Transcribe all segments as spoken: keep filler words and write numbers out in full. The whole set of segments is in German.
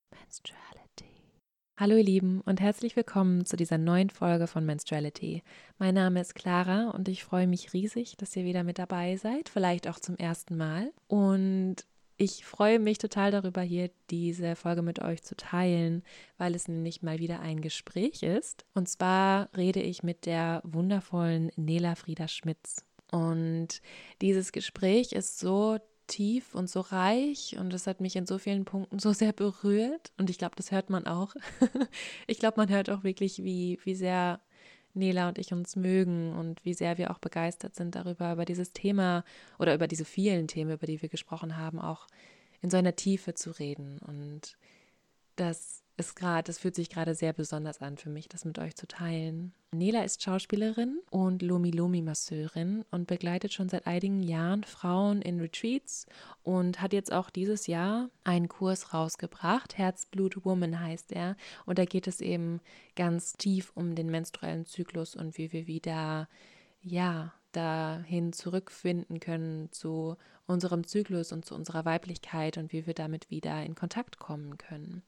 Menstruality. Hallo ihr Lieben und herzlich willkommen zu dieser neuen Folge von Menstruality. Mein Name ist Clara und ich freue mich riesig, dass ihr wieder mit dabei seid, vielleicht auch zum ersten Mal. Und ich freue mich total darüber, hier diese Folge mit euch zu teilen, weil es nämlich mal wieder ein Gespräch ist. Und zwar rede ich mit der wundervollen Nela Frieda Schmitz. Und dieses Gespräch ist so tief und so reich und es hat mich in so vielen Punkten so sehr berührt und ich glaube, das hört man auch. Ich glaube, man hört auch wirklich, wie, wie sehr Nela und ich uns mögen und wie sehr wir auch begeistert sind darüber, über dieses Thema oder über diese vielen Themen, über die wir gesprochen haben, auch in so einer Tiefe zu reden. Und das ist gerade, das fühlt sich gerade sehr besonders an für mich, das mit euch zu teilen. Nela ist Schauspielerin und Lomi-Lomi-Masseurin und begleitet schon seit einigen Jahren Frauen in Retreats und hat jetzt auch dieses Jahr einen Kurs rausgebracht. Herzblut Woman heißt er. Und da geht es eben ganz tief um den menstruellen Zyklus und wie wir wieder, ja, dahin zurückfinden können zu unserem Zyklus und zu unserer Weiblichkeit und wie wir damit wieder in Kontakt kommen können.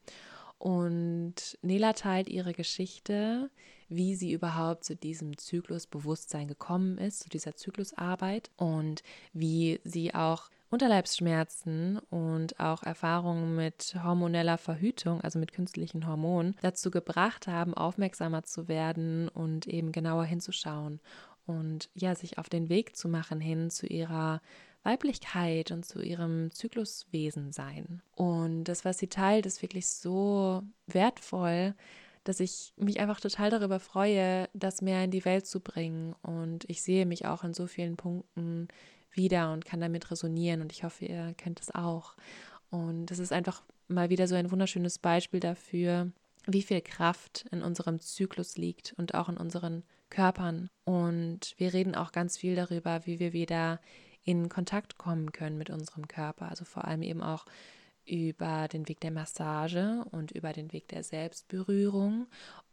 Und Nela teilt ihre Geschichte, wie sie überhaupt zu diesem Zyklusbewusstsein gekommen ist, zu dieser Zyklusarbeit und wie sie auch Unterleibsschmerzen und auch Erfahrungen mit hormoneller Verhütung, also mit künstlichen Hormonen, dazu gebracht haben, aufmerksamer zu werden und eben genauer hinzuschauen und ja, sich auf den Weg zu machen hin zu ihrer Weiblichkeit und zu ihrem Zykluswesen sein. Und das, was sie teilt, ist wirklich so wertvoll, dass ich mich einfach total darüber freue, das mehr in die Welt zu bringen. Und ich sehe mich auch in so vielen Punkten wieder und kann damit resonieren. Und ich hoffe, ihr könnt es auch. Und das ist einfach mal wieder so ein wunderschönes Beispiel dafür, wie viel Kraft in unserem Zyklus liegt und auch in unseren Körpern. Und wir reden auch ganz viel darüber, wie wir wieder in Kontakt kommen können mit unserem Körper. Also vor allem eben auch über den Weg der Massage und über den Weg der Selbstberührung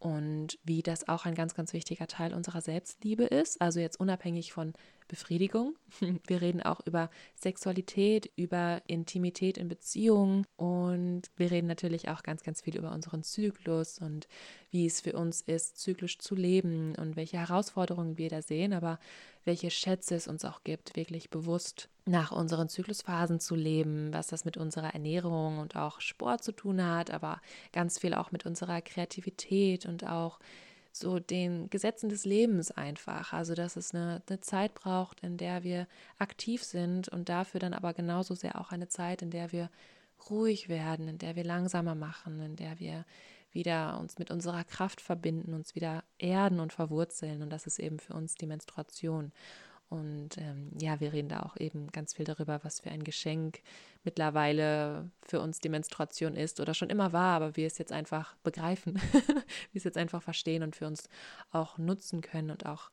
und wie das auch ein ganz, ganz wichtiger Teil unserer Selbstliebe ist. Also jetzt unabhängig von Befriedigung. Wir reden auch über Sexualität, über Intimität in Beziehungen und wir reden natürlich auch ganz, ganz viel über unseren Zyklus und wie es für uns ist, zyklisch zu leben und welche Herausforderungen wir da sehen, aber welche Schätze es uns auch gibt, wirklich bewusst nach unseren Zyklusphasen zu leben, was das mit unserer Ernährung und auch Sport zu tun hat, aber ganz viel auch mit unserer Kreativität und auch so den Gesetzen des Lebens einfach. Also, dass es eine, eine Zeit braucht, in der wir aktiv sind und dafür dann aber genauso sehr auch eine Zeit, in der wir ruhig werden, in der wir langsamer machen, in der wir wieder uns mit unserer Kraft verbinden, uns wieder erden und verwurzeln. Und das ist eben für uns die Menstruation. Und ähm, ja, wir reden da auch eben ganz viel darüber, was für ein Geschenk mittlerweile für uns die Menstruation ist oder schon immer war, aber wir es jetzt einfach begreifen, wir es jetzt einfach verstehen und für uns auch nutzen können und auch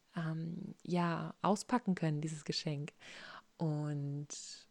ähm, ja, auspacken können, dieses Geschenk. Und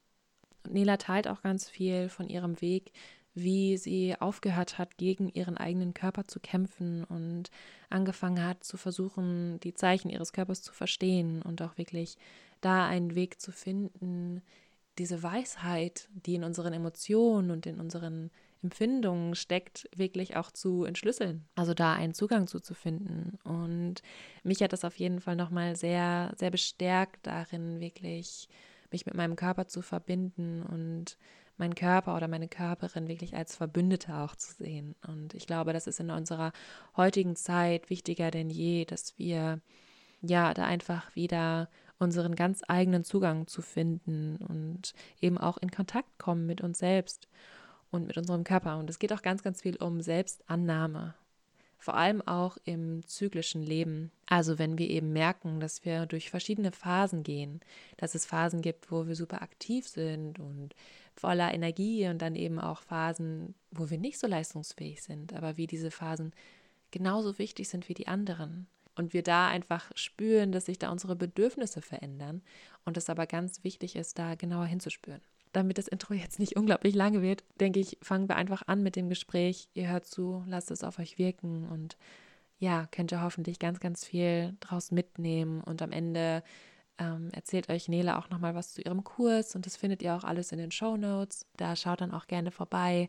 Nela teilt auch ganz viel von ihrem Weg, wie sie aufgehört hat, gegen ihren eigenen Körper zu kämpfen und angefangen hat zu versuchen, die Zeichen ihres Körpers zu verstehen und auch wirklich da einen Weg zu finden, diese Weisheit, die in unseren Emotionen und in unseren Empfindungen steckt, wirklich auch zu entschlüsseln. Also da einen Zugang zu, zu finden. Und mich hat das auf jeden Fall nochmal sehr, sehr bestärkt darin, wirklich mich mit meinem Körper zu verbinden und meinen Körper oder meine Körperin wirklich als Verbündete auch zu sehen. Und ich glaube, das ist in unserer heutigen Zeit wichtiger denn je, dass wir ja da einfach wieder unseren ganz eigenen Zugang zu finden und eben auch in Kontakt kommen mit uns selbst und mit unserem Körper. Und es geht auch ganz, ganz viel um Selbstannahme. Vor allem auch im zyklischen Leben. Also wenn wir eben merken, dass wir durch verschiedene Phasen gehen, dass es Phasen gibt, wo wir super aktiv sind und voller Energie und dann eben auch Phasen, wo wir nicht so leistungsfähig sind, aber wie diese Phasen genauso wichtig sind wie die anderen. Und wir da einfach spüren, dass sich da unsere Bedürfnisse verändern und es aber ganz wichtig ist, da genauer hinzuspüren. Damit das Intro jetzt nicht unglaublich lange wird, denke ich, fangen wir einfach an mit dem Gespräch. Ihr hört zu, lasst es auf euch wirken und ja, könnt ihr hoffentlich ganz, ganz viel draus mitnehmen. Und am Ende ähm, erzählt euch Nele auch nochmal was zu ihrem Kurs und das findet ihr auch alles in den Shownotes. Da schaut dann auch gerne vorbei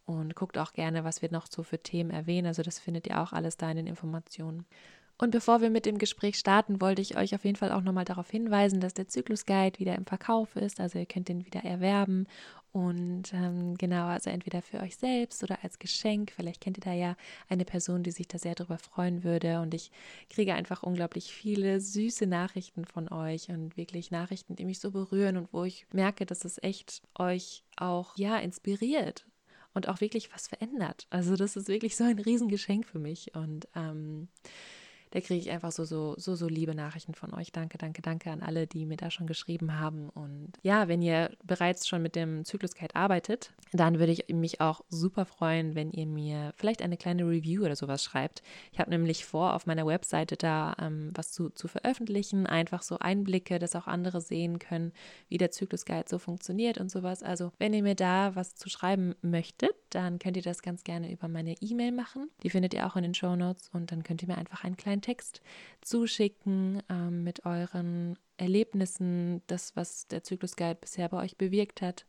und guckt auch gerne, was wir noch so für Themen erwähnen. Also das findet ihr auch alles da in den Informationen. Und bevor wir mit dem Gespräch starten, wollte ich euch auf jeden Fall auch nochmal darauf hinweisen, dass der Zyklus-Guide wieder im Verkauf ist. Also ihr könnt den wieder erwerben und ähm, genau, also entweder für euch selbst oder als Geschenk. Vielleicht kennt ihr da ja eine Person, die sich da sehr drüber freuen würde. Und ich kriege einfach unglaublich viele süße Nachrichten von euch und wirklich Nachrichten, die mich so berühren und wo ich merke, dass es echt euch auch, ja, inspiriert und auch wirklich was verändert. Also das ist wirklich so ein Riesengeschenk für mich und ähm, da kriege ich einfach so, so, so, so liebe Nachrichten von euch. Danke, danke, danke an alle, die mir da schon geschrieben haben. Und ja, wenn ihr bereits schon mit dem Zyklus-Guide arbeitet, dann würde ich mich auch super freuen, wenn ihr mir vielleicht eine kleine Review oder sowas schreibt. Ich habe nämlich vor, auf meiner Webseite da ähm, was zu, zu veröffentlichen, einfach so Einblicke, dass auch andere sehen können, wie der Zyklus-Guide so funktioniert und sowas. Also wenn ihr mir da was zu schreiben möchtet, dann könnt ihr das ganz gerne über meine E-Mail machen. Die findet ihr auch in den Shownotes und dann könnt ihr mir einfach einen kleinen Text zuschicken ähm, mit euren Erlebnissen, das, was der Zyklus-Guide bisher bei euch bewirkt hat.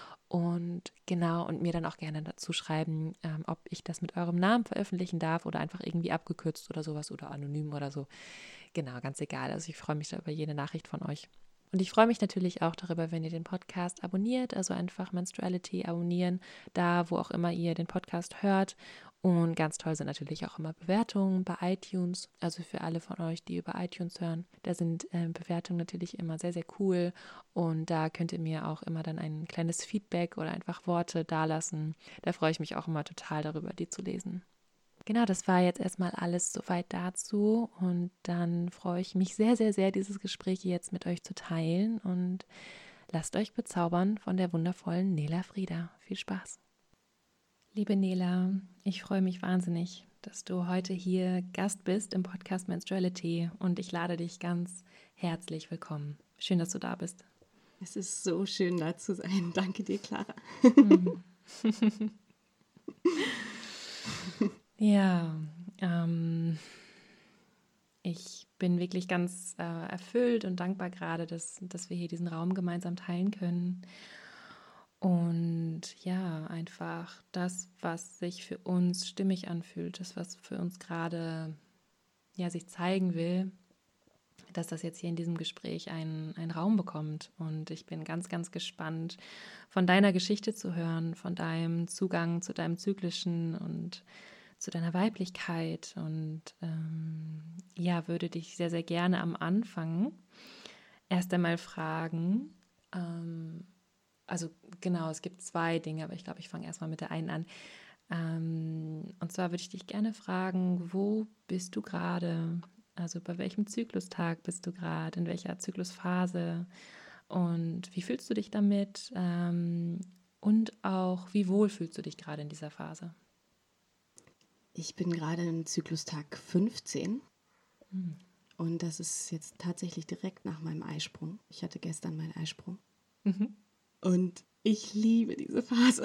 Und genau, und mir dann auch gerne dazu schreiben, ähm, ob ich das mit eurem Namen veröffentlichen darf oder einfach irgendwie abgekürzt oder sowas oder anonym oder so. Genau, ganz egal. Also ich freue mich da über jede Nachricht von euch. Und ich freue mich natürlich auch darüber, wenn ihr den Podcast abonniert, also einfach Menstruality abonnieren, da wo auch immer ihr den Podcast hört. Und ganz toll sind natürlich auch immer Bewertungen bei iTunes, also für alle von euch, die über iTunes hören. Da sind äh, Bewertungen natürlich immer sehr, sehr cool und da könnt ihr mir auch immer dann ein kleines Feedback oder einfach Worte dalassen. Da freue ich mich auch immer total darüber, die zu lesen. Genau, das war jetzt erstmal alles soweit dazu und dann freue ich mich sehr, sehr, sehr, dieses Gespräch jetzt mit euch zu teilen und lasst euch bezaubern von der wundervollen Nela Frieda. Viel Spaß! Liebe Nela, ich freue mich wahnsinnig, dass du heute hier Gast bist im Podcast Menstruality und ich lade dich ganz herzlich willkommen. Schön, dass du da bist. Es ist so schön, da zu sein. Danke dir, Clara. Ja, ähm, ich bin wirklich ganz äh, erfüllt und dankbar gerade, dass, dass wir hier diesen Raum gemeinsam teilen können. Und ja, einfach das, was sich für uns stimmig anfühlt, das, was für uns gerade ja, sich zeigen will, dass das jetzt hier in diesem Gespräch einen, einen Raum bekommt. Und ich bin ganz, ganz gespannt, von deiner Geschichte zu hören, von deinem Zugang zu deinem Zyklischen und zu deiner Weiblichkeit. Und ähm, ja, würde dich sehr, sehr gerne am Anfang erst einmal fragen, ähm, also genau, es gibt zwei Dinge, aber ich glaube, ich fange erstmal mit der einen an. Ähm, und zwar würde ich dich gerne fragen, wo bist du gerade? Also bei welchem Zyklustag bist du gerade? In welcher Zyklusphase? Und wie fühlst du dich damit? Ähm, und auch, wie wohl fühlst du dich gerade in dieser Phase? Ich bin gerade im Zyklustag fünfzehn. Hm. Und das ist jetzt tatsächlich direkt nach meinem Eisprung. Ich hatte gestern meinen Eisprung. Mhm. Und ich liebe diese Phase.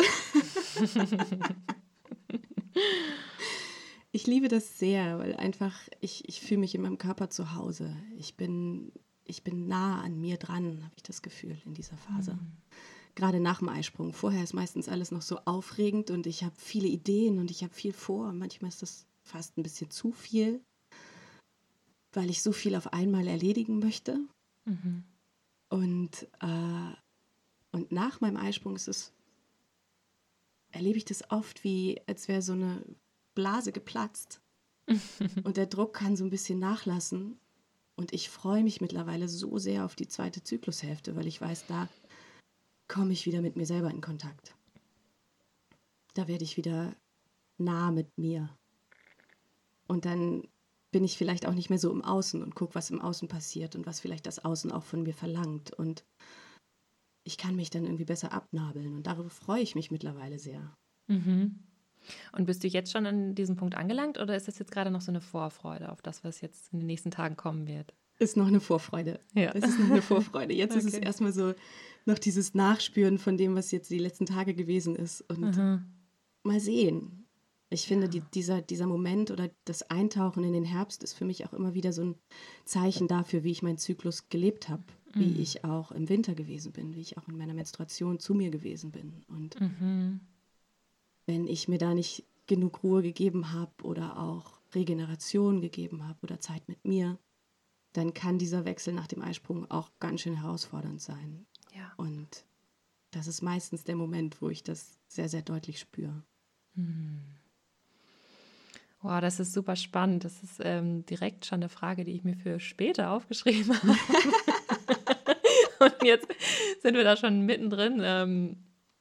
Ich liebe das sehr, weil einfach ich, ich fühle mich in meinem Körper zu Hause. Ich bin, ich bin nah an mir dran, habe ich das Gefühl, in dieser Phase. Mhm. Gerade nach dem Eisprung. Vorher ist meistens alles noch so aufregend und ich habe viele Ideen und ich habe viel vor. Manchmal ist das fast ein bisschen zu viel, weil ich so viel auf einmal erledigen möchte. Mhm. Und äh, Und nach meinem Eisprung ist es, erlebe ich das oft wie, als wäre so eine Blase geplatzt. Und der Druck kann so ein bisschen nachlassen. Und ich freue mich mittlerweile so sehr auf die zweite Zyklushälfte, weil ich weiß, da komme ich wieder mit mir selber in Kontakt. Da werde ich wieder nah mit mir. Und dann bin ich vielleicht auch nicht mehr so im Außen und gucke, was im Außen passiert und was vielleicht das Außen auch von mir verlangt. Und ich kann mich dann irgendwie besser abnabeln und darüber freue ich mich mittlerweile sehr. Mhm. Und bist du jetzt schon an diesem Punkt angelangt oder ist das jetzt gerade noch so eine Vorfreude auf das, was jetzt in den nächsten Tagen kommen wird? Ist noch eine Vorfreude. Ja. Es ist noch eine Vorfreude. Jetzt okay. Ist es erstmal so noch dieses Nachspüren von dem, was jetzt die letzten Tage gewesen ist und mhm. mal sehen. Ich finde, ja. die, dieser, dieser Moment oder das Eintauchen in den Herbst ist für mich auch immer wieder so ein Zeichen dafür, wie ich meinen Zyklus gelebt habe. Wie mhm. ich auch im Winter gewesen bin, wie ich auch in meiner Menstruation zu mir gewesen bin. Und mhm. wenn ich mir da nicht genug Ruhe gegeben habe oder auch Regeneration gegeben habe oder Zeit mit mir, dann kann dieser Wechsel nach dem Eisprung auch ganz schön herausfordernd sein. Ja. Und das ist meistens der Moment, wo ich das sehr, sehr deutlich spüre. Hm. Wow, das ist super spannend. Das ist ähm, direkt schon eine Frage, die ich mir für später aufgeschrieben habe. Und jetzt sind wir da schon mittendrin. Ähm,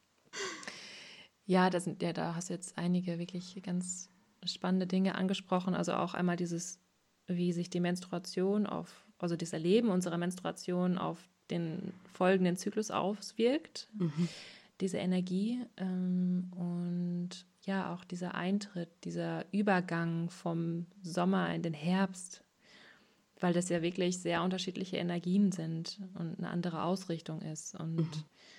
ja, das sind, ja, da hast du jetzt einige wirklich ganz spannende Dinge angesprochen. Also auch einmal dieses, wie sich die Menstruation auf, also das Erleben unserer Menstruation auf den folgenden Zyklus auswirkt, Mhm. diese Energie ähm, und ja, auch dieser Eintritt, dieser Übergang vom Sommer in den Herbst, weil das ja wirklich sehr unterschiedliche Energien sind und eine andere Ausrichtung ist. Und Mhm.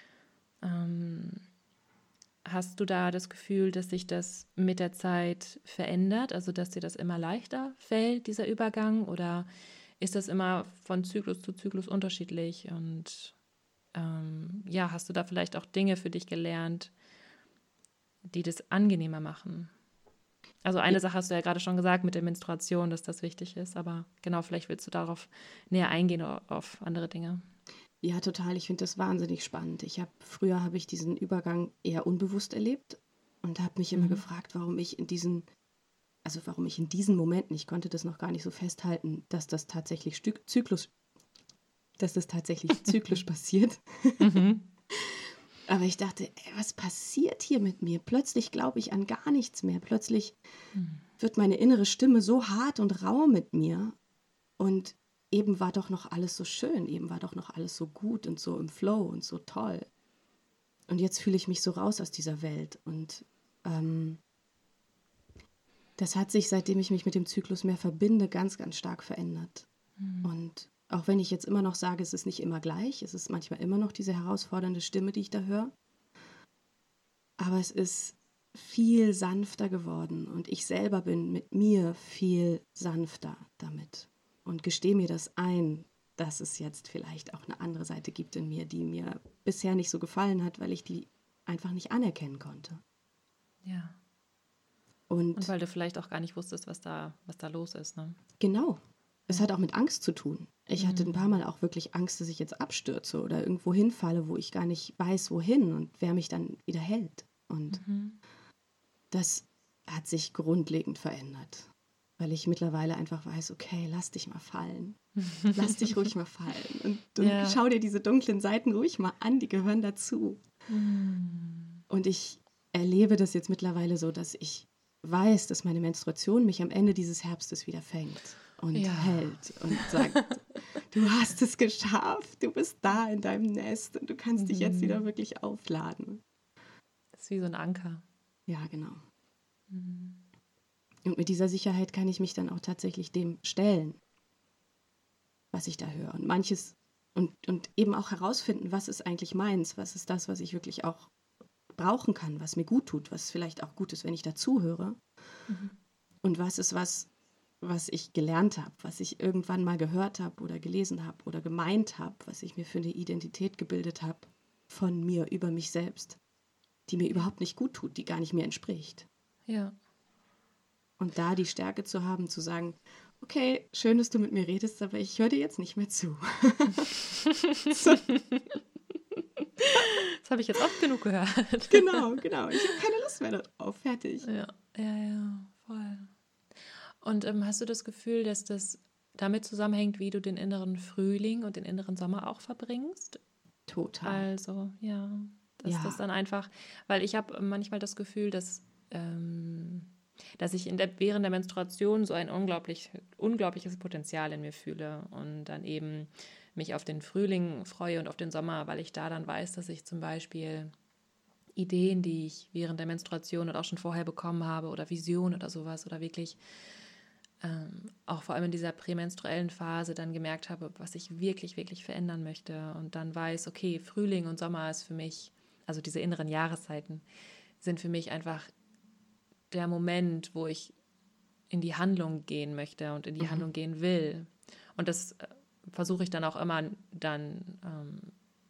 ähm, hast du da das Gefühl, dass sich das mit der Zeit verändert, also dass dir das immer leichter fällt, dieser Übergang, oder ist das immer von Zyklus zu Zyklus unterschiedlich? Und ähm, ja, hast du da vielleicht auch Dinge für dich gelernt, die das angenehmer machen? Also eine Ja, Sache hast du ja gerade schon gesagt mit der Menstruation, dass das wichtig ist, aber genau, vielleicht willst du darauf näher eingehen oder auf andere Dinge. ja, total. Ich finde das wahnsinnig spannend. Ich habe früher habe ich diesen Übergang eher unbewusst erlebt und habe mich immer Mhm. gefragt, warum ich in diesen, also warum ich in diesen Momenten, ich konnte das noch gar nicht so festhalten, dass das tatsächlich Stück, Zyklus, dass das tatsächlich zyklisch passiert. Mhm. Aber ich dachte, ey, was passiert hier mit mir? Plötzlich glaube ich an gar nichts mehr. Plötzlich wird meine innere Stimme so hart und rau mit mir. Und eben war doch noch alles so schön, eben war doch noch alles so gut und so im Flow und so toll. Und jetzt fühle ich mich so raus aus dieser Welt. Und ähm, das hat sich, seitdem ich mich mit dem Zyklus mehr verbinde, ganz, ganz stark verändert. Und auch wenn ich jetzt immer noch sage, es ist nicht immer gleich, es ist manchmal immer noch diese herausfordernde Stimme, die ich da höre, aber es ist viel sanfter geworden und ich selber bin mit mir viel sanfter damit und gestehe mir das ein, dass es jetzt vielleicht auch eine andere Seite gibt in mir, die mir bisher nicht so gefallen hat, weil ich die einfach nicht anerkennen konnte. Ja. Und, Und weil du vielleicht auch gar nicht wusstest, was da, was da los ist, ne? genau, es Ja. hat auch mit Angst zu tun. Ich hatte ein paar Mal auch wirklich Angst, dass ich jetzt abstürze oder irgendwo hinfalle, wo ich gar nicht weiß, wohin und wer mich dann wieder hält. Und Mhm. das hat sich grundlegend verändert, weil ich mittlerweile einfach weiß, okay, lass dich mal fallen. Lass dich ruhig mal fallen. Und, und Ja. schau dir diese dunklen Seiten ruhig mal an, die gehören dazu. Mhm. Und ich erlebe das jetzt mittlerweile so, dass ich weiß, dass meine Menstruation mich am Ende dieses Herbstes wieder fängt und Ja. hält und sagt, du hast es geschafft, du bist da in deinem Nest und du kannst dich jetzt wieder wirklich aufladen. Das ist wie so ein Anker. Ja, genau. Mhm. Und mit dieser Sicherheit kann ich mich dann auch tatsächlich dem stellen, was ich da höre. Und manches und, und eben auch herausfinden, was ist eigentlich meins, was ist das, was ich wirklich auch brauchen kann, was mir gut tut, was vielleicht auch gut ist, wenn ich dazuhöre. Mhm. Und was ist was, was ich gelernt habe, was ich irgendwann mal gehört habe oder gelesen habe oder gemeint habe, was ich mir für eine Identität gebildet habe von mir über mich selbst, die mir überhaupt nicht gut tut, die gar nicht mir entspricht. Ja. Und da die Stärke zu haben, zu sagen, okay, schön, dass du mit mir redest, aber ich höre dir jetzt nicht mehr zu. So, Das habe ich jetzt oft genug gehört. genau, genau. Ich habe keine Lust mehr darauf. Fertig. Ja, ja, ja, voll. Und ähm, hast du das Gefühl, dass das damit zusammenhängt, wie du den inneren Frühling und den inneren Sommer auch verbringst? Total. Also, ja, dass Ja. das dann einfach, weil ich habe manchmal das Gefühl, dass, ähm, dass ich in der, während der Menstruation so ein unglaublich, unglaubliches Potenzial in mir fühle und dann eben mich auf den Frühling freue und auf den Sommer, weil ich da dann weiß, dass ich zum Beispiel Ideen, die ich während der Menstruation und auch schon vorher bekommen habe oder Visionen oder sowas oder wirklich ähm, auch vor allem in dieser prämenstruellen Phase dann gemerkt habe, was ich wirklich, wirklich verändern möchte und dann weiß, okay, Frühling und Sommer ist für mich, also diese inneren Jahreszeiten, sind für mich einfach der Moment, wo ich in die Handlung gehen möchte und in die Mhm. Handlung gehen will. Und das äh, versuche ich dann auch immer dann ähm,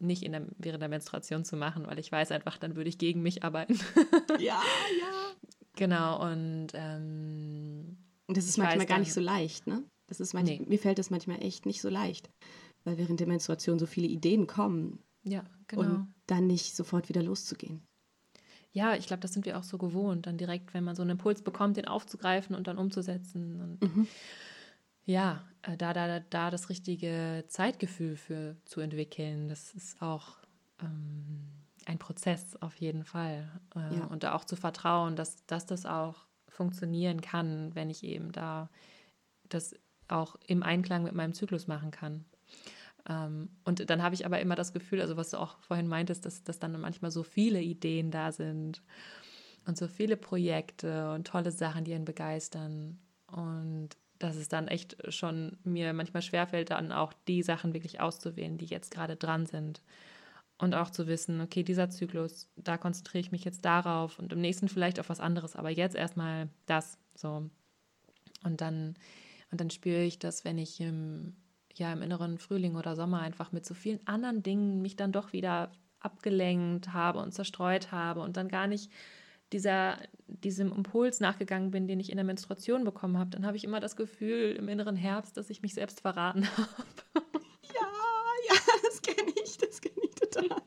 nicht in der, während der Menstruation zu machen, weil ich weiß einfach, dann würde ich gegen mich arbeiten. Ja, ja. Genau, und ähm, Und das ist ich manchmal weiß gar dann, nicht so leicht, ne? Das ist manch, nee, mir fällt das manchmal echt nicht so leicht, weil während der Menstruation so viele Ideen kommen ja, und genau. dann nicht sofort wieder loszugehen. Ja, ich glaube, das sind wir auch so gewohnt, dann direkt, wenn man so einen Impuls bekommt, den aufzugreifen und dann umzusetzen. Und Mhm. ja, äh, da, da, da das richtige Zeitgefühl für zu entwickeln, das ist auch ähm, ein Prozess auf jeden Fall. Äh, Ja. und da auch zu vertrauen, dass, dass das auch funktionieren kann, wenn ich eben da das auch im Einklang mit meinem Zyklus machen kann. Ähm, und dann habe ich aber immer das Gefühl, also was du auch vorhin meintest, dass, dass dann manchmal so viele Ideen da sind und so viele Projekte und tolle Sachen, die einen begeistern. Und dass es dann echt schon mir manchmal schwerfällt, dann auch die Sachen wirklich auszuwählen, die jetzt gerade dran sind. Und auch zu wissen, okay, dieser Zyklus, da konzentriere ich mich jetzt darauf und im nächsten vielleicht auf was anderes, aber jetzt erstmal das. So. Und dann, und dann spüre ich, dass wenn ich im, ja, im inneren Frühling oder Sommer einfach mit so vielen anderen Dingen mich dann doch wieder abgelenkt habe und zerstreut habe und dann gar nicht dieser, diesem Impuls nachgegangen bin, den ich in der Menstruation bekommen habe, dann habe ich immer das Gefühl im inneren Herbst, dass ich mich selbst verraten habe. Ja, ja, das kenne ich, das kenne ich total.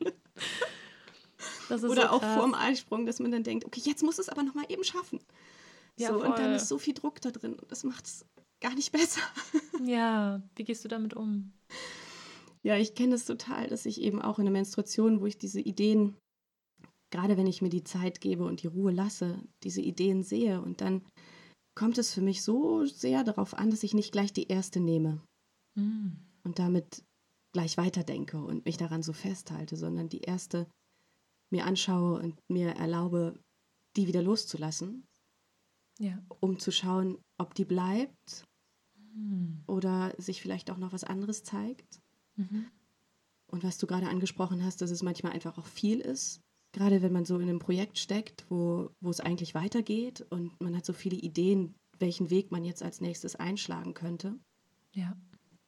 Das ist so Oder auch krass. vorm Eisprung, dass man dann denkt, okay, jetzt muss es aber nochmal eben schaffen. Ja, So, und dann voll. ist so viel Druck da drin und das macht es gar nicht besser. Ja, wie gehst du damit um? Ja, ich kenne es total, dass ich eben auch in der Menstruation, wo ich diese Ideen, gerade wenn ich mir die Zeit gebe und die Ruhe lasse, diese Ideen sehe und dann kommt es für mich so sehr darauf an, dass ich nicht gleich die erste nehme Mm. und damit gleich weiterdenke und mich daran so festhalte, sondern die erste mir anschaue und mir erlaube, die wieder loszulassen, Ja. um zu schauen, ob die bleibt Mm. oder sich vielleicht auch noch was anderes zeigt. Mhm. Und was du gerade angesprochen hast, dass es manchmal einfach auch viel ist, gerade wenn man so in einem Projekt steckt, wo, wo es eigentlich weitergeht und man hat so viele Ideen, welchen Weg man jetzt als nächstes einschlagen könnte, Ja.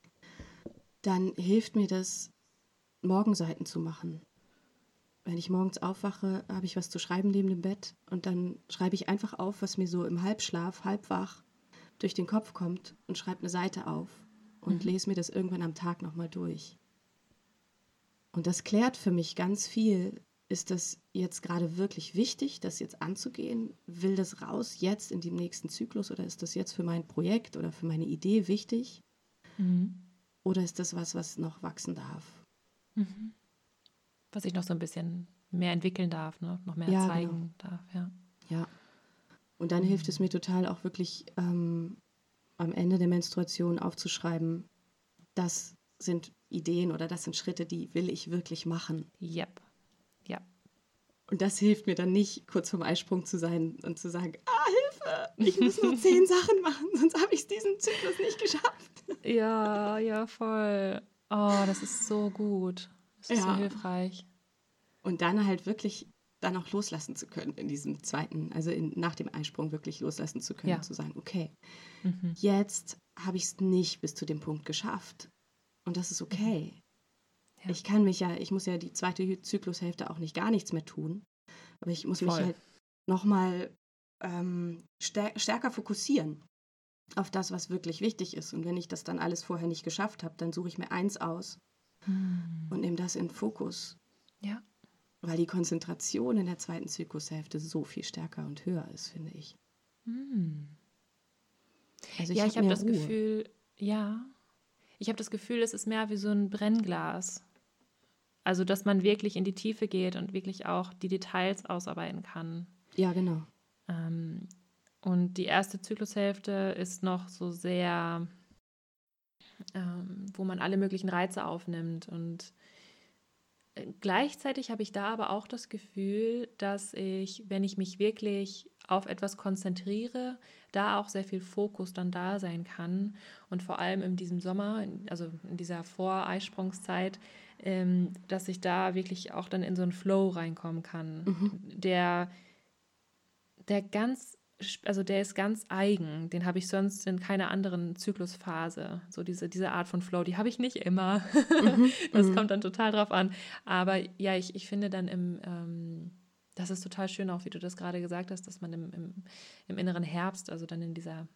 dann hilft mir das, Morgenseiten zu machen. Wenn ich morgens aufwache, habe ich was zu schreiben neben dem Bett und dann schreibe ich einfach auf, was mir so im Halbschlaf, halbwach durch den Kopf kommt und schreibe eine Seite auf und Mhm. lese mir das irgendwann am Tag nochmal durch. Und das klärt für mich ganz viel. Ist das jetzt gerade wirklich wichtig, das jetzt anzugehen? Will das raus jetzt in dem nächsten Zyklus oder ist das jetzt für mein Projekt oder für meine Idee wichtig? Mhm. Oder ist das was, was noch wachsen darf? Mhm. Was ich noch so ein bisschen mehr entwickeln darf, ne? Noch mehr Ja, genau. zeigen darf, ja. Ja. Und dann hilft es mir total auch wirklich ähm, am Ende der Menstruation aufzuschreiben, das sind Ideen oder das sind Schritte, die will ich wirklich machen. Yep. Ja. Und das hilft mir dann nicht, kurz vorm Eisprung zu sein und zu sagen, ah, Hilfe, ich muss noch zehn Sachen machen, sonst habe ich es diesen Zyklus nicht geschafft. Ja, ja, voll. Oh, das ist so gut. Das ist so Ja. hilfreich. Und dann halt wirklich dann auch loslassen zu können in diesem zweiten, also in, nach dem Eisprung wirklich loslassen zu können, Ja. zu sagen, okay, Mhm. jetzt habe ich es nicht bis zu dem Punkt geschafft. Und das ist okay. Ja. Ich kann mich ja, ich muss ja die zweite Zyklushälfte auch nicht gar nichts mehr tun, aber ich muss mich Voll. halt nochmal ähm, stär- stärker fokussieren auf das, was wirklich wichtig ist. Und wenn ich das dann alles vorher nicht geschafft habe, dann suche ich mir eins aus Mhm. und nehme das in Fokus, Ja. weil die Konzentration in der zweiten Zyklushälfte so viel stärker und höher ist, finde ich. Mhm. Also Ja, ich ich habe habe mehr das Ruhe. Gefühl, ja, ich habe das Gefühl, es ist mehr wie so ein Brennglas. Also, dass man wirklich in die Tiefe geht und wirklich auch die Details ausarbeiten kann. Ja, genau. Ähm, und die erste Zyklushälfte ist noch so sehr, ähm, wo man alle möglichen Reize aufnimmt. Und äh, gleichzeitig habe ich da aber auch das Gefühl, dass ich, wenn ich mich wirklich auf etwas konzentriere, da auch sehr viel Fokus dann da sein kann. Und vor allem in diesem Sommer, in, also in dieser Vor-Eisprungszeit, ähm, dass ich da wirklich auch dann in so einen Flow reinkommen kann, Mhm. der, der ganz also der ist ganz eigen. Den habe ich sonst in keiner anderen Zyklusphase. So diese, diese Art von Flow, die habe ich nicht immer. Mhm. Das Mhm. kommt dann total drauf an. Aber ja, ich, ich finde dann im, ähm, das ist total schön auch, wie du das gerade gesagt hast, dass man im, im, im inneren Herbst, also dann in dieser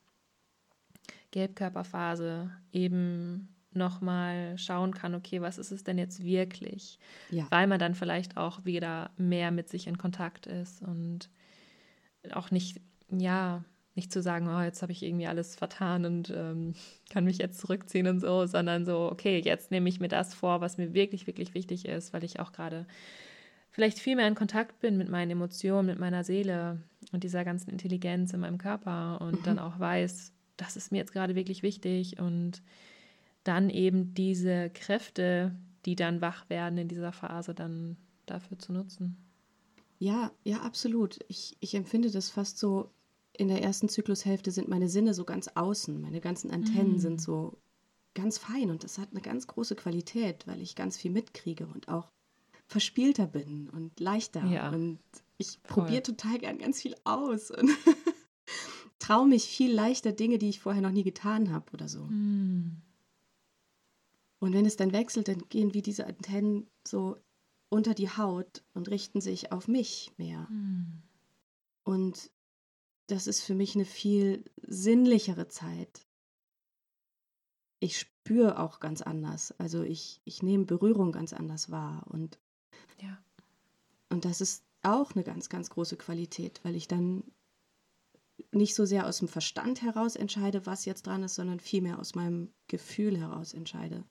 Gelbkörperphase eben nochmal schauen kann, okay, was ist es denn jetzt wirklich? Ja. Weil man dann vielleicht auch wieder mehr mit sich in Kontakt ist und auch nicht, ja, nicht zu sagen, oh, jetzt habe ich irgendwie alles vertan und ähm, kann mich jetzt zurückziehen und so, sondern so, okay, jetzt nehme ich mir das vor, was mir wirklich, wirklich wichtig ist, weil ich auch gerade vielleicht viel mehr in Kontakt bin mit meinen Emotionen, mit meiner Seele und dieser ganzen Intelligenz in meinem Körper und Mhm. dann auch weiß, das ist mir jetzt gerade wirklich wichtig und dann eben diese Kräfte, die dann wach werden in dieser Phase, dann dafür zu nutzen. Ja, ja, absolut. Ich, ich empfinde das fast so, in der ersten Zyklushälfte sind meine Sinne so ganz außen. Meine ganzen Antennen sind Mm. so ganz fein und das hat eine ganz große Qualität, weil ich ganz viel mitkriege und auch verspielter bin und leichter. Ja, Und ich voll. probiere total gern ganz viel aus und traue mich viel leichter Dinge, die ich vorher noch nie getan habe oder so. Mm. Und wenn es dann wechselt, dann gehen wie diese Antennen so unter die Haut und richten sich auf mich mehr. Mm. Und das ist für mich eine viel sinnlichere Zeit. Ich spüre auch ganz anders. Also ich, ich nehme Berührung ganz anders wahr. Und, Ja. und das ist auch eine ganz, ganz große Qualität, weil ich dann nicht so sehr aus dem Verstand heraus entscheide, was jetzt dran ist, sondern vielmehr aus meinem Gefühl heraus entscheide,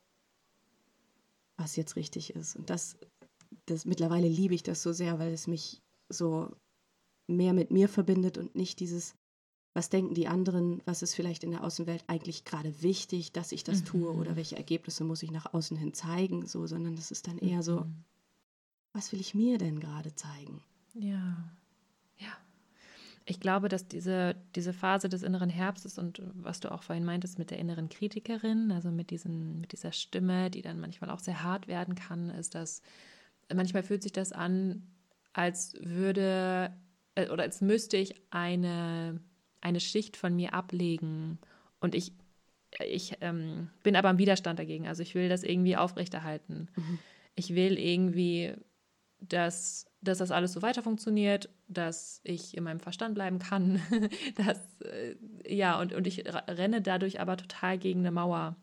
was jetzt richtig ist. Und das, das mittlerweile liebe ich das so sehr, weil es mich so mehr mit mir verbindet und nicht dieses, was denken die anderen, was ist vielleicht in der Außenwelt eigentlich gerade wichtig, dass ich das Mhm. tue oder welche Ergebnisse muss ich nach außen hin zeigen, so, sondern das ist dann eher so, Mhm. was will ich mir denn gerade zeigen? Ja. Ja. Ich glaube, dass diese, diese Phase des inneren Herbstes und was du auch vorhin meintest mit der inneren Kritikerin, also mit, diesen, mit dieser Stimme, die dann manchmal auch sehr hart werden kann, ist, dass manchmal fühlt sich das an, als würde äh, oder als müsste ich eine, eine Schicht von mir ablegen und ich, ich ähm, bin aber im Widerstand dagegen. Also ich will das irgendwie aufrechterhalten. Mhm. Ich will irgendwie, dass, dass das alles so weiter funktioniert, dass ich in meinem Verstand bleiben kann, dass, äh, ja, und, und ich renne dadurch aber total gegen eine Mauer.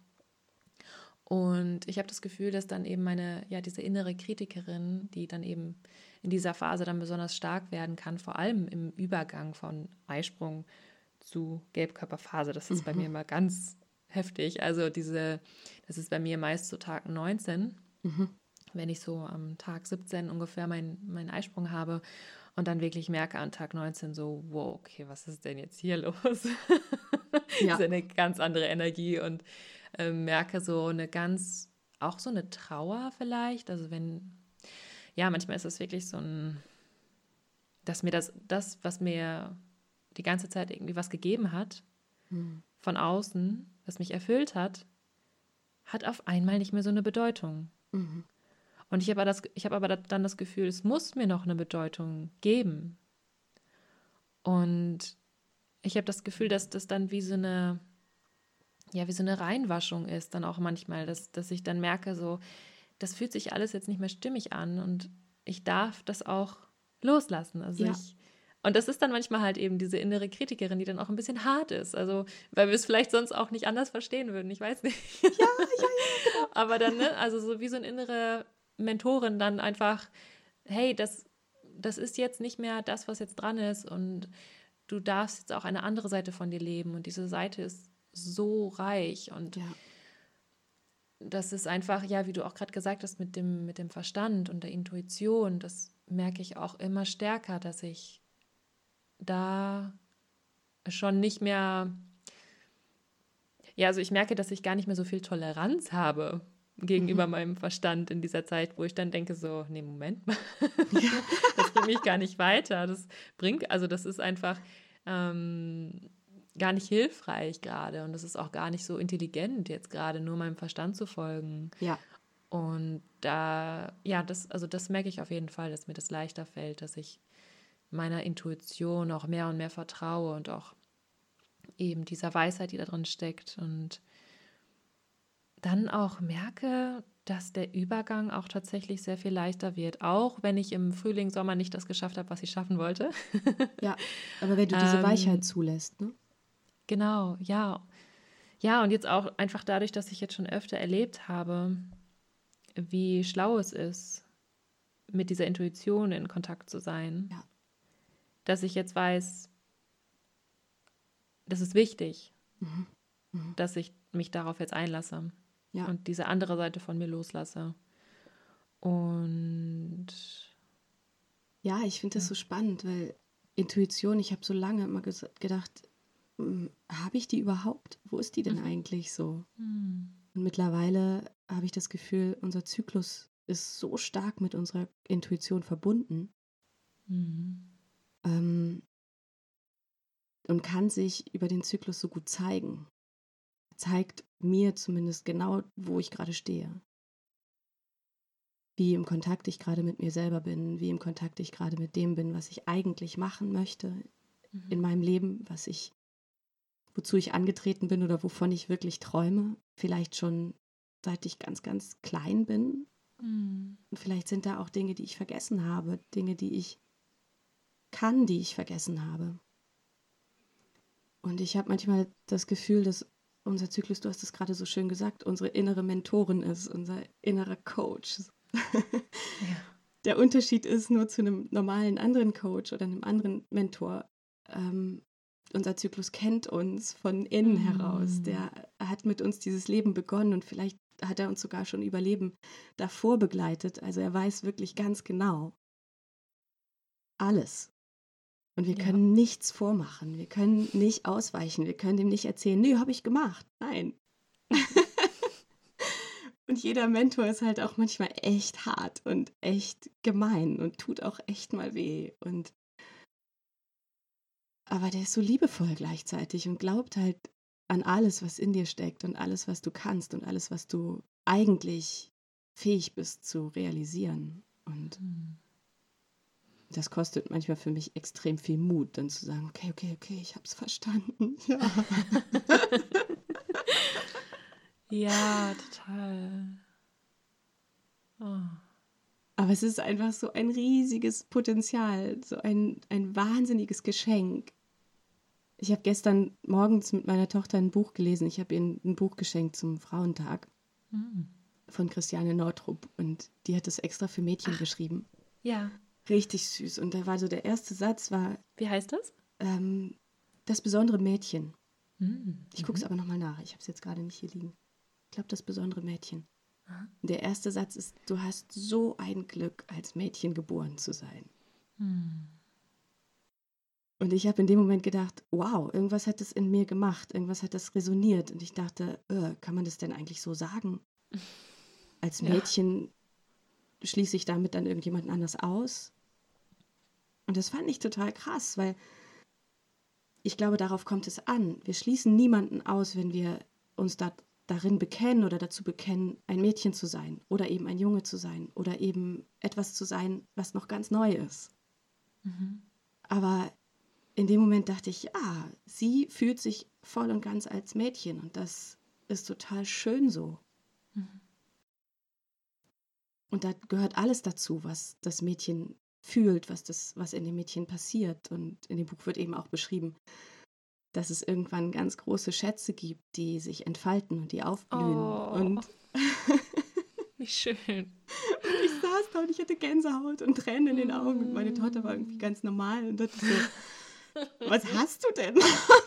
Und ich habe das Gefühl, dass dann eben meine, ja, diese innere Kritikerin, die dann eben in dieser Phase dann besonders stark werden kann, vor allem im Übergang von Eisprung zu Gelbkörperphase, das ist Mhm. bei mir immer ganz heftig. Also diese, das ist bei mir meist so Tag neunzehn, Mhm. wenn ich so am Tag siebzehn ungefähr meinen mein Eisprung habe und dann wirklich merke an Tag neunzehn so, wow, okay, was ist denn jetzt hier los? Das Ja. ist eine ganz andere Energie und äh, merke so eine ganz, auch so eine Trauer vielleicht. Also wenn, ja, manchmal ist es wirklich so ein, dass mir das, das, was mir die ganze Zeit irgendwie was gegeben hat, Mhm. von außen, was mich erfüllt hat, hat auf einmal nicht mehr so eine Bedeutung. Mhm. Und ich habe das, ich habe aber dann das Gefühl, es muss mir noch eine Bedeutung geben. Und ich habe das Gefühl, dass das dann wie so eine, ja, wie so eine Reinwaschung ist, dann auch manchmal, dass, dass ich dann merke, so, das fühlt sich alles jetzt nicht mehr stimmig an und ich darf das auch loslassen. Also Ja. ich, und das ist dann manchmal halt eben diese innere Kritikerin, die dann auch ein bisschen hart ist. Also, weil wir es vielleicht sonst auch nicht anders verstehen würden, ich weiß nicht. Ja, ja, ja, genau. Aber dann, ne, also so wie so eine innere Mentorin dann einfach, hey, das, das ist jetzt nicht mehr das, was jetzt dran ist und du darfst jetzt auch eine andere Seite von dir leben und diese Seite ist so reich und Ja. das ist einfach, ja, wie du auch gerade gesagt hast, mit dem, mit dem Verstand und der Intuition, das merke ich auch immer stärker, dass ich da schon nicht mehr, ja, also ich merke, dass ich gar nicht mehr so viel Toleranz habe gegenüber Mhm. meinem Verstand in dieser Zeit, wo ich dann denke so, nee, Moment mal, Ja. das bringt mich gar nicht weiter. Das bringt, also das ist einfach ähm, gar nicht hilfreich gerade und das ist auch gar nicht so intelligent, jetzt gerade nur meinem Verstand zu folgen. Ja. Und da, ja, das, also das merke ich auf jeden Fall, dass mir das leichter fällt, dass ich meiner Intuition auch mehr und mehr vertraue und auch eben dieser Weisheit, die da drin steckt. Und dann auch merke, dass der Übergang auch tatsächlich sehr viel leichter wird. Auch wenn ich im Frühling, Sommer nicht das geschafft habe, was ich schaffen wollte. Ja, aber wenn du diese ähm, Weichheit zulässt, ne? Genau, ja. Ja, und jetzt auch einfach dadurch, dass ich jetzt schon öfter erlebt habe, wie schlau es ist, mit dieser Intuition in Kontakt zu sein, Ja. dass ich jetzt weiß, das ist wichtig, Mhm. Mhm. dass ich mich darauf jetzt einlasse Ja. und diese andere Seite von mir loslasse. Und Ja, ich finde das ja. so spannend, weil Intuition, ich habe so lange immer ges- gedacht, hm, habe ich die überhaupt? Wo ist die denn Mhm. eigentlich so? Hm. Und mittlerweile habe ich das Gefühl, unser Zyklus ist so stark mit unserer Intuition verbunden, Mhm. ähm, und kann sich über den Zyklus so gut zeigen. Zeigt mir zumindest genau, wo ich gerade stehe. Wie im Kontakt ich gerade mit mir selber bin, wie im Kontakt ich gerade mit dem bin, was ich eigentlich machen möchte Mhm. in meinem Leben, was ich, wozu ich angetreten bin oder wovon ich wirklich träume. Vielleicht schon seit ich ganz, ganz klein bin. Mhm. Und vielleicht sind da auch Dinge, die ich vergessen habe, Dinge, die ich kann, die ich vergessen habe. Und ich habe manchmal das Gefühl, dass unser Zyklus, du hast es gerade so schön gesagt, unsere innere Mentorin ist, unser innerer Coach. Ja. Der Unterschied ist nur zu einem normalen anderen Coach oder einem anderen Mentor. Ähm, unser Zyklus kennt uns von innen Mhm. heraus. Der hat mit uns dieses Leben begonnen und vielleicht hat er uns sogar schon über Leben davor begleitet. Also er weiß wirklich ganz genau alles. Und wir Ja. können nichts vormachen. Wir können nicht ausweichen. Wir können dem nicht erzählen, nee, habe ich gemacht. Nein. Und jeder Mentor ist halt auch manchmal echt hart und echt gemein und tut auch echt mal weh. Und aber der ist so liebevoll gleichzeitig und glaubt halt an alles, was in dir steckt und alles, was du kannst und alles, was du eigentlich fähig bist zu realisieren. Und Mhm. das kostet manchmal für mich extrem viel Mut, dann zu sagen, okay, okay, okay, ich habe es verstanden. Ja. Ja, total. Oh. Aber es ist einfach so ein riesiges Potenzial, so ein, ein wahnsinniges Geschenk. Ich habe gestern morgens mit meiner Tochter ein Buch gelesen. Ich habe ihr ein Buch geschenkt zum Frauentag Mhm. von Christiane Nortrup. Und die hat das extra für Mädchen Ach. geschrieben. Ja. Richtig süß. Und da war so der erste Satz war, Wie heißt das? ähm, das besondere Mädchen. Mhm. Ich gucke es aber nochmal nach. Ich habe es jetzt gerade nicht hier liegen. Ich glaube, das besondere Mädchen. Aha. Der erste Satz ist, du hast so ein Glück, als Mädchen geboren zu sein. Mhm. Und ich habe in dem Moment gedacht, wow, irgendwas hat das in mir gemacht, irgendwas hat das resoniert. Und ich dachte, äh, kann man das denn eigentlich so sagen? Als Ja. Mädchen schließe ich damit dann irgendjemanden anders aus? Und das fand ich total krass, weil ich glaube, darauf kommt es an. Wir schließen niemanden aus, wenn wir uns da, darin bekennen oder dazu bekennen, ein Mädchen zu sein oder eben ein Junge zu sein oder eben etwas zu sein, was noch ganz neu ist. Mhm. Aber in dem Moment dachte ich, ja, sie fühlt sich voll und ganz als Mädchen und das ist total schön so. Mhm. Und da gehört alles dazu, was das Mädchen fühlt, was, das, was in dem Mädchen passiert. Und in dem Buch wird eben auch beschrieben, dass es irgendwann ganz große Schätze gibt, die sich entfalten und die aufblühen. Oh, Und, wie schön. und ich saß da und ich hatte Gänsehaut und Tränen in den Augen und meine Tochter war irgendwie ganz normal und dachte so, was hast du denn?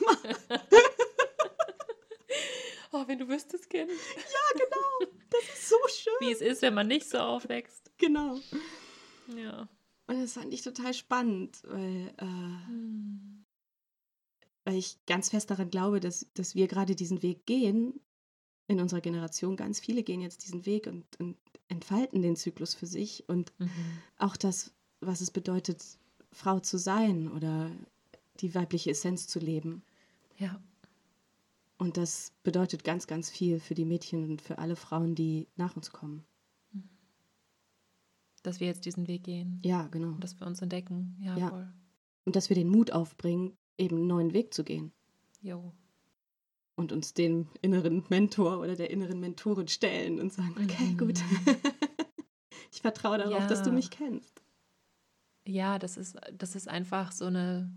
Oh, wenn du wüsstest, Kind. Ja, genau. Das ist so schön. Wie es ist, wenn man nicht so aufwächst. Genau. Ja. Und das fand ich total spannend, weil, äh, Hm. weil ich ganz fest daran glaube, dass, dass wir gerade diesen Weg gehen, in unserer Generation, ganz viele gehen jetzt diesen Weg und, und entfalten den Zyklus für sich und Mhm. auch das, was es bedeutet, Frau zu sein oder die weibliche Essenz zu leben. Ja. Und das bedeutet ganz, ganz viel für die Mädchen und für alle Frauen, die nach uns kommen. Dass wir jetzt diesen Weg gehen. Ja, genau. Und dass wir uns entdecken. Ja, Ja. voll. Und dass wir den Mut aufbringen, eben einen neuen Weg zu gehen. Jo. Und uns dem inneren Mentor oder der inneren Mentorin stellen und sagen, okay, Mhm. gut, ich vertraue darauf, Ja. dass du mich kennst. Ja, das ist, das ist einfach so eine,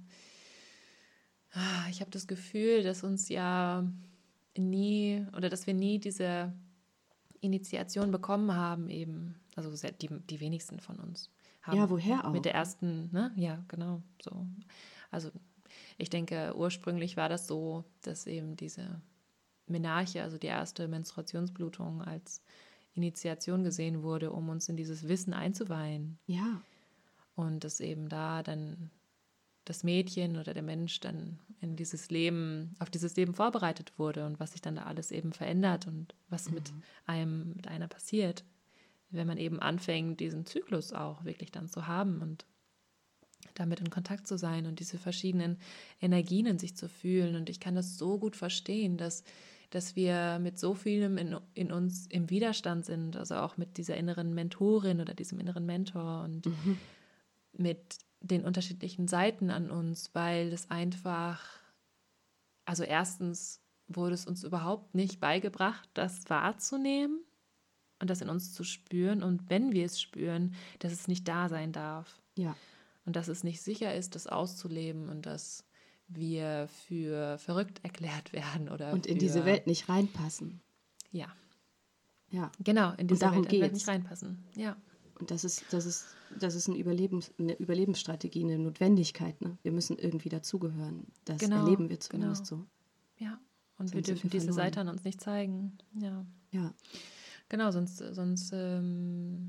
ah, ich habe das Gefühl, dass uns ja nie oder dass wir nie diese Initiation bekommen haben eben, also sehr, die, die wenigsten von uns haben Ja, woher auch? mit der ersten, ne, ja, genau, so. Also ich denke, ursprünglich war das so, dass eben diese Menarche, also die erste Menstruationsblutung als Initiation gesehen wurde, um uns in dieses Wissen einzuweihen. Ja. Und dass eben da dann das Mädchen oder der Mensch dann in dieses Leben, auf dieses Leben vorbereitet wurde und was sich dann da alles eben verändert und was Mhm. mit einem, mit einer passiert, wenn man eben anfängt, diesen Zyklus auch wirklich dann zu haben und damit in Kontakt zu sein und diese verschiedenen Energien in sich zu fühlen. Und ich kann das so gut verstehen, dass, dass wir mit so vielem in, in uns im Widerstand sind, also auch mit dieser inneren Mentorin oder diesem inneren Mentor und Mhm. mit den unterschiedlichen Seiten an uns, weil es einfach, also erstens wurde es uns überhaupt nicht beigebracht, das wahrzunehmen und das in uns zu spüren. Und wenn wir es spüren, dass es nicht da sein darf. Ja. Und dass es nicht sicher ist, das auszuleben und dass wir für verrückt erklärt werden oder Und in für, diese Welt nicht reinpassen. Ja, Ja. genau, in diese darum Welt, Welt geht's. nicht reinpassen. Ja, Und das ist, das ist, das ist ein Überlebens, eine Überlebensstrategie, eine Notwendigkeit. Ne? Wir müssen irgendwie dazugehören. Das Genau, erleben wir zumindest genau. so. ja. Und wir Sonst sind dürfen wir diese verloren. Seite an uns nicht zeigen. Ja, Ja. genau, sonst, sonst ähm,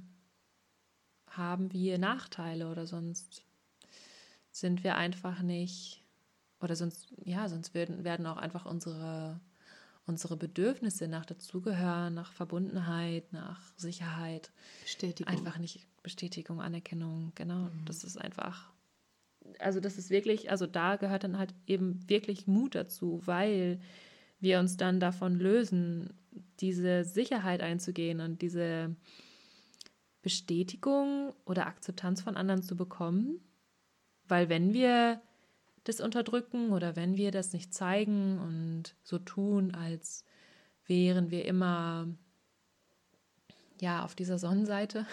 haben wir Nachteile oder sonst sind wir einfach nicht, oder sonst, ja, sonst werden, werden auch einfach unsere, unsere Bedürfnisse nach Dazugehören, nach Verbundenheit, nach Sicherheit, Bestätigung. einfach nicht Bestätigung, Anerkennung, genau. Mhm. Das ist einfach, also das ist wirklich, also da gehört dann halt eben wirklich Mut dazu, weil wir uns dann davon lösen, diese Sicherheit einzugehen und diese Bestätigung oder Akzeptanz von anderen zu bekommen. Weil wenn wir das unterdrücken oder wenn wir das nicht zeigen und so tun, als wären wir immer ja auf dieser Sonnenseite,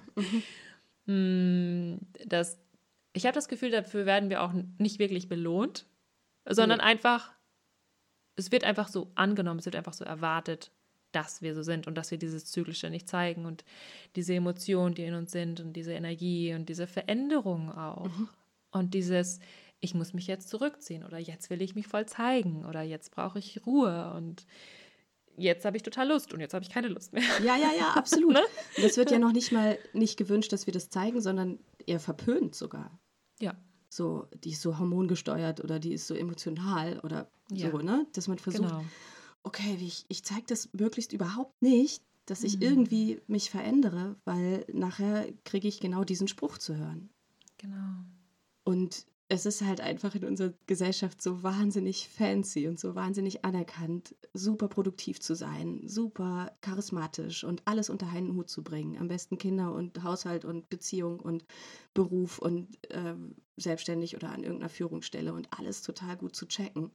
mhm, das, ich habe das Gefühl, dafür werden wir auch nicht wirklich belohnt, sondern nee. einfach, es wird einfach so angenommen, es wird einfach so erwartet, dass wir so sind und dass wir dieses Zyklische nicht zeigen und diese Emotionen, die in uns sind und diese Energie und diese Veränderung auch. Mhm. Und dieses, ich muss mich jetzt zurückziehen oder jetzt will ich mich voll zeigen oder jetzt brauche ich Ruhe und jetzt habe ich total Lust und jetzt habe ich keine Lust mehr. Ja, ja, ja, absolut. Ne? Und es wird ja noch nicht mal nicht gewünscht, dass wir das zeigen, sondern eher verpönt sogar. Ja. So, die ist so hormongesteuert oder die ist so emotional oder ja. so, ne? Dass man versucht, genau. okay, ich, ich zeige das möglichst überhaupt nicht, dass ich mhm. irgendwie mich verändere, weil nachher kriege ich genau diesen Spruch zu hören. Genau. Und es ist halt einfach in unserer Gesellschaft so wahnsinnig fancy und so wahnsinnig anerkannt, super produktiv zu sein, super charismatisch und alles unter einen Hut zu bringen. Am besten Kinder und Haushalt und Beziehung und Beruf und äh, selbstständig oder an irgendeiner Führungsstelle und alles total gut zu checken.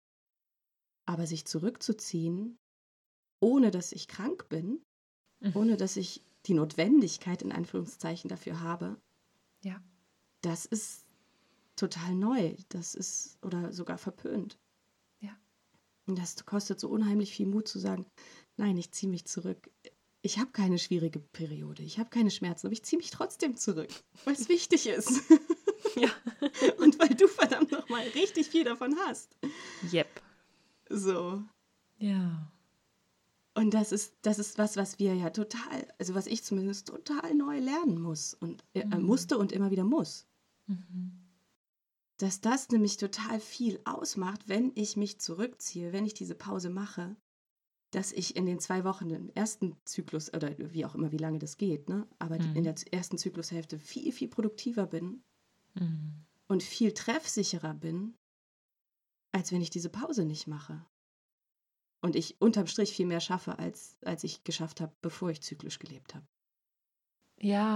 Aber sich zurückzuziehen, ohne dass ich krank bin, mhm. ohne dass ich die Notwendigkeit in Anführungszeichen dafür habe, ja. das ist total neu, das ist oder sogar verpönt. Ja. Und das kostet so unheimlich viel Mut zu sagen, nein, ich ziehe mich zurück. Ich habe keine schwierige Periode, ich habe keine Schmerzen, aber ich ziehe mich trotzdem zurück, weil es wichtig ist. Ja. Und weil du verdammt nochmal richtig viel davon hast. Yep. So. Ja. Und das ist, das ist was, was wir ja total, also was ich zumindest total neu lernen muss und äh, mhm. musste und immer wieder muss. Mhm. Dass das nämlich total viel ausmacht, wenn ich mich zurückziehe, wenn ich diese Pause mache, dass ich in den zwei Wochen im ersten Zyklus, oder wie auch immer, wie lange das geht, ne, aber mhm. in der ersten Zyklushälfte viel, viel produktiver bin mhm. und viel treffsicherer bin, als wenn ich diese Pause nicht mache. Und ich unterm Strich viel mehr schaffe, als, als ich geschafft habe, bevor ich zyklisch gelebt habe. Ja,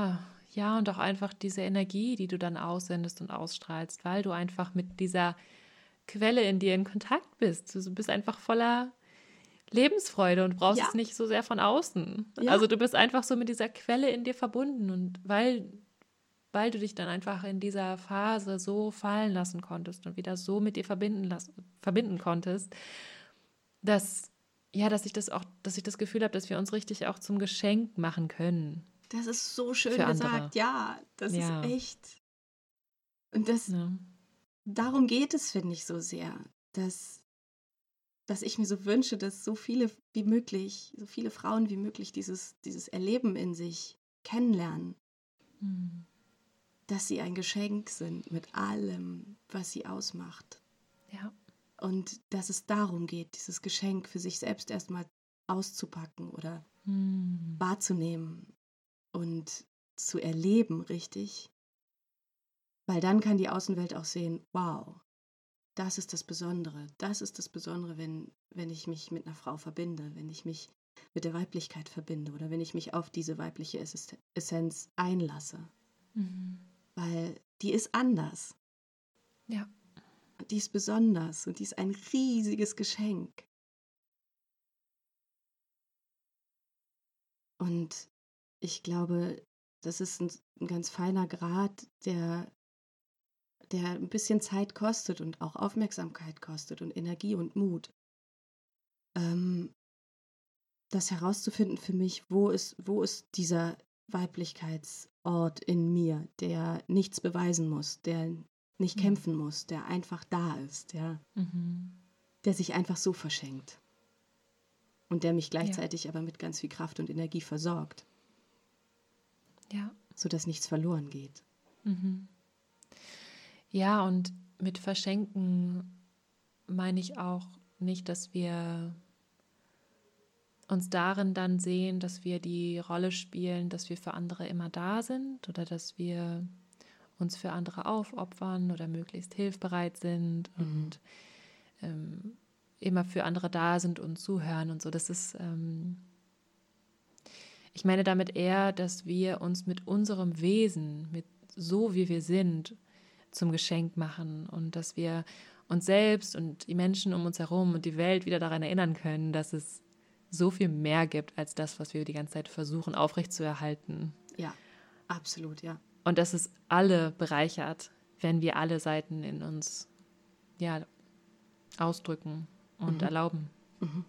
Ja, und auch einfach diese Energie, die du dann aussendest und ausstrahlst, weil du einfach mit dieser Quelle in dir in Kontakt bist. Du bist einfach voller Lebensfreude und brauchst Ja. es nicht so sehr von außen. Ja. Also du bist einfach so mit dieser Quelle in dir verbunden und weil, weil du dich dann einfach in dieser Phase so fallen lassen konntest und wieder so mit dir verbinden, lassen, verbinden konntest, dass, ja, dass ich das auch, dass ich das Gefühl habe, dass wir uns richtig auch zum Geschenk machen können. Das ist so schön Für gesagt. andere. Ja, das Ja. ist echt. Und das, Ja. darum geht es, finde ich, so sehr, dass, dass ich mir so wünsche, dass so viele wie möglich, so viele Frauen wie möglich dieses, dieses Erleben in sich kennenlernen, Hm. dass sie ein Geschenk sind mit allem, was sie ausmacht. Ja. Und dass es darum geht, dieses Geschenk für sich selbst erstmal auszupacken oder Hm. wahrzunehmen und zu erleben, richtig. Weil dann kann die Außenwelt auch sehen, wow, das ist das Besondere. Das ist das Besondere, wenn, wenn ich mich mit einer Frau verbinde, wenn ich mich mit der Weiblichkeit verbinde oder wenn ich mich auf diese weibliche Essenz einlasse. Mhm. Weil die ist anders. Ja. Die ist besonders und die ist ein riesiges Geschenk. Und ich glaube, das ist ein, ein ganz feiner Grad, der, der ein bisschen Zeit kostet und auch Aufmerksamkeit kostet und Energie und Mut. Ähm, das herauszufinden für mich, wo ist, wo ist dieser Weiblichkeitsort in mir, der nichts beweisen muss, der nicht Mhm. kämpfen muss, der einfach da ist, ja, Mhm. der sich einfach so verschenkt und der mich gleichzeitig ja. aber mit ganz viel Kraft und Energie versorgt, ja, sodass nichts verloren geht. Mhm. Ja, und mit Verschenken meine ich auch nicht, dass wir uns darin dann sehen, dass wir die Rolle spielen, dass wir für andere immer da sind oder dass wir uns für andere aufopfern oder möglichst hilfsbereit sind Mhm. und ähm, immer für andere da sind und zuhören und so. Das ist, ähm, ich meine damit eher, dass wir uns mit unserem Wesen, mit so wie wir sind, zum Geschenk machen und dass wir uns selbst und die Menschen um uns herum und die Welt wieder daran erinnern können, dass es so viel mehr gibt als das, was wir die ganze Zeit versuchen aufrechtzuerhalten. Ja, absolut, ja. Und dass es alle bereichert, wenn wir alle Seiten in uns ja, ausdrücken und Mhm. erlauben. Mhm.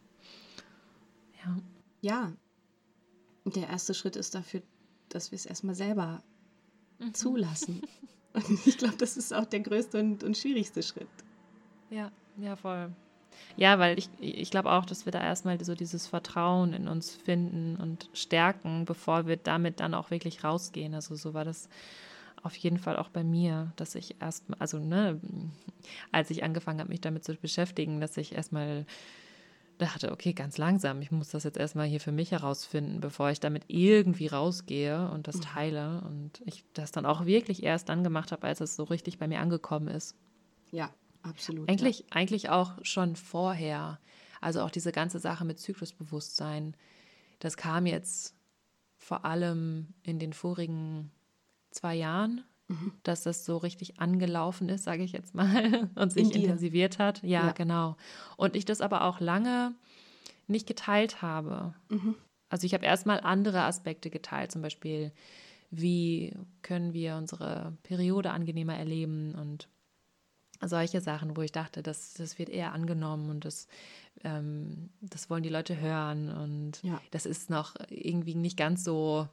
Ja. Ja, der erste Schritt ist dafür, dass wir es erstmal selber Mhm. zulassen. Und ich glaube, das ist auch der größte und, und schwierigste Schritt. Ja, ja, voll. Ja, weil ich, ich glaube auch, dass wir da erstmal so dieses Vertrauen in uns finden und stärken, bevor wir damit dann auch wirklich rausgehen. Also so war das auf jeden Fall auch bei mir, dass ich erstmal, also ne, als ich angefangen habe, mich damit zu beschäftigen, dass ich erstmal dachte, okay, ganz langsam, ich muss das jetzt erstmal hier für mich herausfinden, bevor ich damit irgendwie rausgehe und das teile. Und ich das dann auch wirklich erst dann gemacht habe, als es so richtig bei mir angekommen ist. Ja, absolut. Eigentlich, ja. eigentlich auch schon vorher. Also auch diese ganze Sache mit Zyklusbewusstsein, das kam jetzt vor allem in den vorigen zwei Jahren, Mhm. dass das so richtig angelaufen ist, sage ich jetzt mal, und sich In dir. intensiviert hat. Ja, Ja. genau. Und ich das aber auch lange nicht geteilt habe. Mhm. Also ich habe erstmal andere Aspekte geteilt, zum Beispiel, wie können wir unsere Periode angenehmer erleben und solche Sachen, wo ich dachte, das, das wird eher angenommen und das, ähm, das wollen die Leute hören und Ja. das ist noch irgendwie nicht ganz so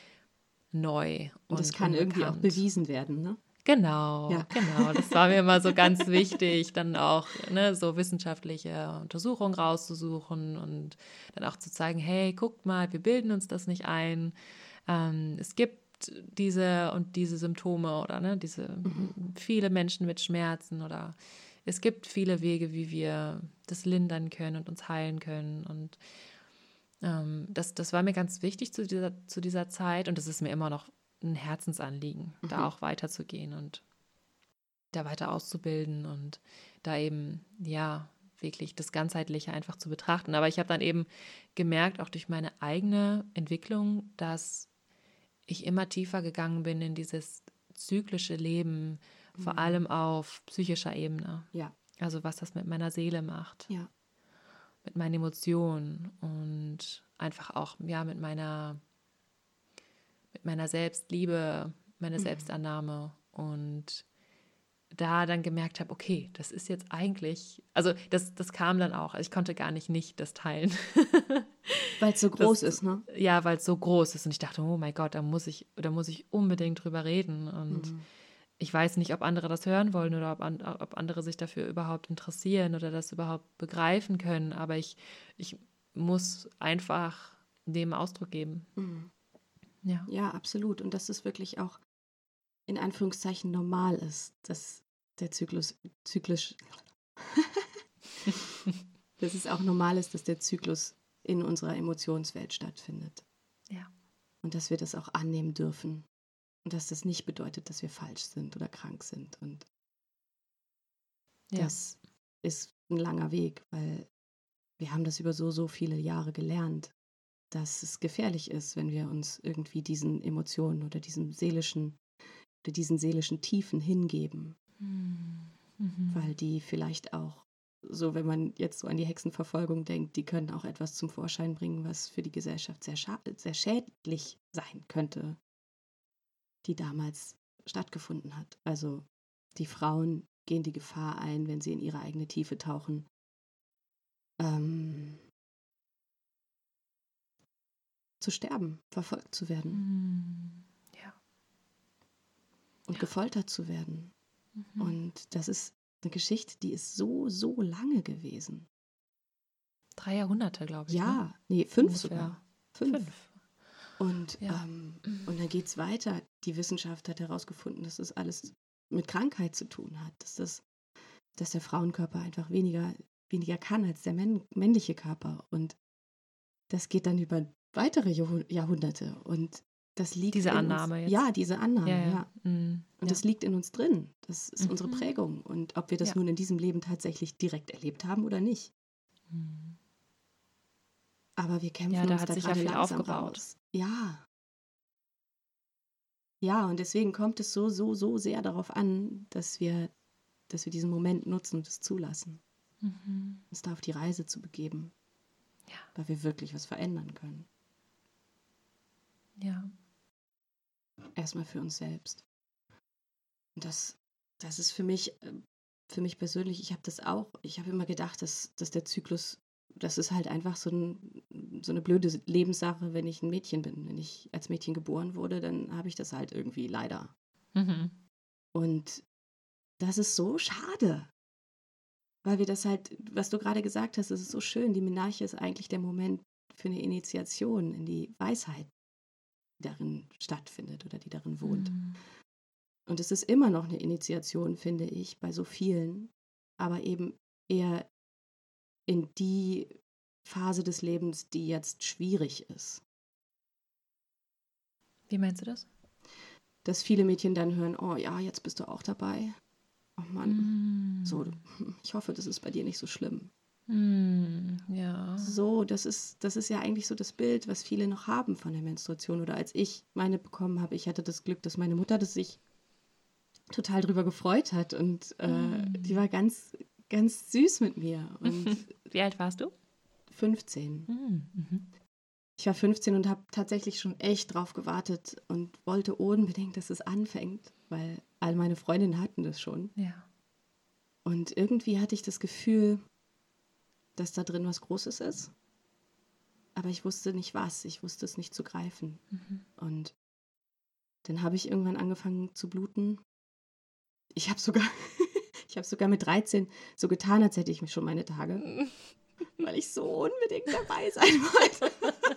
neu und Und das kann irgendwie auch unbekannt. bewiesen werden, ne? Genau, Ja. genau. Das war mir immer so ganz wichtig, dann auch ne, so wissenschaftliche Untersuchungen rauszusuchen und dann auch zu zeigen, hey, guckt mal, wir bilden uns das nicht ein. Ähm, es gibt diese und diese Symptome oder ne, diese Mhm. viele Menschen mit Schmerzen oder es gibt viele Wege, wie wir das lindern können und uns heilen können. Und ähm, das, das war mir ganz wichtig zu dieser, zu dieser Zeit und das ist mir immer noch ein Herzensanliegen, Mhm. da auch weiterzugehen und da weiter auszubilden und da eben, ja, wirklich das Ganzheitliche einfach zu betrachten. Aber ich habe dann eben gemerkt, auch durch meine eigene Entwicklung, dass ich immer tiefer gegangen bin in dieses zyklische Leben, mhm. vor allem auf psychischer Ebene. Ja. Also was das mit meiner Seele macht, ja. mit meinen Emotionen und einfach auch ja mit meiner, mit meiner Selbstliebe, meiner mhm. Selbstannahme und da dann gemerkt habe, okay, das ist jetzt eigentlich, also das, das kam dann auch, ich konnte gar nicht nicht das teilen. Weil es so groß das, ist, ne? Ja, weil es so groß ist und ich dachte, oh mein Gott, da muss ich, da muss ich unbedingt drüber reden und mhm. ich weiß nicht, ob andere das hören wollen oder ob, an, ob andere sich dafür überhaupt interessieren oder das überhaupt begreifen können, aber ich, ich muss einfach dem Ausdruck geben. Mhm. Ja. Ja, absolut und das ist wirklich auch in Anführungszeichen normal ist, dass der Zyklus zyklisch dass es auch normal ist, dass der Zyklus in unserer Emotionswelt stattfindet. Ja. Und dass wir das auch annehmen dürfen. Und dass das nicht bedeutet, dass wir falsch sind oder krank sind. Und ja. das ist ein langer Weg, weil wir haben das über so, so viele Jahre gelernt, dass es gefährlich ist, wenn wir uns irgendwie diesen Emotionen oder diesem seelischen oder diesen seelischen Tiefen hingeben. Mhm. Weil die vielleicht auch, so wenn man jetzt so an die Hexenverfolgung denkt, die können auch etwas zum Vorschein bringen, was für die Gesellschaft sehr, scha- sehr schädlich sein könnte, die damals stattgefunden hat. Also die Frauen gehen die Gefahr ein, wenn sie in ihre eigene Tiefe tauchen, ähm, zu sterben, verfolgt zu werden. Mhm. Ja. Und ja. gefoltert zu werden. Mhm. Und das ist eine Geschichte, die ist so, so lange gewesen. Drei Jahrhunderte, glaube ich. Ja, ne? nee, fünf Ungefähr. sogar. Fünf. Fünf. Und, Ja. ähm, und dann geht es weiter. Die Wissenschaft hat herausgefunden, dass das alles mit Krankheit zu tun hat. Dass, das, dass der Frauenkörper einfach weniger, weniger kann als der männ- männliche Körper. Und das geht dann über weitere Jahrh- Jahrhunderte. Und das liegt Diese in Annahme uns. jetzt. Ja, diese Annahme, Ja, ja. ja. Mhm. Und ja. das liegt in uns drin. Das ist Mhm. unsere Prägung. Und ob wir das Ja. nun in diesem Leben tatsächlich direkt erlebt haben oder nicht. Mhm. Aber wir kämpfen Ja, da uns hat da sich ja gerade viel langsam aufgebaut. raus. Ja. Ja, und deswegen kommt es so, so, so sehr darauf an, dass wir, dass wir diesen Moment nutzen und es zulassen. Mhm. Uns da auf die Reise zu begeben. Ja. Weil wir wirklich was verändern können. Ja. Erstmal für uns selbst. Und das, das ist für mich, für mich persönlich, ich habe das auch, ich habe immer gedacht, dass, dass der Zyklus, das ist halt einfach so, ein, so eine blöde Lebenssache, wenn ich ein Mädchen bin. Wenn ich als Mädchen geboren wurde, dann habe ich das halt irgendwie leider. Mhm. Und das ist so schade. Weil wir das halt, was du gerade gesagt hast, das ist so schön. Die Menarche ist eigentlich der Moment für eine Initiation in die Weisheit, die darin stattfindet oder die darin wohnt. Mhm. Und es ist immer noch eine Initiation, finde ich, bei so vielen, aber eben eher in die Phase des Lebens, die jetzt schwierig ist. Wie meinst du das? Dass viele Mädchen dann hören, oh ja, jetzt bist du auch dabei. Oh Mann, Mm. so, ich hoffe, das ist bei dir nicht so schlimm. Mm, ja. So, das ist, das ist ja eigentlich so das Bild, was viele noch haben von der Menstruation. Oder als ich meine bekommen habe, ich hatte das Glück, dass meine Mutter das sich total drüber gefreut hat. Und äh, Mm. die war ganz, ganz süß mit mir. Und Wie alt warst du? fünfzehn. Mm, mhm. Ich war fünfzehn und habe tatsächlich schon echt drauf gewartet und wollte unbedingt, dass es anfängt, weil all meine Freundinnen hatten das schon. Ja. Und irgendwie hatte ich das Gefühl, dass da drin was Großes ist. Aber ich wusste nicht was. Ich wusste es nicht zu greifen. Mhm. Und dann habe ich irgendwann angefangen zu bluten. Ich habe sogar, ich habe sogar mit dreizehn so getan, als hätte ich mich schon meine Tage. Weil ich so unbedingt dabei sein wollte.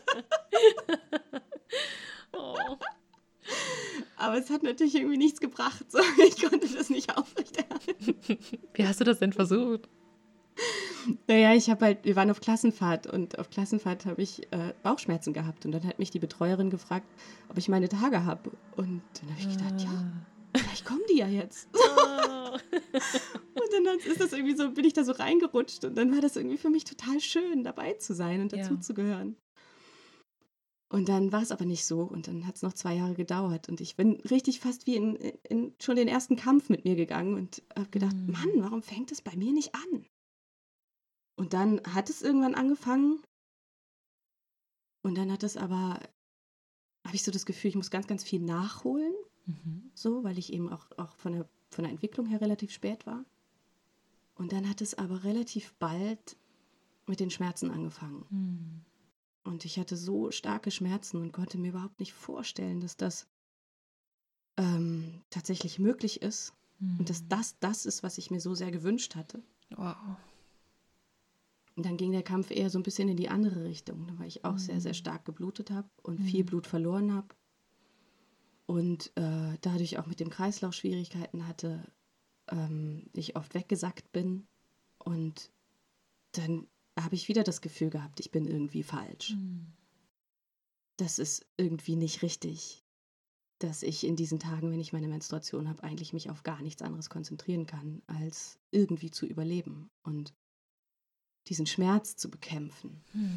Oh. Aber es hat natürlich irgendwie nichts gebracht. So. Ich konnte das nicht aufrechterhalten. Wie hast du das denn versucht? Naja, ich habe halt, wir waren auf Klassenfahrt und auf Klassenfahrt habe ich äh, Bauchschmerzen gehabt. Und dann hat mich die Betreuerin gefragt, ob ich meine Tage habe. Und dann habe ich gedacht, ja, vielleicht kommen die ja jetzt. Oh. Und dann ist das irgendwie so, bin ich da so reingerutscht. Und dann war das irgendwie für mich total schön, dabei zu sein und dazuzugehören. Und dann war es aber nicht so und dann hat es noch zwei Jahre gedauert und ich bin richtig fast wie in, in schon den ersten Kampf mit mir gegangen und habe gedacht, Mhm. Mann, warum fängt es bei mir nicht an? Und dann hat es irgendwann angefangen und dann hat es aber, habe ich so das Gefühl, ich muss ganz, ganz viel nachholen, Mhm. so, weil ich eben auch, auch von, der, von der Entwicklung her relativ spät war. Und dann hat es aber relativ bald mit den Schmerzen angefangen. Mhm. Und ich hatte so starke Schmerzen und konnte mir überhaupt nicht vorstellen, dass das ähm, tatsächlich möglich ist Mhm. und dass das das ist, was ich mir so sehr gewünscht hatte. Wow. Und dann ging der Kampf eher so ein bisschen in die andere Richtung, weil ich auch Mhm. sehr, sehr stark geblutet habe und Mhm. viel Blut verloren habe und äh, dadurch auch mit dem Kreislauf Schwierigkeiten hatte, ähm, ich oft weggesackt bin und dann habe ich wieder das Gefühl gehabt, ich bin irgendwie falsch. Mhm. Das ist irgendwie nicht richtig, dass ich in diesen Tagen, wenn ich meine Menstruation habe, eigentlich mich auf gar nichts anderes konzentrieren kann, als irgendwie zu überleben und diesen Schmerz zu bekämpfen. Mhm.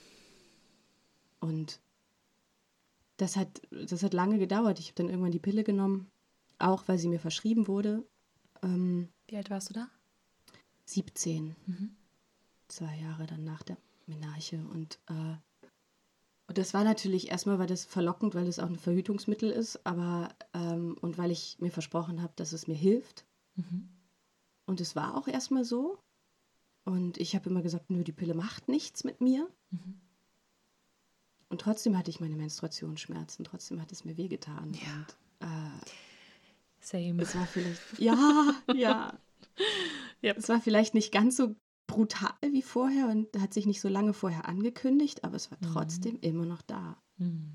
Und das hat, das hat lange gedauert. Ich habe dann irgendwann die Pille genommen, auch weil sie mir verschrieben wurde. Ähm, Wie alt warst du da? siebzehn, Mhm. zwei Jahre dann nach der Menarche. Und, äh, und das war natürlich erstmal, war das verlockend, weil es auch ein Verhütungsmittel ist, aber ähm, und weil ich mir versprochen habe, dass es mir hilft. Mhm. Und es war auch erstmal so. Und ich habe immer gesagt, nö, die Pille macht nichts mit mir. Mhm. Und trotzdem hatte ich meine Menstruationsschmerzen, trotzdem hat es mir wehgetan. Ja. Und äh, Same. es war vielleicht, ja, ja, Yep. es war vielleicht nicht ganz so brutal wie vorher und hat sich nicht so lange vorher angekündigt, aber es war trotzdem Mhm. immer noch da. Mhm.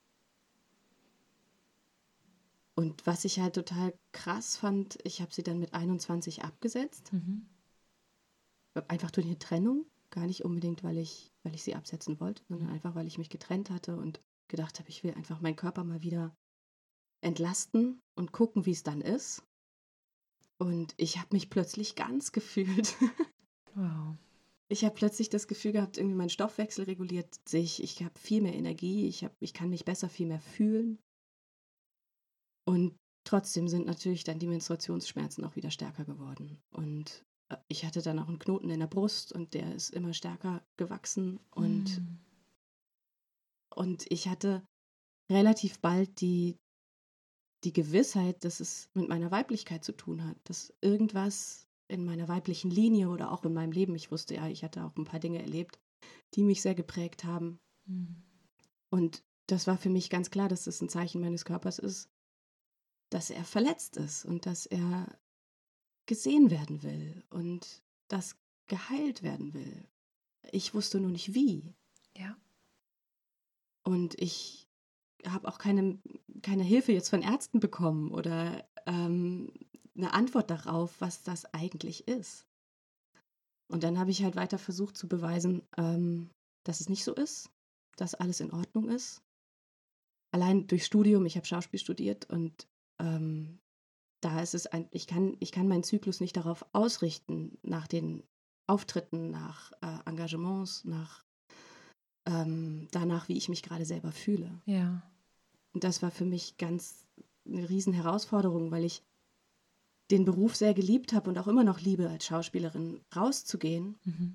Und was ich halt total krass fand, ich habe sie dann mit einundzwanzig abgesetzt, Mhm. einfach durch eine Trennung, gar nicht unbedingt, weil ich, weil ich sie absetzen wollte, sondern Mhm. einfach, weil ich mich getrennt hatte und gedacht habe, ich will einfach meinen Körper mal wieder entlasten und gucken, wie es dann ist. Und ich habe mich plötzlich ganz gefühlt. Wow. Ich habe plötzlich das Gefühl gehabt, irgendwie mein Stoffwechsel reguliert sich. Ich habe viel mehr Energie. Ich, hab, ich kann mich besser, viel mehr fühlen. Und trotzdem sind natürlich dann die Menstruationsschmerzen auch wieder stärker geworden. Und äh, ich hatte dann auch einen Knoten in der Brust und der ist immer stärker gewachsen. Und, Mhm. und ich hatte relativ bald die, die Gewissheit, dass es mit meiner Weiblichkeit zu tun hat, dass irgendwas in meiner weiblichen Linie oder auch in meinem Leben, ich wusste ja, ich hatte auch ein paar Dinge erlebt, die mich sehr geprägt haben. Mhm. Und das war für mich ganz klar, dass das ein Zeichen meines Körpers ist, dass er verletzt ist und dass er gesehen werden will und dass geheilt werden will. Ich wusste nur nicht wie. Ja. Und ich habe auch keine, keine Hilfe jetzt von Ärzten bekommen oder ähm, eine Antwort darauf, was das eigentlich ist. Und dann habe ich halt weiter versucht zu beweisen, ähm, dass es nicht so ist, dass alles in Ordnung ist. Allein durch Studium, ich habe Schauspiel studiert und ähm, da ist es ein, ich kann, ich kann meinen Zyklus nicht darauf ausrichten, nach den Auftritten, nach äh, Engagements, nach ähm, danach, wie ich mich gerade selber fühle. Ja. Und das war für mich ganz eine riesen Herausforderung, weil ich den Beruf sehr geliebt habe und auch immer noch liebe, als Schauspielerin rauszugehen, Mhm.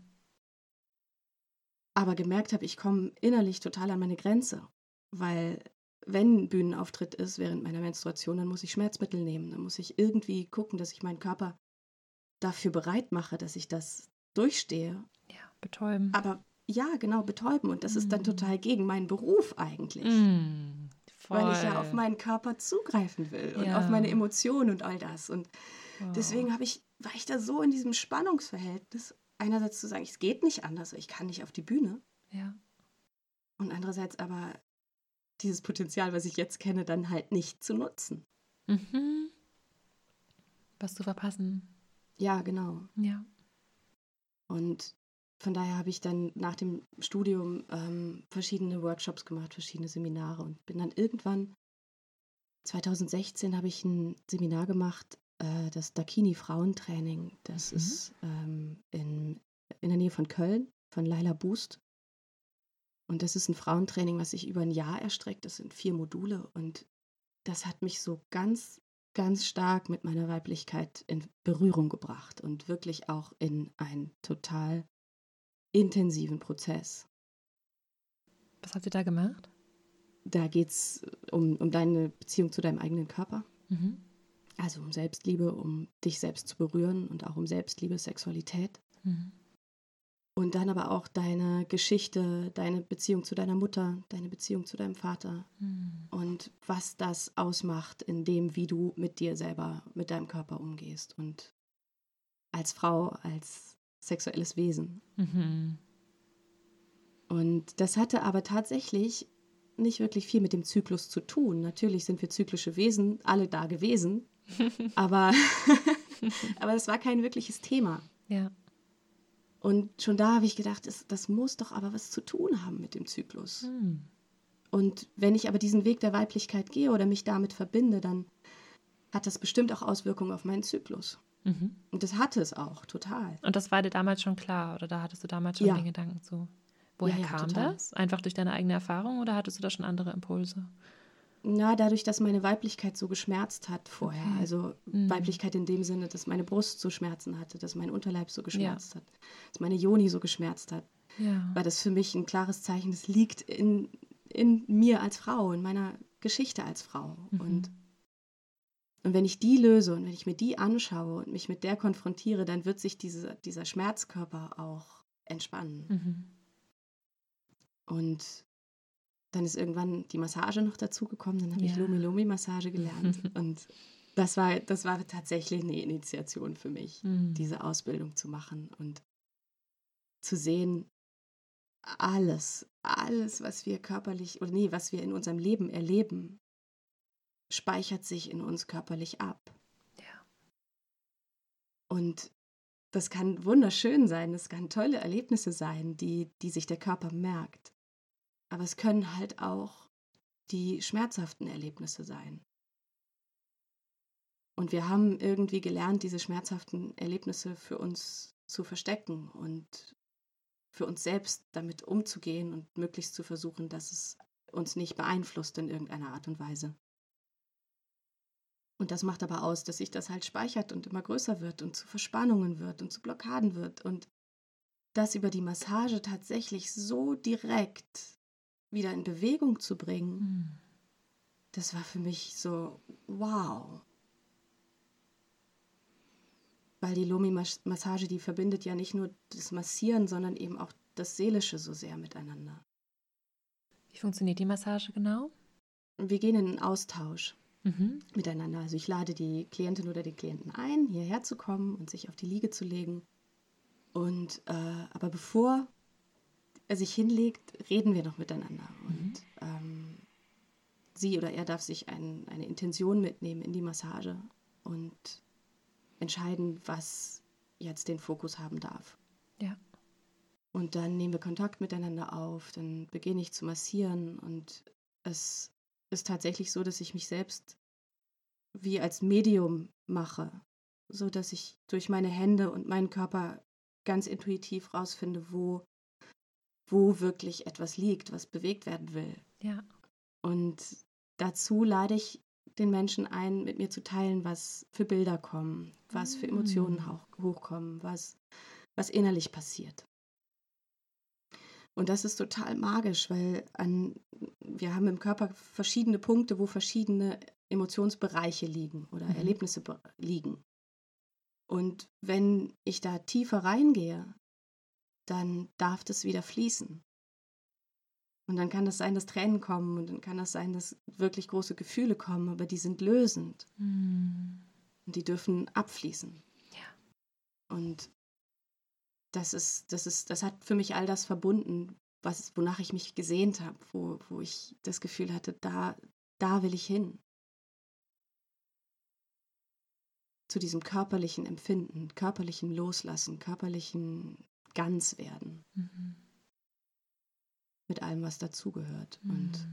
aber gemerkt habe, ich komme innerlich total an meine Grenze, weil wenn ein Bühnenauftritt ist während meiner Menstruation, dann muss ich Schmerzmittel nehmen, dann muss ich irgendwie gucken, dass ich meinen Körper dafür bereit mache, dass ich das durchstehe. Ja, betäuben. Aber ja, genau, betäuben. Und das ist dann Mm. total gegen meinen Beruf eigentlich. Mm, voll. Weil ich ja auf meinen Körper zugreifen will und Ja. auf meine Emotionen und all das. Und Wow. deswegen habe ich, war ich da so in diesem Spannungsverhältnis, einerseits zu sagen, es geht nicht anders, ich kann nicht auf die Bühne. Ja. Und andererseits aber dieses Potenzial, was ich jetzt kenne, dann halt nicht zu nutzen. Mhm. Was zu verpassen. Ja, genau. Ja. Und von daher habe ich dann nach dem Studium ähm, verschiedene Workshops gemacht, verschiedene Seminare und bin dann irgendwann, zwanzig sechzehn habe ich ein Seminar gemacht, äh, das Dakini Frauentraining. Das Mhm. ist ähm, in, in der Nähe von Köln, von Laila Boost. Und das ist ein Frauentraining, was sich über ein Jahr erstreckt. Das sind vier Module und das hat mich so ganz, ganz stark mit meiner Weiblichkeit in Berührung gebracht und wirklich auch in einen total intensiven Prozess. Was habt ihr da gemacht? Da geht es um, um deine Beziehung zu deinem eigenen Körper. Mhm. Also um Selbstliebe, um dich selbst zu berühren und auch um Selbstliebe, Sexualität. Mhm. Und dann aber auch deine Geschichte, deine Beziehung zu deiner Mutter, deine Beziehung zu deinem Vater Mhm. und was das ausmacht in dem, wie du mit dir selber, mit deinem Körper umgehst und als Frau, als sexuelles Wesen. Mhm. Und das hatte aber tatsächlich nicht wirklich viel mit dem Zyklus zu tun. Natürlich sind wir zyklische Wesen, alle da gewesen, aber, aber das war kein wirkliches Thema. Ja. Und schon da habe ich gedacht, das, das muss doch aber was zu tun haben mit dem Zyklus. Mhm. Und wenn ich aber diesen Weg der Weiblichkeit gehe oder mich damit verbinde, dann hat das bestimmt auch Auswirkungen auf meinen Zyklus. Mhm. Und das hatte es auch, total. Und das war dir damals schon klar oder da hattest du damals schon Ja. den Gedanken zu? Woher Ja, ja, kam total. das? Einfach durch deine eigene Erfahrung oder hattest du da schon andere Impulse? Na, dadurch, dass meine Weiblichkeit so geschmerzt hat vorher. Okay. Also Mhm. Weiblichkeit in dem Sinne, dass meine Brust so Schmerzen hatte, dass mein Unterleib so geschmerzt Ja. hat, dass meine Joni so geschmerzt hat. Ja. War das für mich ein klares Zeichen, das liegt in, in mir als Frau, in meiner Geschichte als Frau. Mhm. Und, und wenn ich die löse und wenn ich mir die anschaue und mich mit der konfrontiere, dann wird sich diese, dieser Schmerzkörper auch entspannen. Mhm. Und dann ist irgendwann die Massage noch dazugekommen, dann habe Ja. ich Lomi-Lomi-Massage gelernt. Und das war, das war tatsächlich eine Initiation für mich, Mhm. diese Ausbildung zu machen und zu sehen, alles, alles, was wir körperlich, oder nee, was wir in unserem Leben erleben, speichert sich in uns körperlich ab. Ja. Und das kann wunderschön sein, das kann tolle Erlebnisse sein, die, die sich der Körper merkt. Aber es können halt auch die schmerzhaften Erlebnisse sein. Und wir haben irgendwie gelernt, diese schmerzhaften Erlebnisse für uns zu verstecken und für uns selbst damit umzugehen und möglichst zu versuchen, dass es uns nicht beeinflusst in irgendeiner Art und Weise. Und das macht aber aus, dass sich das halt speichert und immer größer wird und zu Verspannungen wird und zu Blockaden wird. Und das über die Massage tatsächlich so direkt wieder in Bewegung zu bringen, Mhm. das war für mich so, wow. Weil die Lomi-Massage, die verbindet ja nicht nur das Massieren, sondern eben auch das Seelische so sehr miteinander. Wie funktioniert die Massage genau? Und wir gehen in einen Austausch Mhm. miteinander. Also ich lade die Klientin oder den Klienten ein, hierher zu kommen und sich auf die Liege zu legen. Und äh, aber bevor er sich hinlegt, reden wir noch miteinander. Und ähm, sie oder er darf sich ein, eine Intention mitnehmen in die Massage und entscheiden, was jetzt den Fokus haben darf. Ja. Und dann nehmen wir Kontakt miteinander auf, dann beginne ich zu massieren und es ist tatsächlich so, dass ich mich selbst wie als Medium mache, so dass ich durch meine Hände und meinen Körper ganz intuitiv rausfinde, wo, wo wirklich etwas liegt, was bewegt werden will. Ja. Und dazu lade ich den Menschen ein, mit mir zu teilen, was für Bilder kommen, was für Emotionen hoch, hochkommen, was, was innerlich passiert. Und das ist total magisch, weil an, wir haben im Körper verschiedene Punkte, wo verschiedene Emotionsbereiche liegen oder Mhm. Erlebnisse be- liegen. Und wenn ich da tiefer reingehe, dann darf das wieder fließen. Und dann kann das sein, dass Tränen kommen und dann kann das sein, dass wirklich große Gefühle kommen, aber die sind lösend Mhm. und die dürfen abfließen. Ja. Und das ist, das ist, das hat für mich all das verbunden, was, wonach ich mich gesehnt habe, wo, wo ich das Gefühl hatte, da, da will ich hin. Zu diesem körperlichen Empfinden, körperlichen Loslassen, körperlichen Ganzwerden. Mhm. Mit allem, was dazugehört. Mhm. Und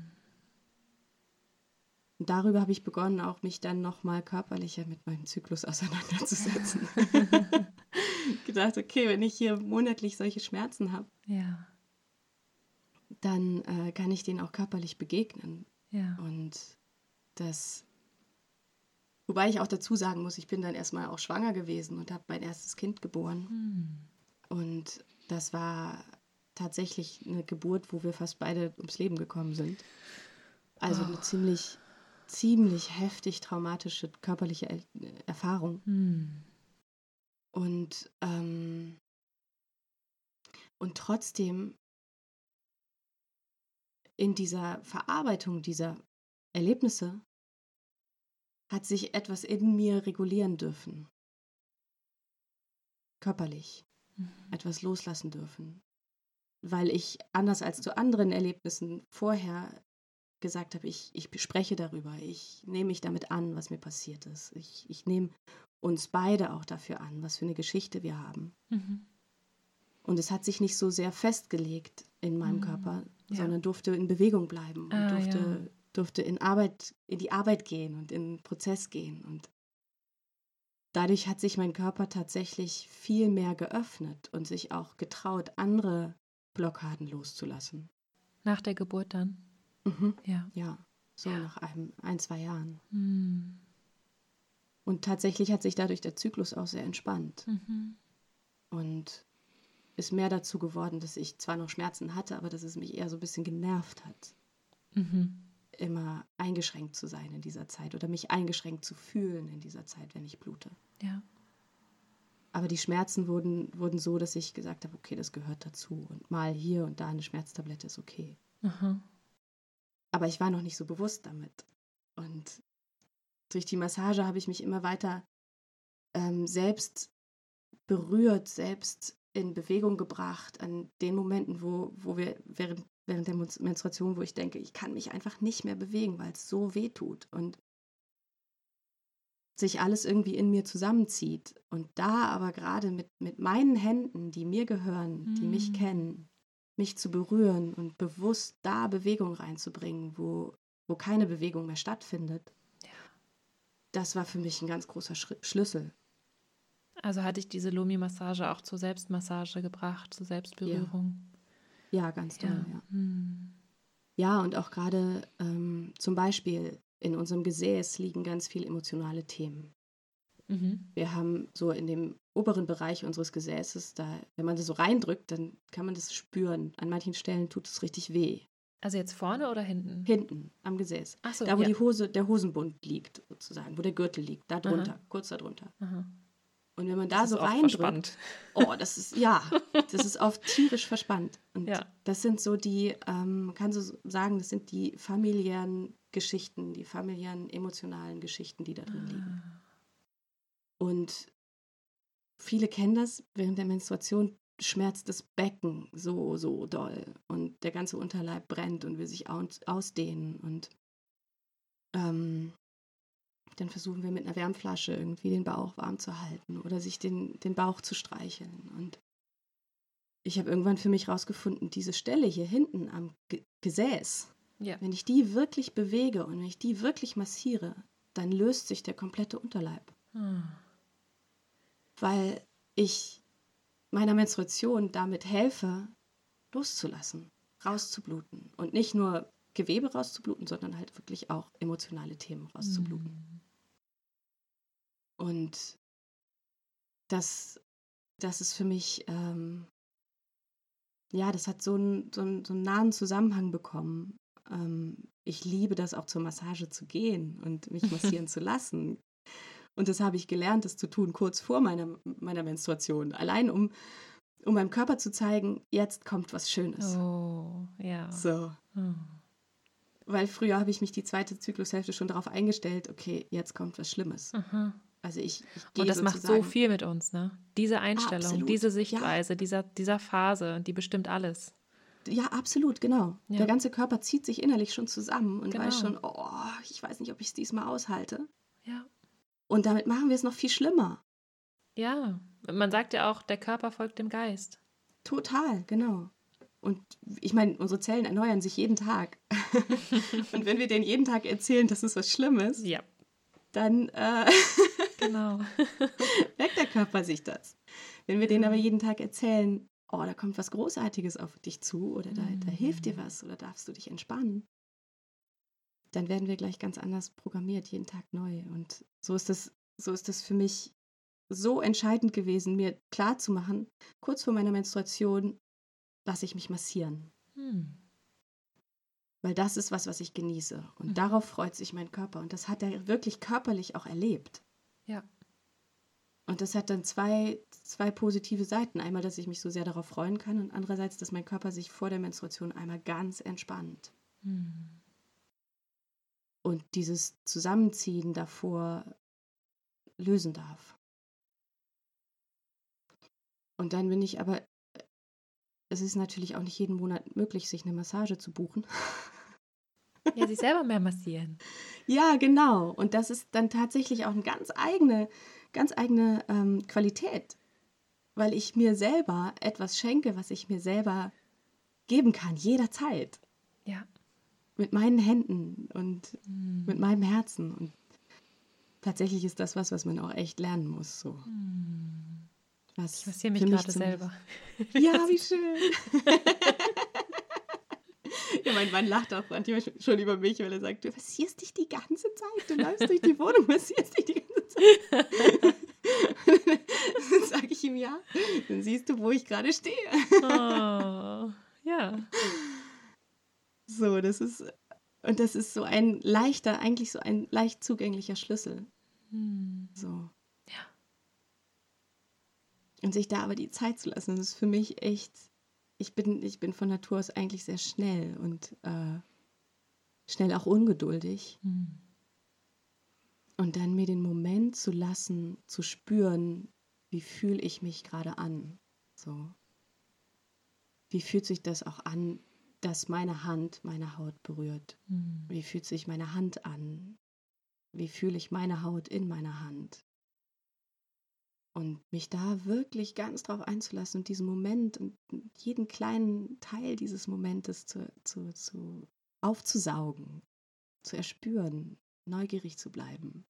Und darüber habe ich begonnen, auch mich dann nochmal körperlicher mit meinem Zyklus auseinanderzusetzen. Gedacht, okay, wenn ich hier monatlich solche Schmerzen habe, Ja. dann äh, kann ich denen auch körperlich begegnen. Ja. Und das, wobei ich auch dazu sagen muss, ich bin dann erstmal auch schwanger gewesen und habe mein erstes Kind geboren. Hm. Und das war tatsächlich eine Geburt, wo wir fast beide ums Leben gekommen sind. Also eine ziemlich, ziemlich heftig traumatische körperliche er- Erfahrung. Hm. Und, ähm, und trotzdem in dieser Verarbeitung dieser Erlebnisse hat sich etwas in mir regulieren dürfen. Körperlich. Mhm. Etwas loslassen dürfen. Weil ich, anders als zu anderen Erlebnissen vorher, gesagt habe, ich, ich spreche darüber, ich nehme mich damit an, was mir passiert ist. Ich, ich nehme uns beide auch dafür an, was für eine Geschichte wir haben. Mhm. Und es hat sich nicht so sehr festgelegt in meinem Mhm. Körper, Ja. sondern durfte in Bewegung bleiben und Ah, durfte, ja. durfte in Arbeit, in die Arbeit gehen und in den Prozess gehen. Und dadurch hat sich mein Körper tatsächlich viel mehr geöffnet und sich auch getraut, andere Blockaden loszulassen. Nach der Geburt dann? Mhm. Ja. Ja, so Ja. nach einem, ein, zwei Jahren. Hm. Und tatsächlich hat sich dadurch der Zyklus auch sehr entspannt. Mhm. Und ist mehr dazu geworden, dass ich zwar noch Schmerzen hatte, aber dass es mich eher so ein bisschen genervt hat, Mhm. immer eingeschränkt zu sein in dieser Zeit oder mich eingeschränkt zu fühlen in dieser Zeit, wenn ich blute. Ja. Aber die Schmerzen wurden, wurden so, dass ich gesagt habe, okay, das gehört dazu. Und mal hier und da eine Schmerztablette ist okay. Aha. Aber ich war noch nicht so bewusst damit. Und durch die Massage habe ich mich immer weiter ähm, selbst berührt, selbst in Bewegung gebracht an den Momenten, wo, wo wir während, während der Menstruation, wo ich denke, ich kann mich einfach nicht mehr bewegen, weil es so weh tut und sich alles irgendwie in mir zusammenzieht. Und da aber gerade mit, mit meinen Händen, die mir gehören, die mich Mm. kennen, mich zu berühren und bewusst da Bewegung reinzubringen, wo, wo keine Bewegung mehr stattfindet, Ja. das war für mich ein ganz großer Schri- Schlüssel. Also hatte ich diese Lomi-Massage auch zur Selbstmassage gebracht, zur Selbstberührung. Ja, ganz toll, ja. Hm. Ja, und auch gerade ähm, zum Beispiel in unserem Gesäß liegen ganz viele emotionale Themen. Mhm. Wir haben so in dem oberen Bereich unseres Gesäßes, da, wenn man das so reindrückt, dann kann man das spüren. An manchen Stellen tut es richtig weh. Also jetzt vorne oder hinten? Hinten am Gesäß. Ach so, da, wo ja. die Hose, der Hosenbund liegt, sozusagen, wo der Gürtel liegt, da drunter, Aha. kurz da drunter. Aha. Und wenn man Das da ist so oft reindrückt, verspannt. oh, das ist, ja, das ist oft tierisch verspannt. Und Ja. das sind so die, ähm, man kann so sagen, das sind die familiären Geschichten, die familiären emotionalen Geschichten, die da drin liegen. Und viele kennen das, während der Menstruation schmerzt das Becken so, so doll und der ganze Unterleib brennt und will sich aus, ausdehnen und ähm, dann versuchen wir mit einer Wärmflasche irgendwie den Bauch warm zu halten oder sich den, den Bauch zu streicheln. Und ich habe irgendwann für mich rausgefunden, diese Stelle hier hinten am Ge- Gesäß, Ja. wenn ich die wirklich bewege und wenn ich die wirklich massiere, dann löst sich der komplette Unterleib. Ah. Weil ich meiner Menstruation damit helfe, loszulassen, rauszubluten. Und nicht nur Gewebe rauszubluten, sondern halt wirklich auch emotionale Themen rauszubluten. Mhm. Und das, das ist für mich, ähm, ja, das hat so einen, so einen, so einen nahen Zusammenhang bekommen. Ähm, ich liebe das auch zur Massage zu gehen und mich massieren zu lassen. Und das habe ich gelernt, das zu tun kurz vor meiner, meiner Menstruation. Allein um, um meinem Körper zu zeigen, jetzt kommt was Schönes. Oh, ja. So. Oh. Weil früher habe ich mich die zweite Zyklushälfte schon darauf eingestellt, okay, jetzt kommt was Schlimmes. Aha. Also ich, ich gehe Und das macht so sozusagen- viel mit uns, ne? Diese Einstellung, Absolut, diese ja. Sichtweise, dieser, dieser Phase, die bestimmt alles. Ja, absolut, genau. Ja. Der ganze Körper zieht sich innerlich schon zusammen und Genau. weiß schon, oh, ich weiß nicht, ob ich es diesmal aushalte. Ja. Und damit machen wir es noch viel schlimmer. Ja. Man sagt ja auch, der Körper folgt dem Geist. Total, genau. Und ich meine, unsere Zellen erneuern sich jeden Tag. Und wenn wir denen jeden Tag erzählen, das ist was Schlimmes, Ja. dann äh, Genau. merkt der Körper sich das. Wenn wir denen aber jeden Tag erzählen, oh, da kommt was Großartiges auf dich zu oder da, da hilft dir was oder darfst du dich entspannen, dann werden wir gleich ganz anders programmiert, jeden Tag neu. Und so ist das, so ist das für mich so entscheidend gewesen, mir klarzumachen, kurz vor meiner Menstruation lasse ich mich massieren. Hm. Weil das ist was, was ich genieße. Und Mhm. darauf freut sich mein Körper. Und das hat er wirklich körperlich auch erlebt. Ja. Und das hat dann zwei, zwei positive Seiten. Einmal, dass ich mich so sehr darauf freuen kann und andererseits, dass mein Körper sich vor der Menstruation einmal ganz entspannt. Hm. Und dieses Zusammenziehen davor lösen darf. Und dann bin ich aber, es ist natürlich auch nicht jeden Monat möglich, sich eine Massage zu buchen. Ja, sich selber mehr massieren. Ja, genau. Und das ist dann tatsächlich auch eine ganz eigene, ganz eigene ähm, Qualität, weil ich mir selber etwas schenke, was ich mir selber geben kann, jederzeit. Ja. Mit meinen Händen und Hm. mit meinem Herzen. Und tatsächlich ist das was, was man auch echt lernen muss. So. Hm. Was Ich massiere mich für gerade zumindest- selber. Ja, wie schön. Ja, mein Mann lacht auch manchmal schon über mich, weil er sagt, du massierst dich die ganze Zeit. Du läufst durch die Wohnung, massierst dich die ganze Zeit. Dann sage ich ihm, ja, dann siehst du, wo ich gerade stehe. Oh. Ja. So, das ist, und das ist so ein leichter, eigentlich so ein leicht zugänglicher Schlüssel. Hm. So. Ja. Und sich da aber die Zeit zu lassen, das ist für mich echt, ich bin, ich bin von Natur aus eigentlich sehr schnell und äh, schnell auch ungeduldig. Hm. Und dann mir den Moment zu lassen, zu spüren, wie fühle ich mich gerade an. So. Wie fühlt sich das auch an, dass meine Hand meine Haut berührt? Hm. Wie fühlt sich meine Hand an? Wie fühle ich meine Haut in meiner Hand? Und mich da wirklich ganz drauf einzulassen und diesen Moment und jeden kleinen Teil dieses Momentes zu, zu, zu aufzusaugen, zu erspüren, neugierig zu bleiben.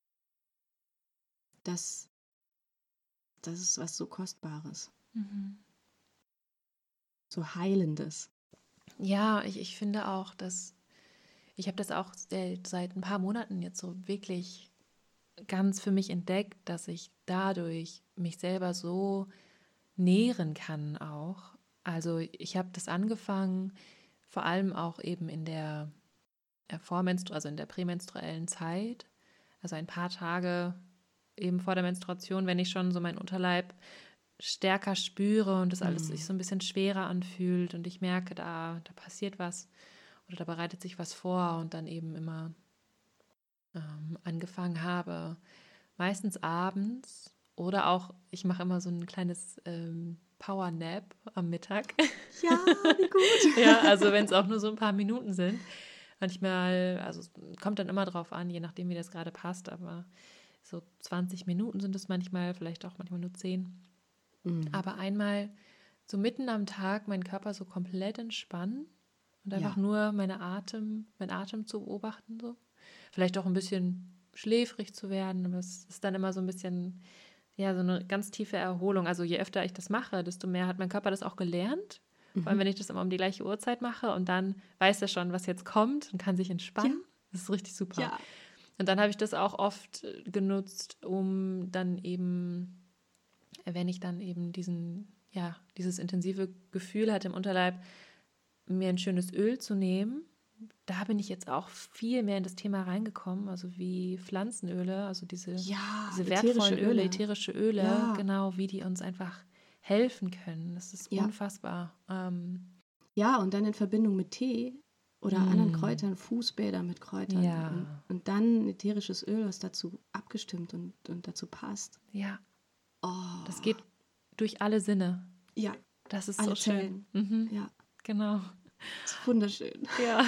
Das, das ist was so Kostbares, Mhm. so Heilendes. Ja, ich, ich finde auch, dass ich habe das auch seit seit ein paar Monaten jetzt so wirklich ganz für mich entdeckt, dass ich dadurch mich selber so nähren kann auch. Also ich habe das angefangen, vor allem auch eben in der äh, Vormenstru also in der prämenstruellen Zeit, also ein paar Tage eben vor der Menstruation, wenn ich schon so meinen Unterleib stärker spüre und das alles sich so ein bisschen schwerer anfühlt und ich merke, da, da passiert was oder da bereitet sich was vor und dann eben immer ähm, angefangen habe, meistens abends oder auch, ich mache immer so ein kleines ähm, Power-Nap am Mittag. Ja, wie gut. Ja, also wenn es auch nur so ein paar Minuten sind. Manchmal, also es kommt dann immer drauf an, je nachdem, wie das gerade passt, aber so zwanzig Minuten sind es manchmal, vielleicht auch manchmal nur zehn. Mhm. Aber einmal so mitten am Tag meinen Körper so komplett entspannen und einfach Ja. nur meine Atem, meinen Atem zu beobachten. So. Vielleicht auch ein bisschen schläfrig zu werden, aber es ist dann immer so ein bisschen, ja, so eine ganz tiefe Erholung. Also je öfter ich das mache, desto mehr hat mein Körper das auch gelernt. Vor allem, wenn ich das immer um die gleiche Uhrzeit mache und dann weiß er schon, was jetzt kommt und kann sich entspannen. Ja. Das ist richtig super. Ja. Und dann habe ich das auch oft äh, genutzt, um dann eben, äh, wenn ich dann eben diesen, ja, dieses intensive Gefühl hatte im Unterleib, mir ein schönes Öl zu nehmen. Da bin ich jetzt auch viel mehr in das Thema reingekommen, also wie Pflanzenöle, also diese, Ja, diese ätherische wertvollen Öle, Öle. ätherische Öle, Ja. genau, wie die uns einfach helfen können. Das ist Ja. unfassbar. Ähm, Ja, und dann in Verbindung mit Tee oder Mm. anderen Kräutern, Fußbäder mit Kräutern. Ja. Und, und dann ätherisches Öl, was dazu abgestimmt und, und dazu passt. ja, Oh. das geht durch alle Sinne. Ja, Das ist alle so schön. Zellen. Mhm, Ja, genau. das ist wunderschön. Ja.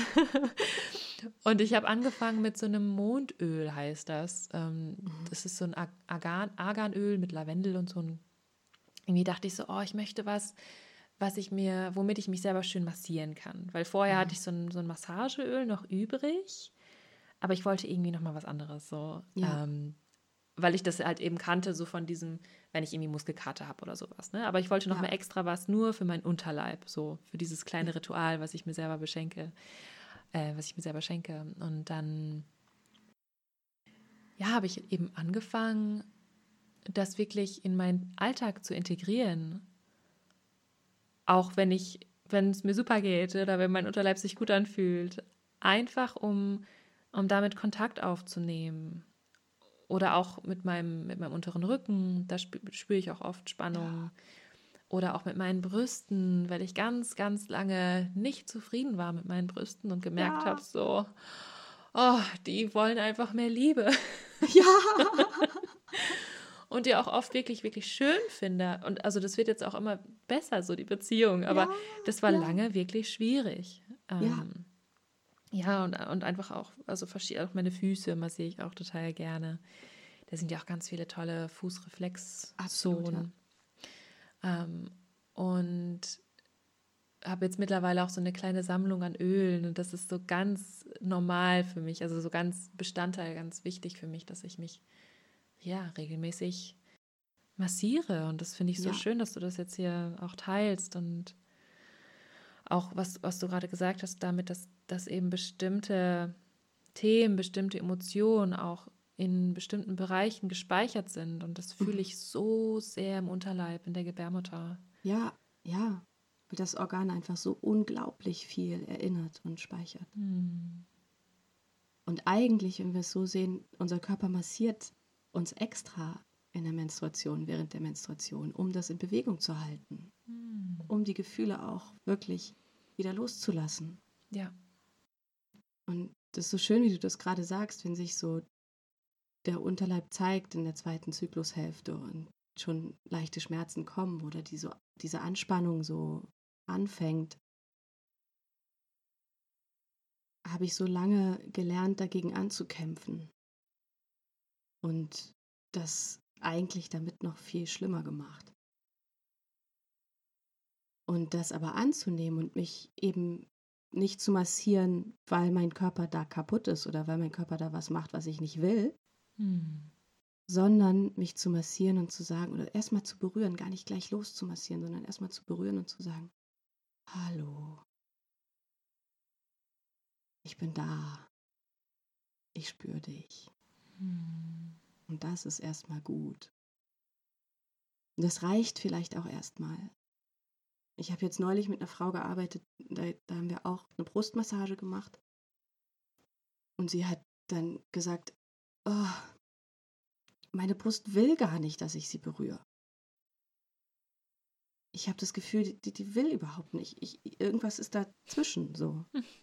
Und ich habe angefangen mit so einem Mondöl, heißt das. Ähm, das ist so ein Ag- Argan, Arganöl mit Lavendel und so ein. Irgendwie dachte ich so, oh, ich möchte was, was ich mir, womit ich mich selber schön massieren kann. Weil vorher hatte ich so ein, so ein Massageöl noch übrig, aber ich wollte irgendwie noch mal was anderes. So. Ja. Ähm, weil ich das halt eben kannte, so von diesem, wenn ich irgendwie Muskelkater habe oder sowas. Ne? Aber ich wollte noch Ja. mal extra was nur für meinen Unterleib, so für dieses kleine Ritual, was ich mir selber beschenke, äh, was ich mir selber schenke. Und dann, ja, habe ich eben angefangen, das wirklich in meinen Alltag zu integrieren. Auch wenn ich, wenn es mir super geht oder wenn mein Unterleib sich gut anfühlt. Einfach um, um damit Kontakt aufzunehmen. Oder auch mit meinem, mit meinem unteren Rücken, da spü- spüre ich auch oft Spannung. Oder auch mit meinen Brüsten, weil ich ganz, ganz lange nicht zufrieden war mit meinen Brüsten und gemerkt Ja. habe, so, oh, die wollen einfach mehr Liebe. Ja. Und die auch oft wirklich, wirklich schön finde. Und also das wird jetzt auch immer besser, so die Beziehung. Aber Ja, das war ja. lange wirklich schwierig. Ja. Ähm, ja, und, und einfach auch, also verschied- auch meine Füße massiere ich auch total gerne. Da sind ja auch ganz viele tolle Absolut, ja. Fußreflexzonen. Ähm, und habe jetzt mittlerweile auch so eine kleine Sammlung an Ölen. Und das ist so ganz normal für mich, also so ganz Bestandteil, ganz wichtig für mich, dass ich mich ja regelmäßig massiere. Und das finde ich so Ja. schön, dass du das jetzt hier auch teilst. Und auch, was, was du gerade gesagt hast, damit, dass, dass eben bestimmte Themen, bestimmte Emotionen auch in bestimmten Bereichen gespeichert sind. Und das fühle ich so sehr im Unterleib, in der Gebärmutter. Ja, ja. Weil das Organ einfach so unglaublich viel erinnert und speichert. Hm. Und eigentlich, wenn wir es so sehen, unser Körper massiert uns extra in der Menstruation, während der Menstruation, um das in Bewegung zu halten, Hm. um die Gefühle auch wirklich wieder loszulassen. Ja. Und das ist so schön, wie du das gerade sagst, wenn sich so der Unterleib zeigt in der zweiten Zyklushälfte und schon leichte Schmerzen kommen oder die so, diese Anspannung so anfängt, habe ich so lange gelernt, dagegen anzukämpfen und das eigentlich damit noch viel schlimmer gemacht. Und das aber anzunehmen und mich eben nicht zu massieren, weil mein Körper da kaputt ist oder weil mein Körper da was macht, was ich nicht will, Hm. sondern mich zu massieren und zu sagen, oder erstmal zu berühren, gar nicht gleich loszumassieren, sondern erstmal zu berühren und zu sagen, hallo, ich bin da, ich spüre dich. Hm. Und das ist erstmal gut. Und das reicht vielleicht auch erstmal. Ich habe jetzt neulich mit einer Frau gearbeitet, da, da haben wir auch eine Brustmassage gemacht. Und sie hat dann gesagt, oh, meine Brust will gar nicht, dass ich sie berühre. Ich habe das Gefühl, die, die will überhaupt nicht. Ich, irgendwas ist dazwischen so.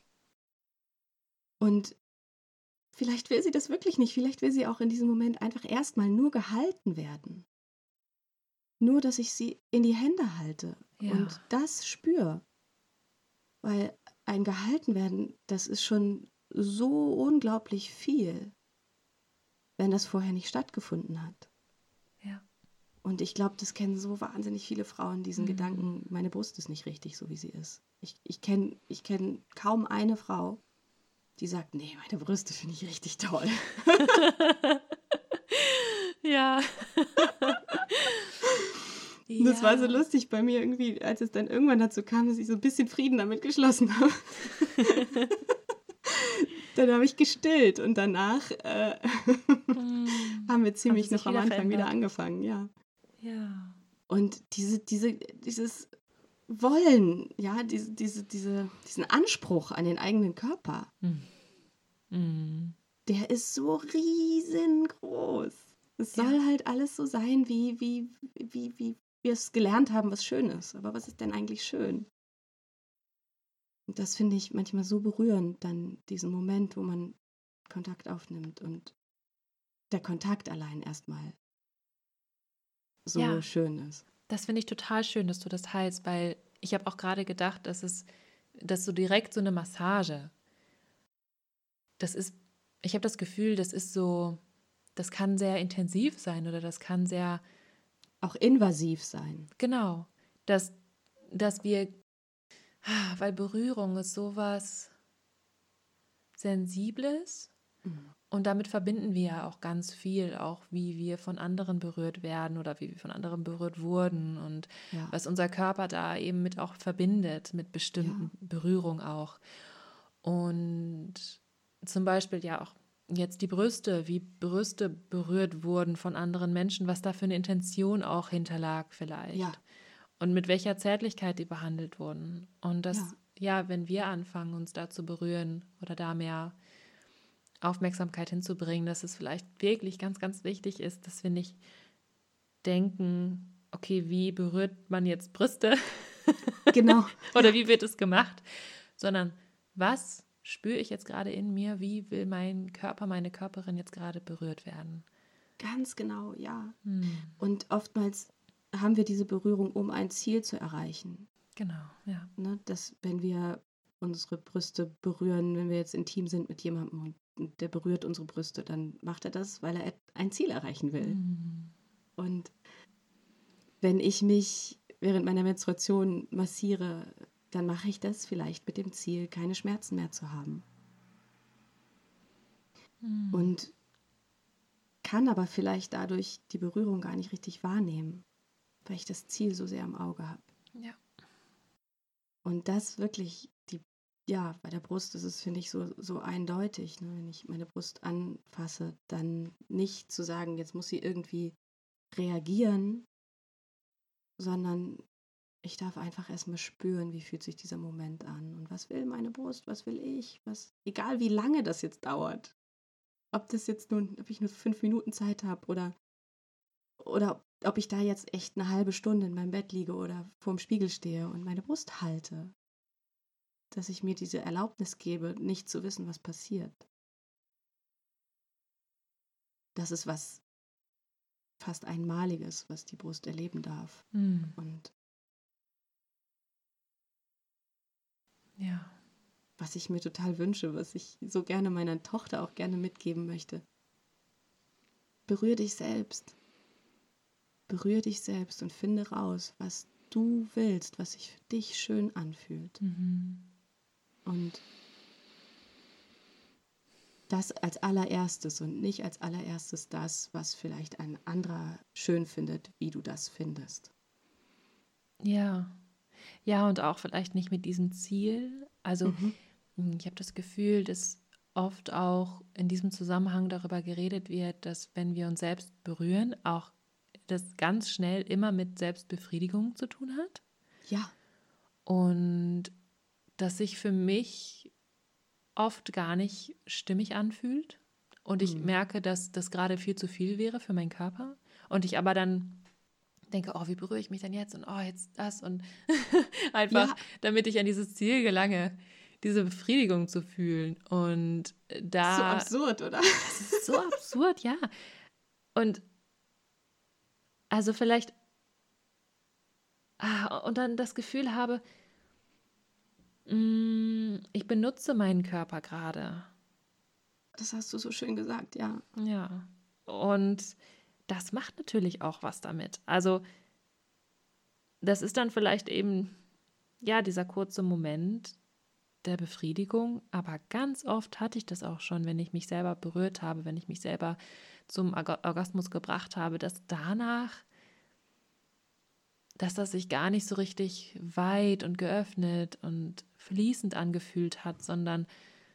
Und vielleicht will sie das wirklich nicht. Vielleicht will sie auch in diesem Moment einfach erstmal nur gehalten werden. Nur, dass ich sie in die Hände halte Ja. und das spüre. Weil ein gehalten werden, das ist schon so unglaublich viel, wenn das vorher nicht stattgefunden hat. Ja. Und ich glaube, das kennen so wahnsinnig viele Frauen, diesen Mhm. Gedanken, meine Brust ist nicht richtig, so wie sie ist. Ich, ich kenne ich kenn kaum eine Frau, die sagt, nee, meine Brüste finde ich richtig toll. Ja. Und das war so Ja. lustig bei mir irgendwie, als es dann irgendwann dazu kam, dass ich so ein bisschen Frieden damit geschlossen habe. Dann habe ich gestillt und danach äh, Hm. haben wir ziemlich Haben sie sich noch am wieder Anfang wieder verändert? angefangen, ja. Ja. Und diese, diese, dieses Wollen, ja, diese, diese, diese, diesen Anspruch an den eigenen Körper, Hm. Hm. der ist so riesengroß. Es Ja. soll halt alles so sein, wie, wie, wie, wie wir es gelernt haben, was schön ist. Aber was ist denn eigentlich schön? Und das finde ich manchmal so berührend, dann diesen Moment, wo man Kontakt aufnimmt und der Kontakt allein erstmal so Ja. schön ist. Das finde ich total schön, dass du das teilst, weil ich habe auch gerade gedacht, dass es, dass so direkt so eine Massage, das ist, ich habe das Gefühl, das ist so, das kann sehr intensiv sein oder das kann sehr, Auch invasiv sein. genau, dass, dass wir, weil Berührung ist sowas Sensibles Mhm. Und damit verbinden wir ja auch ganz viel, auch wie wir von anderen berührt werden oder wie wir von anderen berührt wurden und Ja. was unser Körper da eben mit auch verbindet, mit bestimmten Ja. Berührungen auch. Und zum Beispiel ja auch jetzt die Brüste, wie Brüste berührt wurden von anderen Menschen, was da für eine Intention auch hinterlag vielleicht. Ja. Und mit welcher Zärtlichkeit die behandelt wurden. Und das, Ja. ja, wenn wir anfangen, uns da zu berühren oder da mehr Aufmerksamkeit hinzubringen, dass es vielleicht wirklich ganz, ganz wichtig ist, dass wir nicht denken, okay, wie berührt man jetzt Brüste? Genau. Oder wie wird es gemacht? Sondern was spüre ich jetzt gerade in mir? Wie will mein Körper, meine Körperin jetzt gerade berührt werden? Ganz genau, ja. Hm. Und oftmals haben wir diese Berührung, um ein Ziel zu erreichen. Genau, ja. Ne, dass wenn wir unsere Brüste berühren, wenn wir jetzt intim sind mit jemandem und der berührt unsere Brüste, dann macht er das, weil er ein Ziel erreichen will. Hm. Und wenn ich mich während meiner Menstruation massiere, dann mache ich das vielleicht mit dem Ziel, keine Schmerzen mehr zu haben. Hm. Und kann aber vielleicht dadurch die Berührung gar nicht richtig wahrnehmen, weil ich das Ziel so sehr im Auge habe. Ja. Und das wirklich, die, ja, bei der Brust ist es, finde ich, so, so eindeutig, ne? Wenn ich meine Brust anfasse, dann nicht zu sagen, jetzt muss sie irgendwie reagieren, sondern ich darf einfach erstmal spüren, wie fühlt sich dieser Moment an und was will meine Brust, was will ich, was, egal wie lange das jetzt dauert. Ob das jetzt nun, ob ich nur fünf Minuten Zeit habe oder, oder ob ich da jetzt echt eine halbe Stunde in meinem Bett liege oder vorm Spiegel stehe und meine Brust halte. Dass ich mir diese Erlaubnis gebe, nicht zu wissen, was passiert. Das ist was fast Einmaliges, was die Brust erleben darf. Hm. Und Ja. was ich mir total wünsche, was ich so gerne meiner Tochter auch gerne mitgeben möchte. Berühr dich selbst. Berühr dich selbst und finde raus, was du willst, was sich für dich schön anfühlt. Mhm. Und das als allererstes und nicht als allererstes das, was vielleicht ein anderer schön findet, wie du das findest. Ja. Ja, und auch vielleicht nicht mit diesem Ziel. Also Mhm. ich habe das Gefühl, dass oft auch in diesem Zusammenhang darüber geredet wird, dass wenn wir uns selbst berühren, auch das ganz schnell immer mit Selbstbefriedigung zu tun hat. Ja. Und das sich für mich oft gar nicht stimmig anfühlt. Und ich Mhm. merke, dass das gerade viel zu viel wäre für meinen Körper. Und ich aber dann denke, oh, wie berühre ich mich denn jetzt? Und oh, jetzt das. Und einfach, Ja. damit ich an dieses Ziel gelange, diese Befriedigung zu fühlen. Und da... So absurd, oder? Das ist so absurd, ja. Und also vielleicht... Ah, und dann das Gefühl habe, mh, ich benutze meinen Körper gerade. Das hast du so schön gesagt, ja. Ja. Und das macht natürlich auch was damit. Also das ist dann vielleicht eben, ja, dieser kurze Moment der Befriedigung, aber ganz oft hatte ich das auch schon, wenn ich mich selber berührt habe, wenn ich mich selber zum Orgasmus gebracht habe, dass danach, dass das sich gar nicht so richtig weit und geöffnet und fließend angefühlt hat, sondern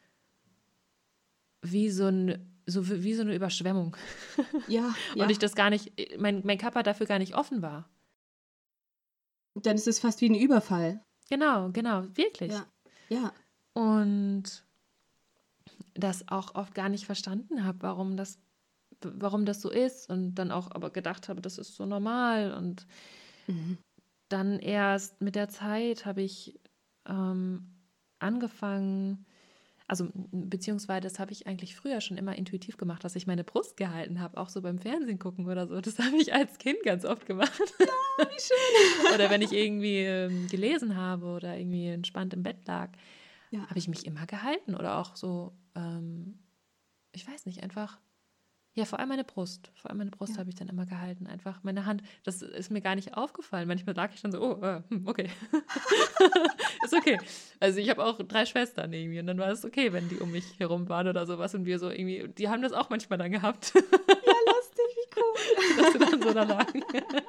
wie so, ein, so, wie so eine Überschwemmung. Ja, ja. Und ich das gar nicht, mein, mein Körper dafür gar nicht offen war. Und dann ist es fast wie ein Überfall. Genau, genau, wirklich. Ja, ja. Und das auch oft gar nicht verstanden habe, warum das, warum das so ist und dann auch aber gedacht habe, das ist so normal. Und Mhm. dann erst mit der Zeit habe ich ähm, angefangen, also beziehungsweise das habe ich eigentlich früher schon immer intuitiv gemacht, dass ich meine Brust gehalten habe, auch so beim Fernsehen gucken oder so. Das habe ich als Kind ganz oft gemacht. Ja, wie schön. Oder wenn ich irgendwie ähm, gelesen habe oder irgendwie entspannt im Bett lag, Ja. habe ich mich immer gehalten oder auch so, ähm, ich weiß nicht, einfach Ja, vor allem meine Brust. Vor allem meine Brust Ja. habe ich dann immer gehalten. Einfach meine Hand, das ist mir gar nicht aufgefallen. Manchmal lag ich dann so, oh, äh, hm, okay. Ist okay. Also ich habe auch drei Schwestern irgendwie und dann war es okay, wenn die um mich herum waren oder sowas und wir so irgendwie, die haben das auch manchmal dann gehabt, Ja, lustig, wie cool. dass wir dann so da lagen.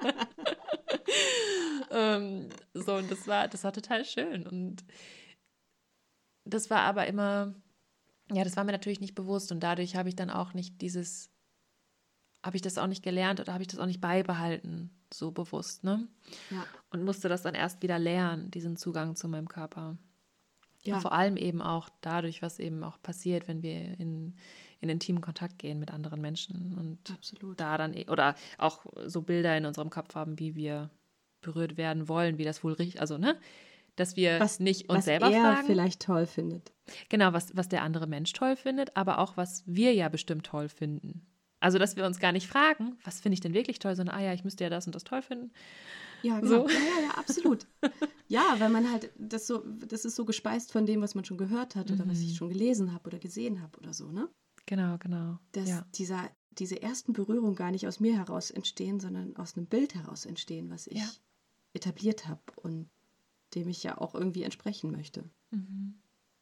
ähm, so, und das war, das war total schön. Und das war aber immer, ja, das war mir natürlich nicht bewusst und dadurch habe ich dann auch nicht dieses, habe ich das auch nicht gelernt oder habe ich das auch nicht beibehalten, so bewusst, ne? Ja. Und musste das dann erst wieder lernen, diesen Zugang zu meinem Körper. Ja. Vor allem eben auch dadurch, was eben auch passiert, wenn wir in, in intimen Kontakt gehen mit anderen Menschen und Absolut. da dann, oder auch so Bilder in unserem Kopf haben, wie wir berührt werden wollen, wie das wohl richtig, also, ne? Dass wir Was, nicht uns was selber er fragen. vielleicht toll findet. Genau, was, was der andere Mensch toll findet, aber auch, was wir ja bestimmt toll finden. Also, dass wir uns gar nicht fragen, was finde ich denn wirklich toll, sondern, ah ja, ich müsste ja das und das toll finden. Ja, genau. So. Ja, ja, ja, absolut. Ja, weil man halt, das so, das ist so gespeist von dem, was man schon gehört hat oder Mhm. was ich schon gelesen habe oder gesehen habe oder so, ne? Genau, genau. Dass ja. dieser, diese ersten Berührungen gar nicht aus mir heraus entstehen, sondern aus einem Bild heraus entstehen, was ich Ja. etabliert habe und dem ich ja auch irgendwie entsprechen möchte. Mhm.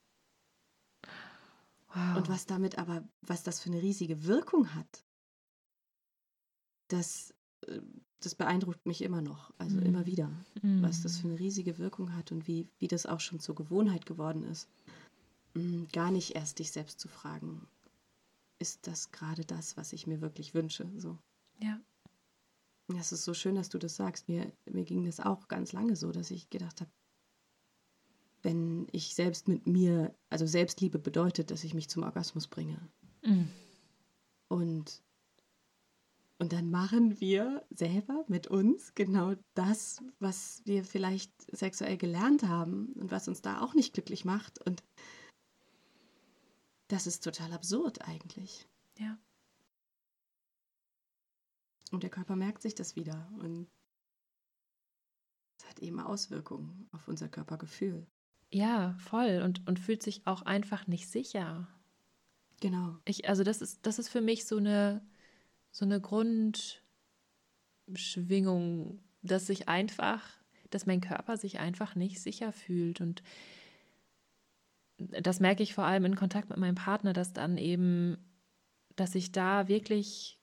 Wow. Und was damit aber, was das für eine riesige Wirkung hat, das, äh, das beeindruckt mich immer noch, also Mhm. immer wieder, Mhm. was das für eine riesige Wirkung hat und wie, wie das auch schon zur Gewohnheit geworden ist. Gar nicht erst dich selbst zu fragen, ist das gerade das, was ich mir wirklich wünsche? So. Ja. Es ist so schön, dass du das sagst. Mir, mir ging das auch ganz lange so, dass ich gedacht habe, wenn ich selbst mit mir, also Selbstliebe bedeutet, dass ich mich zum Orgasmus bringe. Mhm. Und, und dann machen wir selber mit uns genau das, was wir vielleicht sexuell gelernt haben und was uns da auch nicht glücklich macht. Und das ist total absurd eigentlich. Ja. Und der Körper merkt sich das wieder und es hat eben Auswirkungen auf unser Körpergefühl. Ja, voll. Und, und fühlt sich auch einfach nicht sicher. Genau. Ich, also das ist, das ist für mich so eine, so eine Grundschwingung, dass sich einfach, dass mein Körper sich einfach nicht sicher fühlt. Und das merke ich vor allem in Kontakt mit meinem Partner, dass dann eben, dass ich da wirklich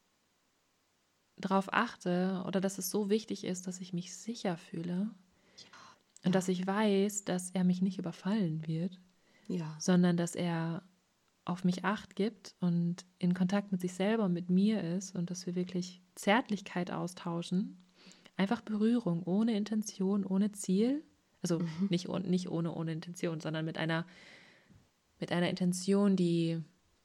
drauf achte oder dass es so wichtig ist, dass ich mich sicher fühle. Und Ja. dass ich weiß, dass er mich nicht überfallen wird, Ja. sondern dass er auf mich Acht gibt und in Kontakt mit sich selber und mit mir ist und dass wir wirklich Zärtlichkeit austauschen. Einfach Berührung, ohne Intention, ohne Ziel. Also Mhm. nicht, nicht ohne, ohne Intention, sondern mit einer, mit einer Intention, die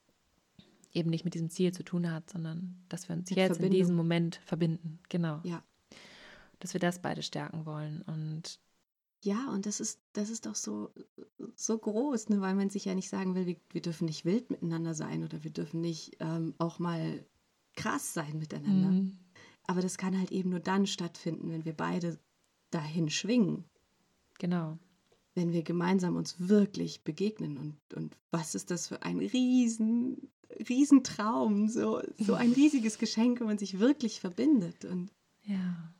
eben nicht mit diesem Ziel zu tun hat, sondern dass wir uns Mit jetzt Verbindung. in diesem Moment verbinden. Genau. Ja. Dass wir das beide stärken wollen. Und Ja, und das ist, das ist doch so, so groß, ne? Weil man sich ja nicht sagen will, wir, wir dürfen nicht wild miteinander sein oder wir dürfen nicht ähm, auch mal krass sein miteinander. Mhm. Aber das kann halt eben nur dann stattfinden, wenn wir beide dahin schwingen. Genau. Wenn wir gemeinsam uns wirklich begegnen. Und, und was ist das für ein riesen, riesen Traum, so, so ein riesiges Geschenk, wenn man sich wirklich verbindet und Ja.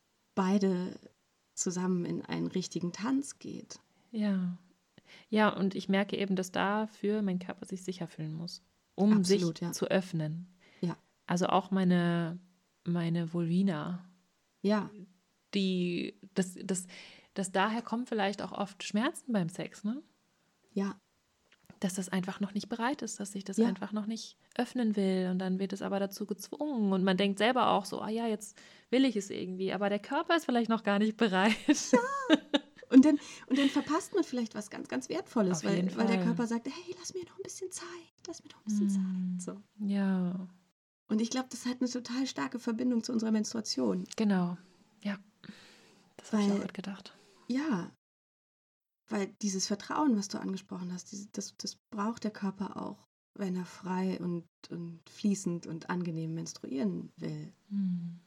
beide zusammen in einen richtigen Tanz geht. Ja. Ja, und ich merke eben, dass dafür mein Körper sich sicher fühlen muss, um Absolut, sich ja. zu öffnen. Ja. Also auch meine, meine Vulvina, Ja. die, das, das, das daher kommen vielleicht auch oft Schmerzen beim Sex, ne? Ja. Dass das einfach noch nicht bereit ist, dass sich das Ja. einfach noch nicht öffnen will und dann wird es aber dazu gezwungen und man denkt selber auch so, ah ja, jetzt will ich es irgendwie, aber der Körper ist vielleicht noch gar nicht bereit. Ja. Und dann, und dann verpasst man vielleicht was ganz, ganz Wertvolles, Auf weil, jeden weil der Fall. Körper sagt, hey, lass mir noch ein bisschen Zeit, lass mir noch ein bisschen Mm. Zeit. So. Ja, Und ich glaube, das hat eine total starke Verbindung zu unserer Menstruation. genau. Ja, das habe ich Weil- auch gerade gedacht. Ja, weil dieses Vertrauen, was du angesprochen hast, diese, das, das braucht der Körper auch, wenn er frei und, und fließend und angenehm menstruieren will. Hm.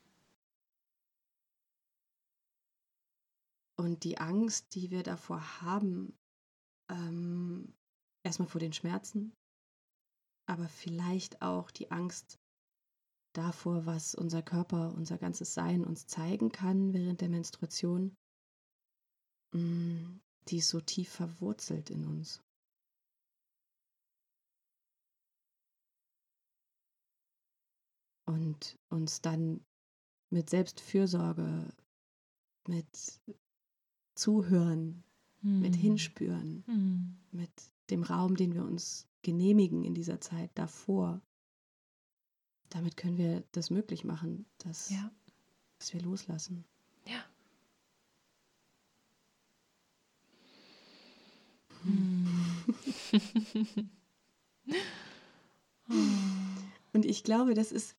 Und die Angst, die wir davor haben, ähm, erstmal vor den Schmerzen, aber vielleicht auch die Angst davor, was unser Körper, unser ganzes Sein uns zeigen kann während der Menstruation, die ist so tief verwurzelt in uns. Und uns dann mit Selbstfürsorge, mit Zuhören, hm. mit Hinspüren, hm. mit dem Raum, den wir uns genehmigen in dieser Zeit davor, damit können wir das möglich machen, dass, ja. dass wir loslassen. Ja. Hm. Und ich glaube, das ist,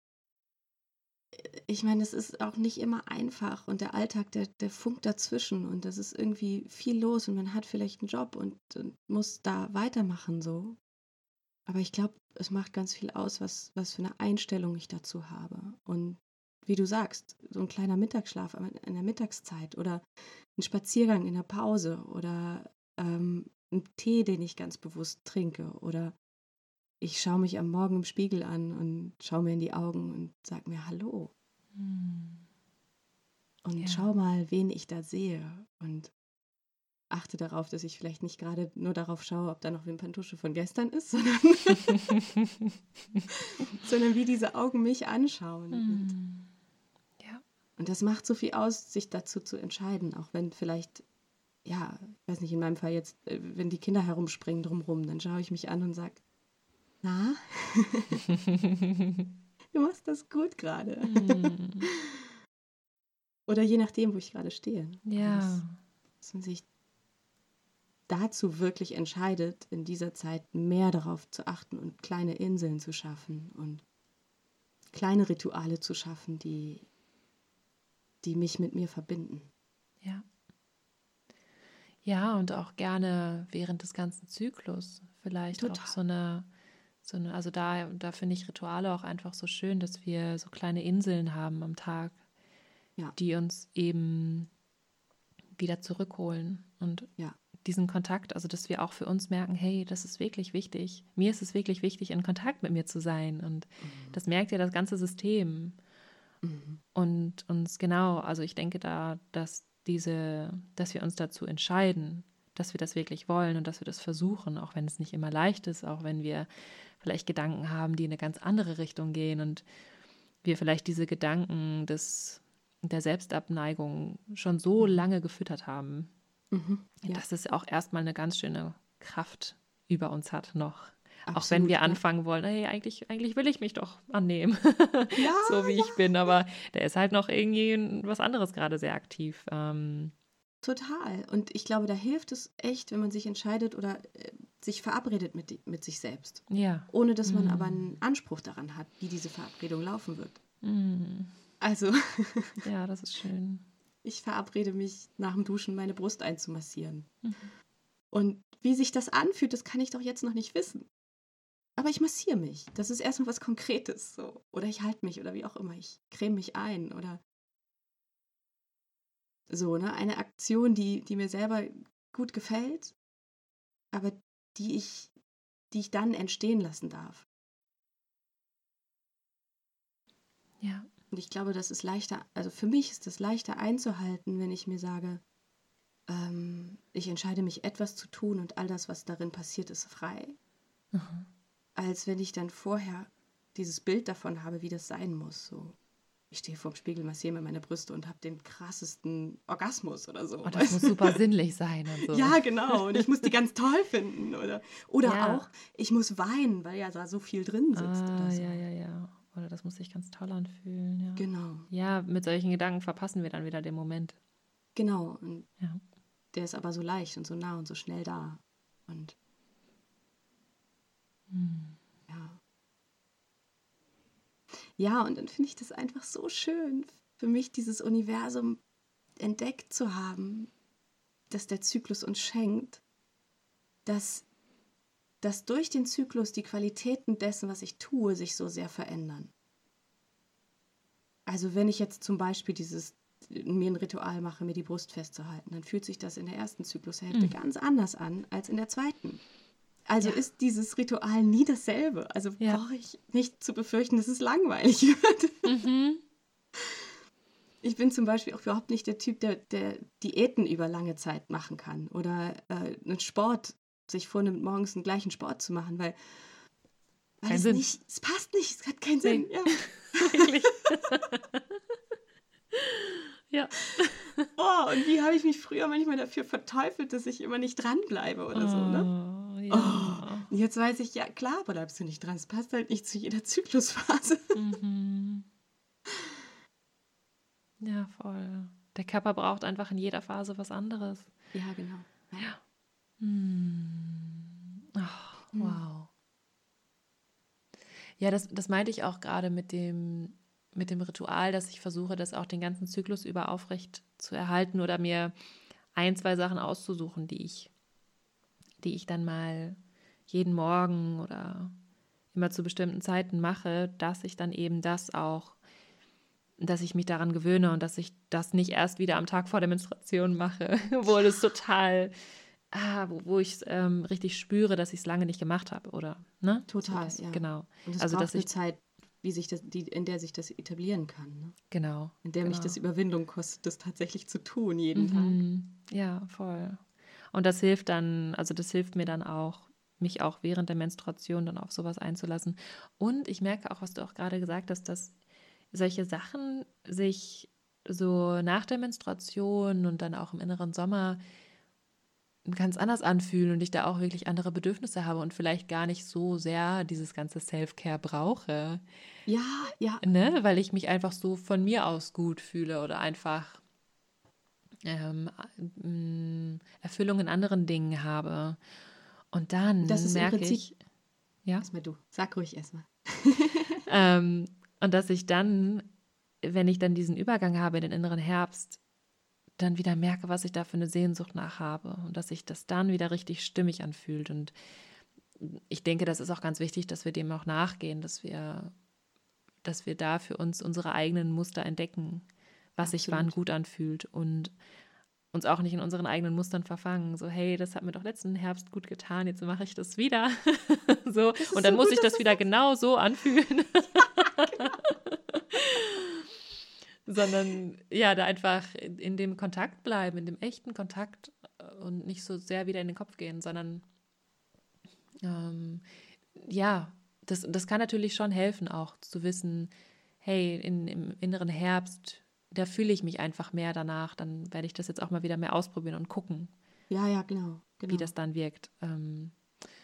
ich meine, es ist auch nicht immer einfach und der Alltag, der, der funkt dazwischen und das ist irgendwie viel los und man hat vielleicht einen Job und, und muss da weitermachen so. Aber ich glaube, es macht ganz viel aus, was, was für eine Einstellung ich dazu habe. Und wie du sagst, so ein kleiner Mittagsschlaf in der Mittagszeit oder ein Spaziergang in der Pause oder ähm, ein Tee, den ich ganz bewusst trinke oder ich schaue mich am Morgen im Spiegel an und schaue mir in die Augen und sage mir Hallo. Hm. Und Ja. schau mal, wen ich da sehe und achte darauf, dass ich vielleicht nicht gerade nur darauf schaue, ob da noch Wimperntusche von gestern ist, sondern, sondern wie diese Augen mich anschauen. Hm. Und, ja. und das macht so viel aus, sich dazu zu entscheiden, auch wenn vielleicht, ja, ich weiß nicht, in meinem Fall jetzt, wenn die Kinder herumspringen drumherum, dann schaue ich mich an und sage, na, du machst das gut gerade. Hm. Oder je nachdem, wo ich gerade stehe. Ja. Das, dass man sich dazu wirklich entscheidet, in dieser Zeit mehr darauf zu achten und kleine Inseln zu schaffen und kleine Rituale zu schaffen, die, die mich mit mir verbinden. Ja. Ja, und auch gerne während des ganzen Zyklus vielleicht Total. auch so eine, so eine, also da, da finde ich Rituale auch einfach so schön, dass wir so kleine Inseln haben am Tag, Ja. die uns eben wieder zurückholen und Ja. diesen Kontakt, also dass wir auch für uns merken, hey, das ist wirklich wichtig. Mir ist es wirklich wichtig, in Kontakt mit mir zu sein. Und mhm. das merkt ja das ganze System. Mhm. Und uns genau, also ich denke da, dass diese, dass wir uns dazu entscheiden, dass wir das wirklich wollen und dass wir das versuchen, auch wenn es nicht immer leicht ist, auch wenn wir vielleicht Gedanken haben, die in eine ganz andere Richtung gehen und wir vielleicht diese Gedanken des, der Selbstabneigung schon so mhm. lange gefüttert haben. Mhm, ja. Dass es auch erstmal eine ganz schöne Kraft über uns hat noch. Absolut, auch wenn wir ja. anfangen wollen, hey, eigentlich, eigentlich will ich mich doch annehmen, ja, so wie ja. ich bin, aber da ist halt noch irgendwie was anderes gerade sehr aktiv. Ähm. Total. Und ich glaube, da hilft es echt, wenn man sich entscheidet oder äh, sich verabredet mit, mit sich selbst. Ja. Ohne, dass man mm. aber einen Anspruch daran hat, wie diese Verabredung laufen wird. Mm. Also. Ja, das ist schön. Ich verabrede mich, nach dem Duschen meine Brust einzumassieren. Mhm. Und wie sich das anfühlt, das kann ich doch jetzt noch nicht wissen. Aber ich massiere mich. Das ist erstmal was Konkretes. So. Oder ich halte mich oder wie auch immer. Ich creme mich ein oder so, ne? Eine Aktion, die, die mir selber gut gefällt, aber die ich, die ich dann entstehen lassen darf. Ja. Und ich glaube, das ist leichter, also für mich ist das leichter einzuhalten, wenn ich mir sage, ähm, ich entscheide mich, etwas zu tun und all das, was darin passiert, ist frei. Mhm. Als wenn ich dann vorher dieses Bild davon habe, wie das sein muss. So, ich stehe vorm Spiegel, massiere mir meine Brüste und habe den krassesten Orgasmus oder so. Und das muss super sinnlich sein und so. Ja, genau. Und ich muss die ganz toll finden. Oder, oder ja. auch, ich muss weinen, weil ja da so viel drin sitzt. Ah, oder so. Ja, ja, ja. Oder das muss sich ganz toll anfühlen. Ja. Genau. Ja, mit solchen Gedanken verpassen wir dann wieder den Moment. Genau. Und ja. der ist aber so leicht und so nah und so schnell da. Und hm. ja. Ja, und dann finde ich das einfach so schön, für mich dieses Universum entdeckt zu haben, dass der Zyklus uns schenkt, dass, dass durch den Zyklus die Qualitäten dessen, was ich tue, sich so sehr verändern. Also wenn ich jetzt zum Beispiel dieses, mir ein Ritual mache, mir die Brust festzuhalten, dann fühlt sich das in der ersten Zyklushälfte mhm. ganz anders an als in der zweiten. Also Ja. ist dieses Ritual nie dasselbe. Also Ja. brauche ich nicht zu befürchten, dass es langweilig wird. Mhm. Ich bin zum Beispiel auch überhaupt nicht der Typ, der, der Diäten über lange Zeit machen kann oder äh, einen Sport, sich vornimmt, morgens den gleichen Sport zu machen, weil, weil Kein es Sinn. nicht, es passt nicht, es hat keinen Nee. Sinn. Ja. Wirklich. Ja. Oh, und wie habe ich mich früher manchmal dafür verteufelt, dass ich immer nicht dranbleibe oder so, ne? Oh, Oh, ja. und jetzt weiß ich, ja klar, bleibst du nicht dran. Es passt halt nicht zu jeder Zyklusphase. Mhm. Ja, voll. Der Körper braucht einfach in jeder Phase was anderes. Ja, genau. Ja. Hm. Ach, Hm. wow. Ja, das, das meinte ich auch gerade mit dem, mit dem Ritual, dass ich versuche, das auch den ganzen Zyklus über aufrecht zu erhalten oder mir ein, zwei Sachen auszusuchen, die ich, die ich dann mal jeden Morgen oder immer zu bestimmten Zeiten mache, dass ich dann eben das auch, dass ich mich daran gewöhne und dass ich das nicht erst wieder am Tag vor der Menstruation mache, wo das total, ah, wo, wo ich ähm, richtig spüre, dass ich es lange nicht gemacht habe, oder, ne? So Total, das, ja. genau. Und es Also, dass braucht eine ich, Zeit, wie sich das, die, in der sich das etablieren kann, ne? genau, In der mich genau. das Überwindung kostet, das tatsächlich zu tun, jeden Tag. Mhm. Ja, voll. Und das hilft dann, also das hilft mir dann auch, mich auch während der Menstruation dann auf sowas einzulassen. Und ich merke auch, was du auch gerade gesagt hast, dass solche Sachen sich so nach der Menstruation und dann auch im inneren Sommer ganz anders anfühlen und ich da auch wirklich andere Bedürfnisse habe und vielleicht gar nicht so sehr dieses ganze Self-Care brauche, Ja, ja, ne? Weil ich mich einfach so von mir aus gut fühle oder einfach ähm, ähm, Erfüllung in anderen Dingen habe. Und das dann ist im merke Prinzip, ich, ja, erstmal du, sag ruhig erstmal. ähm, und dass ich dann, wenn ich dann diesen Übergang habe in den inneren Herbst, dann wieder merke, was ich da für eine Sehnsucht nach habe und dass sich das dann wieder richtig stimmig anfühlt. Und ich denke, das ist auch ganz wichtig, dass wir dem auch nachgehen, dass wir, dass wir da für uns unsere eigenen Muster entdecken, was sich wann Absolut. gut anfühlt und uns auch nicht in unseren eigenen Mustern verfangen. So, hey, das hat mir doch letzten Herbst gut getan, jetzt mache ich das wieder. So, Das ist und dann so muss gut, ich dass das du wieder sagst. genau so anfühlen. Sondern ja, da einfach in, in dem Kontakt bleiben, in dem echten Kontakt und nicht so sehr wieder in den Kopf gehen, sondern ähm, ja, das, das kann natürlich schon helfen, auch zu wissen, hey, in, im inneren Herbst, da fühle ich mich einfach mehr danach, dann werde ich das jetzt auch mal wieder mehr ausprobieren und gucken, Ja, ja, genau, wie genau. das dann wirkt. Ähm,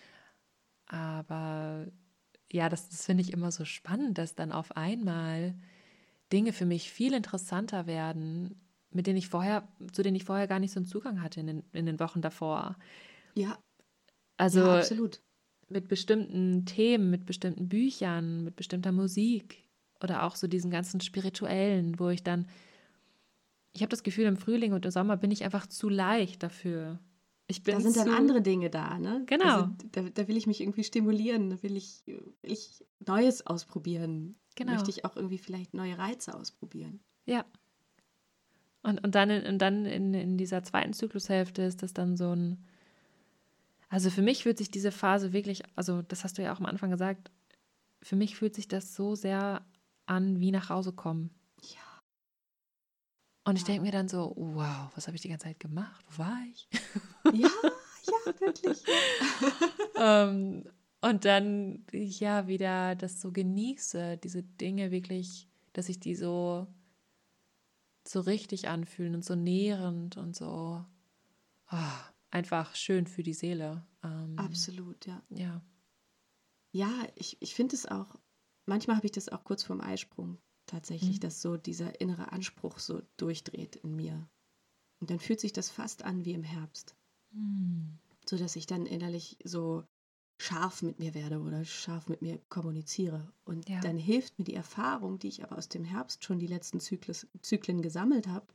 aber ja, das, das finde ich immer so spannend, dass dann auf einmal Dinge für mich viel interessanter werden, mit denen ich vorher, zu denen ich vorher gar nicht so einen Zugang hatte in den, in den Wochen davor. Ja, ja, Also absolut. mit bestimmten Themen, mit bestimmten Büchern, mit bestimmter Musik oder auch so diesen ganzen spirituellen, wo ich dann, ich habe das Gefühl, im Frühling und im Sommer bin ich einfach zu leicht dafür. Ich Da bin sind dann zu, andere Dinge da, ne? Also genau, da, da will ich mich irgendwie stimulieren, da will ich, will ich Neues ausprobieren. Möchte genau, ich auch irgendwie vielleicht neue Reize ausprobieren. ja. Und, und dann, in, und dann in, in dieser zweiten Zyklushälfte ist das dann so ein, also für mich fühlt sich diese Phase wirklich, also das hast du ja auch am Anfang gesagt, für mich fühlt sich das so sehr an wie nach Hause kommen. Ja, Und ich ja. denke mir dann so, wow, was habe ich die ganze Zeit gemacht? Wo war ich? Ja, ja, wirklich, ja. ähm, und dann, ja, wieder das so genieße, diese Dinge wirklich, dass ich die so, so richtig anfühlen und so nährend und so ah, einfach schön für die Seele. Ähm, Absolut, ja. ja. Ja, ich, ich finde es auch, manchmal habe ich das auch kurz vorm Eisprung tatsächlich, Hm. dass so dieser innere Anspruch so durchdreht in mir. Und dann fühlt sich das fast an wie im Herbst, Hm. so dass ich dann innerlich so scharf mit mir werde oder scharf mit mir kommuniziere. Und Ja. dann hilft mir die Erfahrung, die ich aber aus dem Herbst schon die letzten Zyklus, Zyklen gesammelt habe,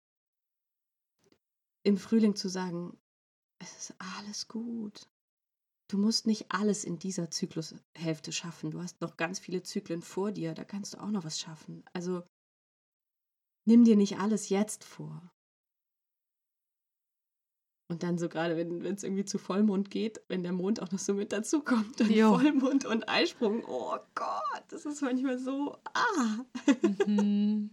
im Frühling zu sagen, es ist alles gut. Du musst nicht alles in dieser Zyklushälfte schaffen. Du hast noch ganz viele Zyklen vor dir, da kannst du auch noch was schaffen. Also nimm dir nicht alles jetzt vor. Und dann so gerade, wenn es irgendwie zu Vollmond geht, wenn der Mond auch noch so mit dazu kommt, dann Jo. Vollmond und Eisprung. Oh Gott, das ist manchmal so, ah. Mhm.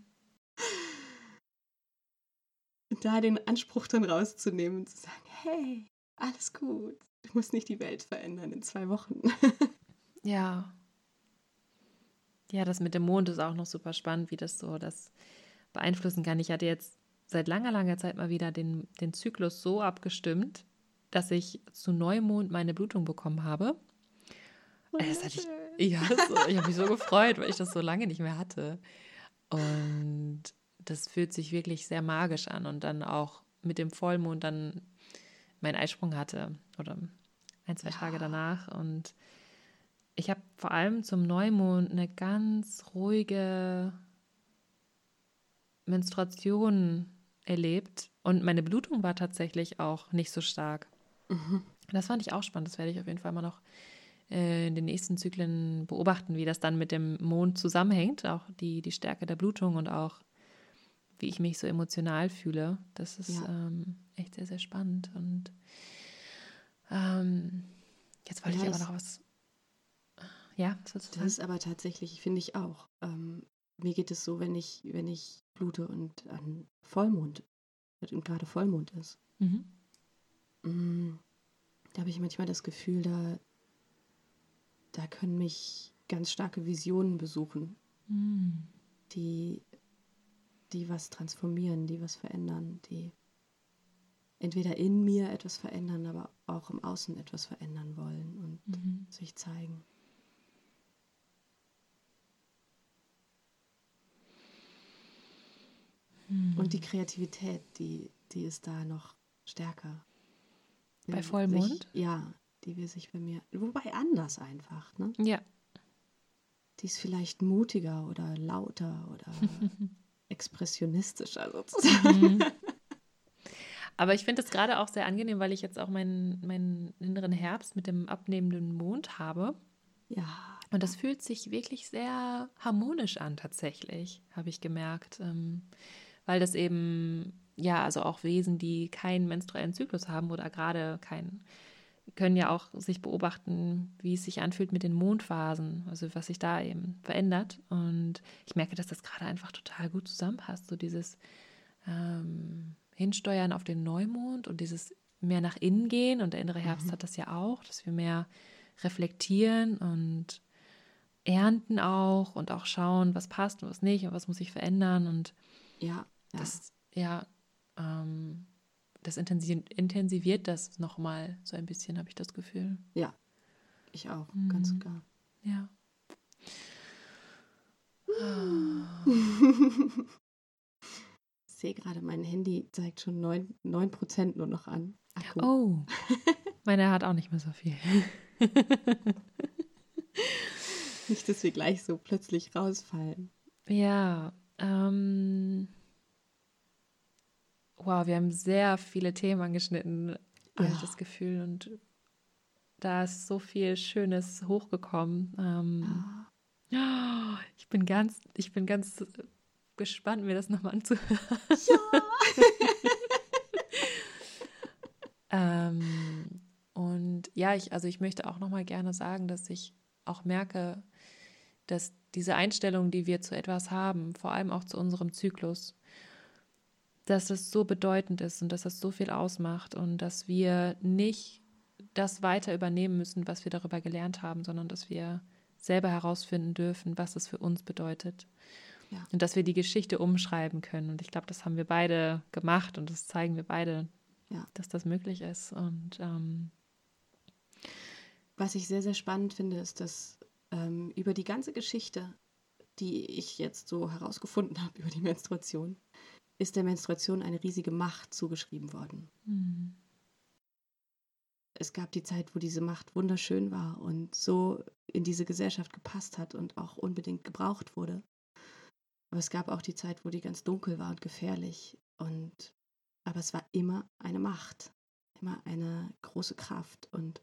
Da den Anspruch dann rauszunehmen und zu sagen, hey, alles gut, du musst nicht die Welt verändern in zwei Wochen. Ja. Ja, das mit dem Mond ist auch noch super spannend, wie das so das beeinflussen kann. Ich hatte jetzt seit langer, langer Zeit mal wieder den, den Zyklus so abgestimmt, dass ich zu Neumond meine Blutung bekommen habe. Das hatte ich, ja, so, ich habe mich so gefreut, weil ich das so lange nicht mehr hatte. Und das fühlt sich wirklich sehr magisch an. Und dann auch mit dem Vollmond dann meinen Eisprung hatte oder ein, zwei Ja. Tage danach. Und ich habe vor allem zum Neumond eine ganz ruhige Menstruation erlebt. Und meine Blutung war tatsächlich auch nicht so stark. Mhm. Das fand ich auch spannend. Das werde ich auf jeden Fall mal noch äh, in den nächsten Zyklen beobachten, wie das dann mit dem Mond zusammenhängt. Auch die, die Stärke der Blutung und auch, wie ich mich so emotional fühle. Das ist Ja. ähm, echt sehr, sehr spannend. Und ähm, jetzt wollte Ja, ich aber das- noch was. Ja, was willst du Das sagen? ist aber tatsächlich, finde ich auch. Ähm, mir geht es so, wenn ich, wenn ich blute und an Vollmond, und gerade Vollmond ist. Mhm. Mm, Da habe ich manchmal das Gefühl, da, da können mich ganz starke Visionen besuchen, Mhm. die, die was transformieren, die was verändern, die entweder in mir etwas verändern, aber auch im Außen etwas verändern wollen und Mhm. sich zeigen. Und die Kreativität, die, die ist da noch stärker. Bei Die Vollmond? Sich, ja, die will sich bei mir, wobei anders einfach, ne? Ja. Die ist vielleicht mutiger oder lauter oder expressionistischer sozusagen. Mhm. Aber ich finde es gerade auch sehr angenehm, weil ich jetzt auch meinen, meinen inneren Herbst mit dem abnehmenden Mond habe. Ja. Und das fühlt sich wirklich sehr harmonisch an, tatsächlich, habe ich gemerkt. Ähm, weil das eben, ja, also auch Wesen, die keinen menstruellen Zyklus haben oder gerade keinen, können ja auch sich beobachten, wie es sich anfühlt mit den Mondphasen, also was sich da eben verändert. Und ich merke, dass das gerade einfach total gut zusammenpasst, so dieses ähm, Hinsteuern auf den Neumond und dieses mehr nach innen gehen. Und der innere Herbst Mhm. hat das ja auch, dass wir mehr reflektieren und ernten auch und auch schauen, was passt und was nicht und was muss sich verändern. Und Ja, ja. das, ja, ähm, das intensiviert, intensiviert das nochmal so ein bisschen, habe ich das Gefühl. Ja, ich auch, Mhm. ganz klar. Ja. Ich sehe gerade, mein Handy zeigt schon neun Prozent nur noch an. Akku. Oh, meine hat auch nicht mehr so viel. Nicht, dass wir gleich so plötzlich rausfallen. Ja, ähm, wow, wir haben sehr viele Themen angeschnitten, habe Ja. ich das Gefühl. Und da ist so viel Schönes hochgekommen. Ähm, Ja. oh, ich bin ganz, ich bin ganz gespannt, mir das nochmal anzuhören. Ja. ähm, und ja, ich, also ich möchte auch nochmal gerne sagen, dass ich auch merke, dass diese Einstellung, die wir zu etwas haben, vor allem auch zu unserem Zyklus, dass es so bedeutend ist und dass das so viel ausmacht und dass wir nicht das weiter übernehmen müssen, was wir darüber gelernt haben, sondern dass wir selber herausfinden dürfen, was es für uns bedeutet. Ja. Und dass wir die Geschichte umschreiben können. Und ich glaube, das haben wir beide gemacht und das zeigen wir beide, Ja. dass das möglich ist. Und ähm, was ich sehr, sehr spannend finde, ist, dass ähm, über die ganze Geschichte, die ich jetzt so herausgefunden habe über die Menstruation, ist der Menstruation eine riesige Macht zugeschrieben worden. hm. Es gab die Zeit, wo diese Macht wunderschön war und so in diese Gesellschaft gepasst hat und auch unbedingt gebraucht wurde. Aber es gab auch die Zeit, wo die ganz dunkel war und gefährlich. Und aber es war immer eine Macht, immer eine große Kraft. Und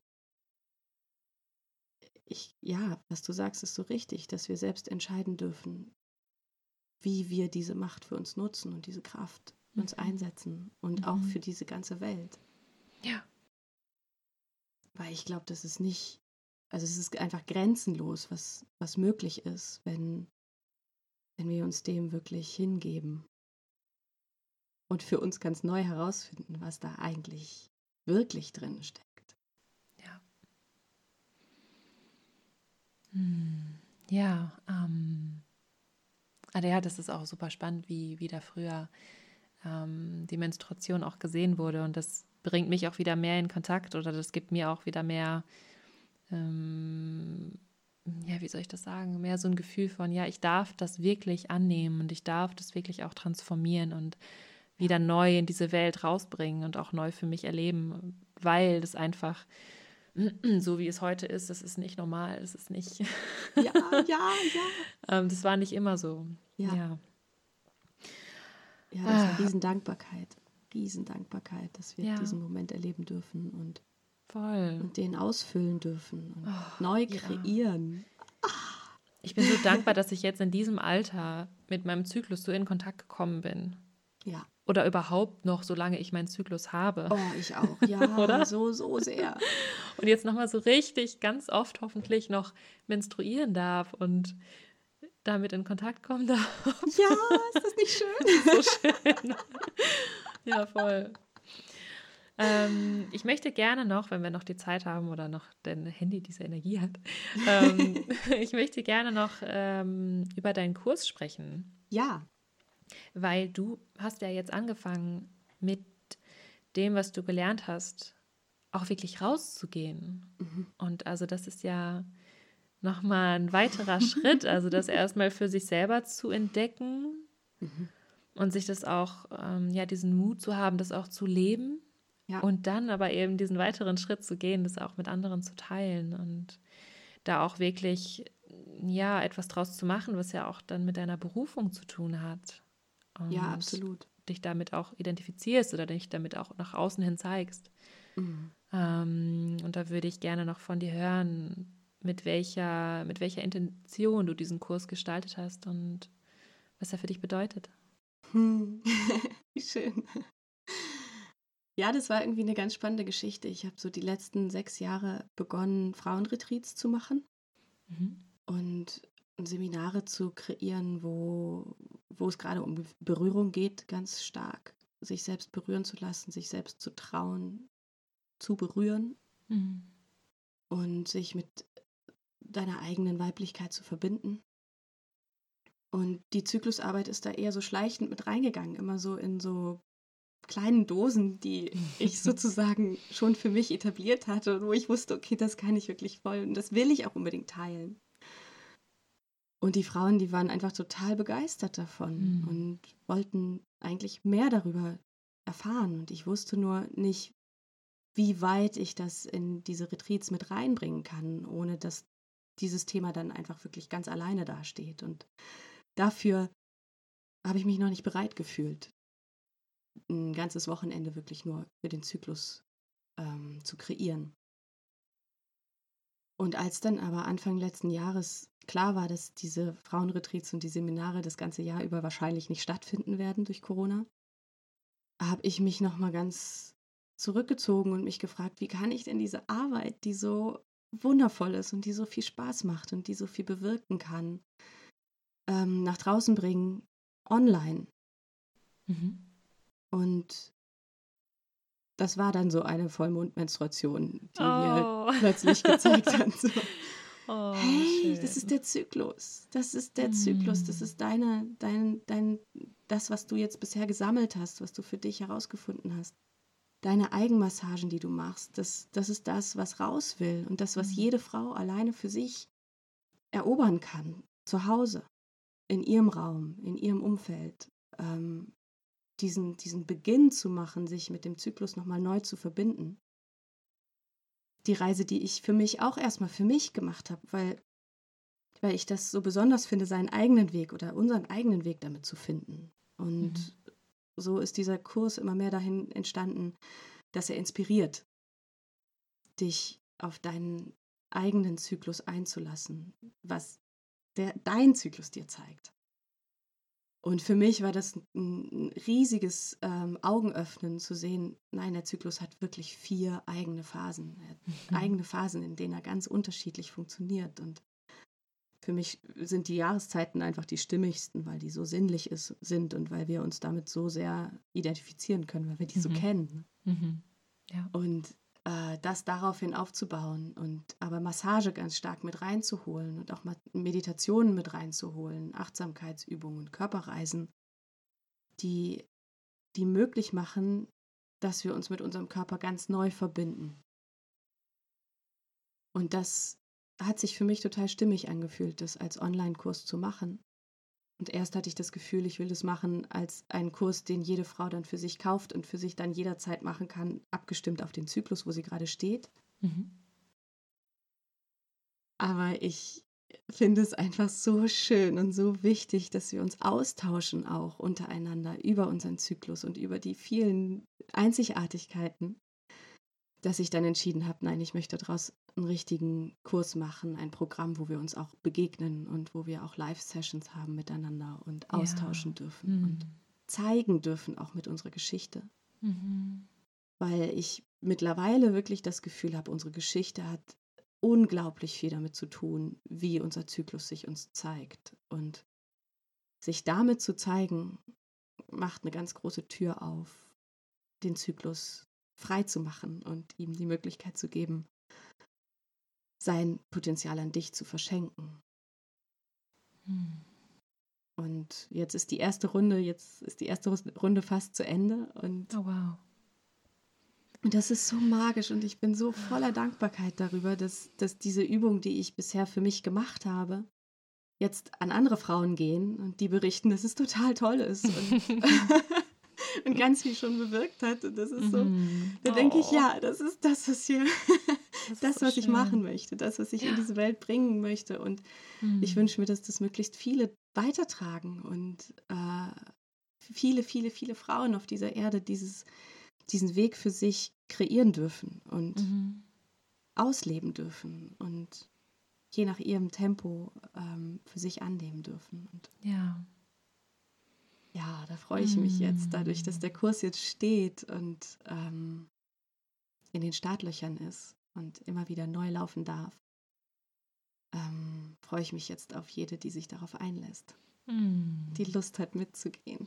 ich, ja, was du sagst, ist so richtig, dass wir selbst entscheiden dürfen, wie wir diese Macht für uns nutzen und diese Kraft für uns einsetzen und Mhm. auch für diese ganze Welt. Ja. Weil ich glaube, das ist nicht, also es ist einfach grenzenlos, was, was möglich ist, wenn, wenn wir uns dem wirklich hingeben. Und für uns ganz neu herausfinden, was da eigentlich wirklich drin steckt. Ja. Hm. Ja, ähm, also ja, das ist auch super spannend, wie, wie da früher ähm, die Menstruation auch gesehen wurde. Und das bringt mich auch wieder mehr in Kontakt oder das gibt mir auch wieder mehr, ähm, ja, wie soll ich das sagen, mehr so ein Gefühl von, ja, ich darf das wirklich annehmen und ich darf das wirklich auch transformieren und wieder neu in diese Welt rausbringen und auch neu für mich erleben, weil das einfach so wie es heute ist, das ist nicht normal, das ist nicht, Ja, ja, ja. ähm, das war nicht immer so. Ja, Ja. ja, das ist eine Ah, Riesendankbarkeit. Riesendankbarkeit, dass wir ja, diesen Moment erleben dürfen und, voll. und den ausfüllen dürfen und Oh, neu ja. kreieren. Ich bin so dankbar, dass ich jetzt in diesem Alter mit meinem Zyklus so in Kontakt gekommen bin. Ja. Oder überhaupt noch, solange ich meinen Zyklus habe. Oh, ich auch. Ja, Oder? so, so sehr. Und jetzt nochmal so richtig, ganz oft hoffentlich noch menstruieren darf und damit in Kontakt kommen darf. Ja, ist das nicht schön? Das ist so schön. Ja, voll. Ähm, ich möchte gerne noch, wenn wir noch die Zeit haben oder noch dein Handy diese Energie hat, ähm, ich möchte gerne noch ähm, über deinen Kurs sprechen, Ja. weil du hast ja jetzt angefangen mit dem, was du gelernt hast, auch wirklich rauszugehen. Mhm. Und also das ist ja nochmal ein weiterer Schritt, also das erstmal für sich selber zu entdecken Mhm. und sich das auch, ähm, ja, diesen Mut zu haben, das auch zu leben. Ja. Und dann aber eben diesen weiteren Schritt zu gehen, das auch mit anderen zu teilen und da auch wirklich, ja, etwas draus zu machen, was ja auch dann mit deiner Berufung zu tun hat. Ja, Und absolut. dich damit auch identifizierst oder dich damit auch nach außen hin zeigst. Mhm. Ähm, und da würde ich gerne noch von dir hören, mit welcher, mit welcher Intention du diesen Kurs gestaltet hast und was er für dich bedeutet. Hm. Wie schön. Ja, das war irgendwie eine ganz spannende Geschichte. Ich habe so die letzten sechs Jahre begonnen, Frauenretreats zu machen Mhm. und Seminare zu kreieren, wo, wo es gerade um Berührung geht, ganz stark. Sich selbst berühren zu lassen, sich selbst zu trauen, zu berühren Mhm. und sich mit deiner eigenen Weiblichkeit zu verbinden. Und die Zyklusarbeit ist da eher so schleichend mit reingegangen, immer so in so kleinen Dosen, die ich sozusagen schon für mich etabliert hatte und wo ich wusste, okay, das kann ich wirklich voll und das will ich auch unbedingt teilen. Und die Frauen, die waren einfach total begeistert davon Mhm. und wollten eigentlich mehr darüber erfahren. Und ich wusste nur nicht, wie weit ich das in diese Retreats mit reinbringen kann, ohne dass dieses Thema dann einfach wirklich ganz alleine dasteht. Und dafür habe ich mich noch nicht bereit gefühlt, ein ganzes Wochenende wirklich nur für den Zyklus ähm, zu kreieren. Und als dann aber Anfang letzten Jahres klar war, dass diese Frauenretreats und die Seminare das ganze Jahr über wahrscheinlich nicht stattfinden werden durch Corona, habe ich mich nochmal ganz zurückgezogen und mich gefragt, wie kann ich denn diese Arbeit, die so wundervoll ist und die so viel Spaß macht und die so viel bewirken kann, ähm, nach draußen bringen, online. Mhm. Und das war dann so eine Vollmondmenstruation, die mir Oh. plötzlich gezeigt hat, so, Oh, hey, das ist schön. der Zyklus, das ist der Zyklus, das Mhm. ist deine, dein, dein, das, was du jetzt bisher gesammelt hast, was du für dich herausgefunden hast. Deine Eigenmassagen, die du machst, das, das ist das, was raus will und das, was Mhm. jede Frau alleine für sich erobern kann, zu Hause, in ihrem Raum, in ihrem Umfeld. Ähm, diesen, diesen Beginn zu machen, sich mit dem Zyklus nochmal neu zu verbinden. Die Reise, die ich für mich auch erstmal für mich gemacht habe, weil, weil ich das so besonders finde, seinen eigenen Weg oder unseren eigenen Weg damit zu finden. Und Mhm. so ist dieser Kurs immer mehr dahin entstanden, dass er inspiriert, dich auf deinen eigenen Zyklus einzulassen, was der, dein Zyklus dir zeigt. Und für mich war das ein riesiges ähm, Augenöffnen zu sehen, nein, der Zyklus hat wirklich vier eigene Phasen. Er hat Mhm. eigene Phasen, in denen er ganz unterschiedlich funktioniert. Und für mich sind die Jahreszeiten einfach die stimmigsten, weil die so sinnlich ist, sind und weil wir uns damit so sehr identifizieren können, weil wir die Mhm. so kennen. Mhm. Ja. Und äh, das daraufhin aufzubauen und aber Massage ganz stark mit reinzuholen und auch Meditationen mit reinzuholen, Achtsamkeitsübungen, Körperreisen, die, die möglich machen, dass wir uns mit unserem Körper ganz neu verbinden. Und das hat sich für mich total stimmig angefühlt, das als Online-Kurs zu machen. Und erst hatte ich das Gefühl, ich will das machen als einen Kurs, den jede Frau dann für sich kauft und für sich dann jederzeit machen kann, abgestimmt auf den Zyklus, wo sie gerade steht. Mhm. Aber ich finde es einfach so schön und so wichtig, dass wir uns austauschen auch untereinander über unseren Zyklus und über die vielen Einzigartigkeiten, dass ich dann entschieden habe, nein, ich möchte daraus einen richtigen Kurs machen, ein Programm, wo wir uns auch begegnen und wo wir auch Live-Sessions haben miteinander und Ja. austauschen dürfen Mhm. und zeigen dürfen, auch mit unserer Geschichte. Mhm. Weil ich mittlerweile wirklich das Gefühl habe, unsere Geschichte hat unglaublich viel damit zu tun, wie unser Zyklus sich uns zeigt. Und sich damit zu zeigen, macht eine ganz große Tür auf, den Zyklus frei zu machen und ihm die Möglichkeit zu geben, sein Potenzial an dich zu verschenken. Mhm. Und jetzt ist die erste Runde, jetzt ist die erste Runde fast zu Ende und Oh wow. Und das ist so magisch und ich bin so voller Dankbarkeit darüber, dass, dass diese Übung, die ich bisher für mich gemacht habe, jetzt an andere Frauen gehen und die berichten, dass es total toll ist und, und ganz viel schon bewirkt hat. Und das ist so, Mhm. da denke ich, Oh. ja, das ist das, was hier, Das ist das, so was ich schön. machen möchte, das, was ich in diese Welt bringen möchte. Und Mhm. ich wünsche mir, dass das möglichst viele weitertragen und äh, viele, viele, viele Frauen auf dieser Erde dieses diesen Weg für sich kreieren dürfen und Mhm. ausleben dürfen und je nach ihrem Tempo ähm, für sich annehmen dürfen. Und Ja. ja, da freue ich mich jetzt, dadurch, dass der Kurs jetzt steht und ähm, in den Startlöchern ist und immer wieder neu laufen darf, ähm, freue ich mich jetzt auf jede, die sich darauf einlässt, Mhm. die Lust hat mitzugehen.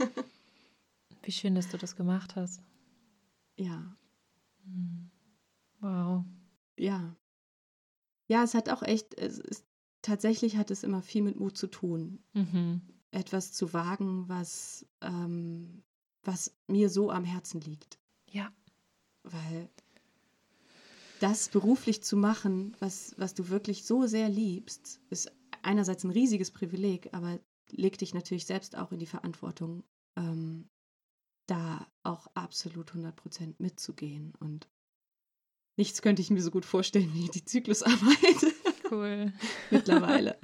Wie schön, dass du das gemacht hast. Ja, Mhm. Wow. ja. Ja, es hat auch echt, es ist, tatsächlich hat es immer viel mit Mut zu tun. Mhm. Etwas zu wagen, was, ähm, was mir so am Herzen liegt. Ja. Weil das beruflich zu machen, was, was du wirklich so sehr liebst, ist einerseits ein riesiges Privileg, aber legt dich natürlich selbst auch in die Verantwortung, ähm, da auch absolut hundert Prozent mitzugehen. Und nichts könnte ich mir so gut vorstellen wie die Zyklusarbeit. Cool. Mittlerweile.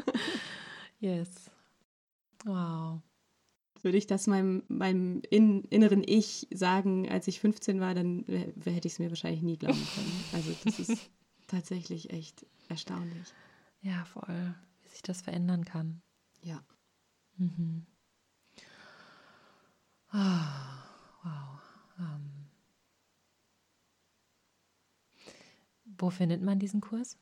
Yes. Wow. Würde ich das meinem, meinem in, inneren Ich sagen, als ich fünfzehn war, dann äh, hätte ich es mir wahrscheinlich nie glauben können. Also das ist tatsächlich echt erstaunlich. Ja, voll. Wie sich das verändern kann. Ja. Mhm. Ah, wow. Ähm. Wo findet man diesen Kurs?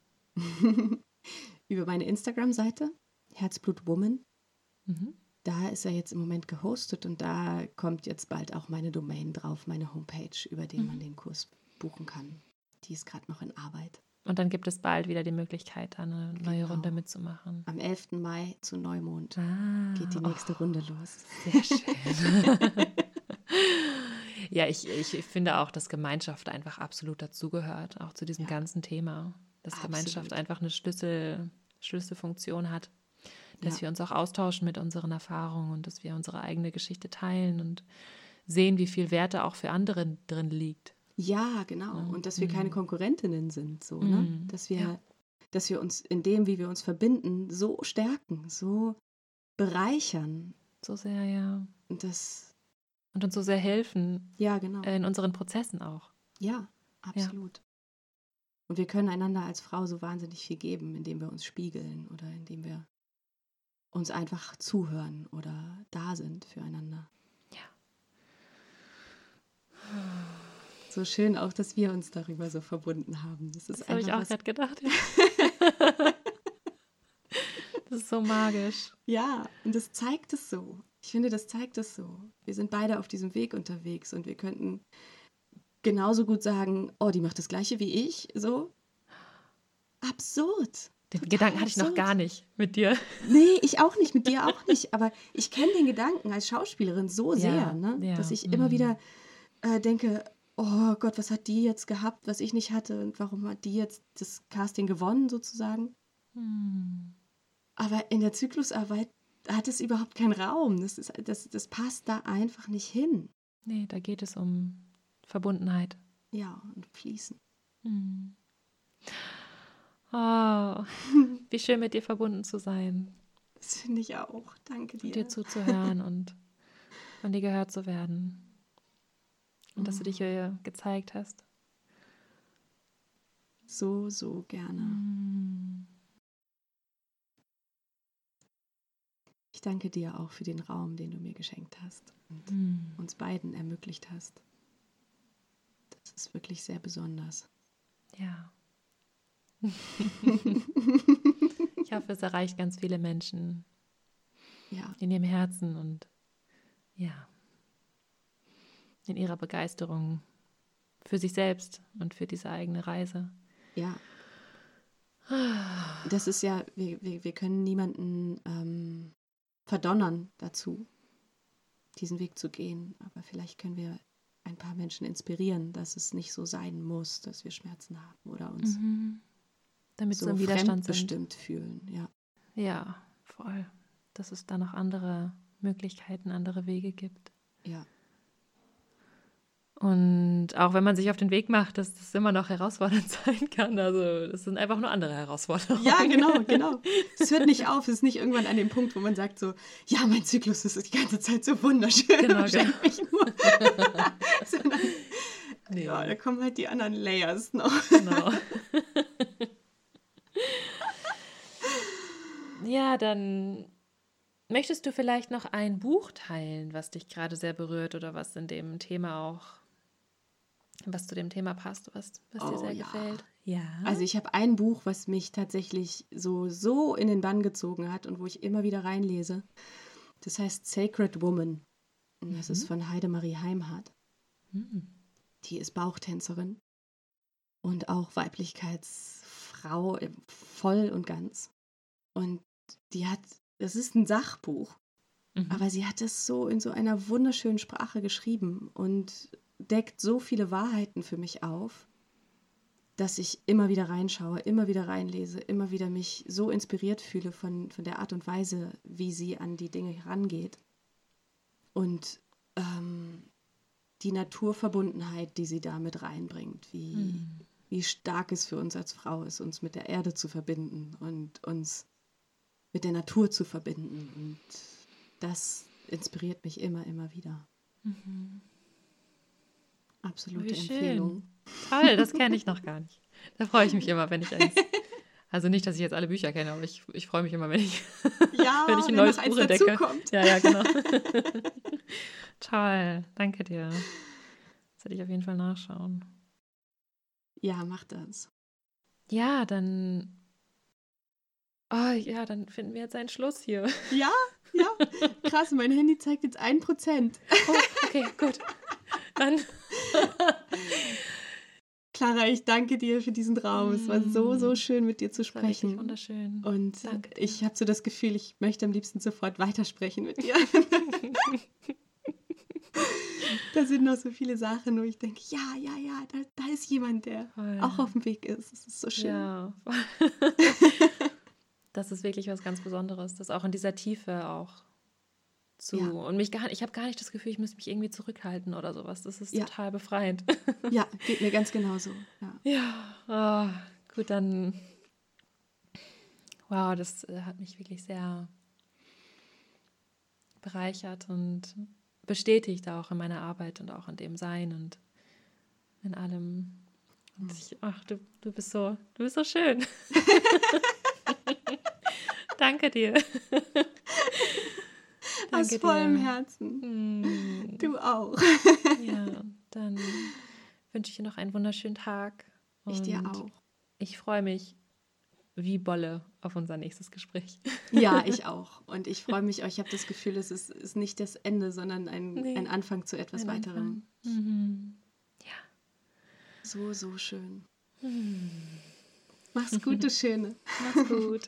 Über meine Instagram-Seite, Herzblutwoman. Mhm. Da ist er jetzt im Moment gehostet und da kommt jetzt bald auch meine Domain drauf, meine Homepage, über den Mhm. man den Kurs buchen kann. Die ist gerade noch in Arbeit. Und dann gibt es bald wieder die Möglichkeit, eine neue Genau. Runde mitzumachen. Am elften Mai zu Neumond Ah, geht die nächste oh, Runde los. sehr schön. Ja, ich, ich finde auch, dass Gemeinschaft einfach absolut dazugehört, auch zu diesem Ja. ganzen Thema. Dass Absolut. Gemeinschaft einfach eine Schlüssel, Schlüsselfunktion hat. Dass Ja. wir uns auch austauschen mit unseren Erfahrungen und dass wir unsere eigene Geschichte teilen und sehen, wie viel Wert da auch für andere drin liegt. Ja, genau. Ja. Und dass wir Mhm. keine Konkurrentinnen sind, so, ne? Mhm. Dass wir, Ja. dass wir uns in dem, wie wir uns verbinden, so stärken, so bereichern. So sehr, ja. Und das, Und uns so sehr helfen ja, genau. äh, in unseren Prozessen auch. Ja, absolut. Und wir können einander als Frau so wahnsinnig viel geben, indem wir uns spiegeln oder indem wir uns einfach zuhören oder da sind füreinander. Ja. So schön auch, dass wir uns darüber so verbunden haben. Das, Das habe ich auch was... gerade gedacht. Ja. Das ist so magisch. Ja, und das zeigt es so. Ich finde, das zeigt es so. Wir sind beide auf diesem Weg unterwegs und wir könnten genauso gut sagen, oh, die macht das Gleiche wie ich, so. Absurd. Den Total Gedanken hatte ich noch absurd. gar nicht mit dir. Nee, ich auch nicht, mit dir auch nicht. Aber ich kenne den Gedanken als Schauspielerin so Ja, sehr, ne? ja, dass ich mm. immer wieder äh, denke, oh Gott, was hat die jetzt gehabt, was ich nicht hatte und warum hat die jetzt das Casting gewonnen sozusagen? Hm. Aber in der Zyklusarbeit hat es überhaupt keinen Raum. Das, ist, das, das passt da einfach nicht hin. Nee, da geht es um Verbundenheit. Ja, und fließen. Hm. Oh, wie schön mit dir verbunden zu sein. Das finde ich auch. Danke dir. Und dir zuzuhören und von dir gehört zu werden. Und oh. dass du dich hier gezeigt hast. So, so gerne. Hm. Ich danke dir auch für den Raum, den du mir geschenkt hast und Hm. uns beiden ermöglicht hast. Das ist wirklich sehr besonders. Ja. Ich hoffe, es erreicht ganz viele Menschen Ja, in ihrem Herzen und ja, in ihrer Begeisterung für sich selbst und für diese eigene Reise. ja. Das ist ja, wir, wir, wir können niemanden ähm, verdonnern dazu, diesen Weg zu gehen. Aber vielleicht können wir ein paar Menschen inspirieren, dass es nicht so sein muss, dass wir Schmerzen haben oder uns Mhm. Damit so so im Widerstand sind. fremdbestimmt fühlen. Ja. Ja, voll. Dass es da noch andere Möglichkeiten, andere Wege gibt. Ja. Und auch wenn man sich auf den Weg macht, dass das immer noch herausfordernd sein kann. Also das sind einfach nur andere Herausforderungen. Ja, genau, genau. Es hört nicht auf, es ist nicht irgendwann an dem Punkt, wo man sagt so, ja, mein Zyklus ist die ganze Zeit so wunderschön. Genau, und schenkt mich nur. Sondern, Nee. ja, da kommen halt die anderen Layers noch. Genau. Ja, dann möchtest du vielleicht noch ein Buch teilen, was dich gerade sehr berührt oder was in dem Thema auch, was zu dem Thema passt, was, was dir Oh, sehr ja. gefällt? Ja. Also ich habe ein Buch, was mich tatsächlich so, so in den Bann gezogen hat und wo ich immer wieder reinlese. Das heißt Sacred Woman. Und das Mhm. ist von Heidemarie Heimhardt. Hm. Die ist Bauchtänzerin und auch Weiblichkeitsfrau äh, voll und ganz. Und die hat, das ist ein Sachbuch, Mhm. aber sie hat es so in so einer wunderschönen Sprache geschrieben und deckt so viele Wahrheiten für mich auf, dass ich immer wieder reinschaue, immer wieder reinlese, immer wieder mich so inspiriert fühle von, von der Art und Weise, wie sie an die Dinge herangeht. Und ähm, die Naturverbundenheit, die sie da mit reinbringt, wie, Mhm. wie stark es für uns als Frau ist, uns mit der Erde zu verbinden und uns mit der Natur zu verbinden. Und das inspiriert mich immer, immer wieder. Mhm. Absolute Wie schön. Empfehlung. Toll, das kenne ich noch gar nicht. Da freue ich mich immer, wenn ich eins. Also nicht, dass ich jetzt alle Bücher kenne, aber ich, ich freue mich immer, wenn ich, Ja, wenn ich ein wenn neues noch eins Buch entdecke. dazukommt. Ja, ja, genau. Toll, danke dir. Das werde ich auf jeden Fall nachschauen. Ja, mach das. Ja, dann. Oh ja, dann finden wir jetzt einen Schluss hier. Ja, ja. Krass, mein Handy zeigt jetzt ein Prozent. Oh, okay, gut. Dann. Clara, ich danke dir für diesen Raum. Es war so, so schön, mit dir zu Das war richtig sprechen. wunderschön. Und Danke dir. ich habe so das Gefühl, ich möchte am liebsten sofort weitersprechen mit dir. Da sind noch so viele Sachen, wo ich denke, ja, ja, ja, da, da ist jemand, der Voll. auch auf dem Weg ist. Das ist so schön. Ja. Das ist wirklich was ganz Besonderes, das auch in dieser Tiefe auch zu. Ja. Und mich gar ich habe gar nicht das Gefühl, ich müsste mich irgendwie zurückhalten oder sowas. Das ist Ja. total befreiend. Ja, geht mir ganz genauso. Ja. Ja, oh, gut, dann. Wow, das äh, hat mich wirklich sehr bereichert und bestätigt auch in meiner Arbeit und auch in dem Sein und in allem. Und ich, ach, du, du bist so, du bist so schön. Danke dir. Aus Danke vollem dir. Herzen. Mm. Du auch. Ja, dann wünsche ich dir noch einen wunderschönen Tag. Ich dir Und auch. Ich freue mich wie Bolle auf unser nächstes Gespräch. Ja, ich auch. Und ich freue mich, ich habe das Gefühl, es ist, ist nicht das Ende, sondern ein, Nee, ein Anfang zu etwas ein Weiterem. Mhm. So, so schön. Mhm. Mach's gut, du Schöne. Mach's gut.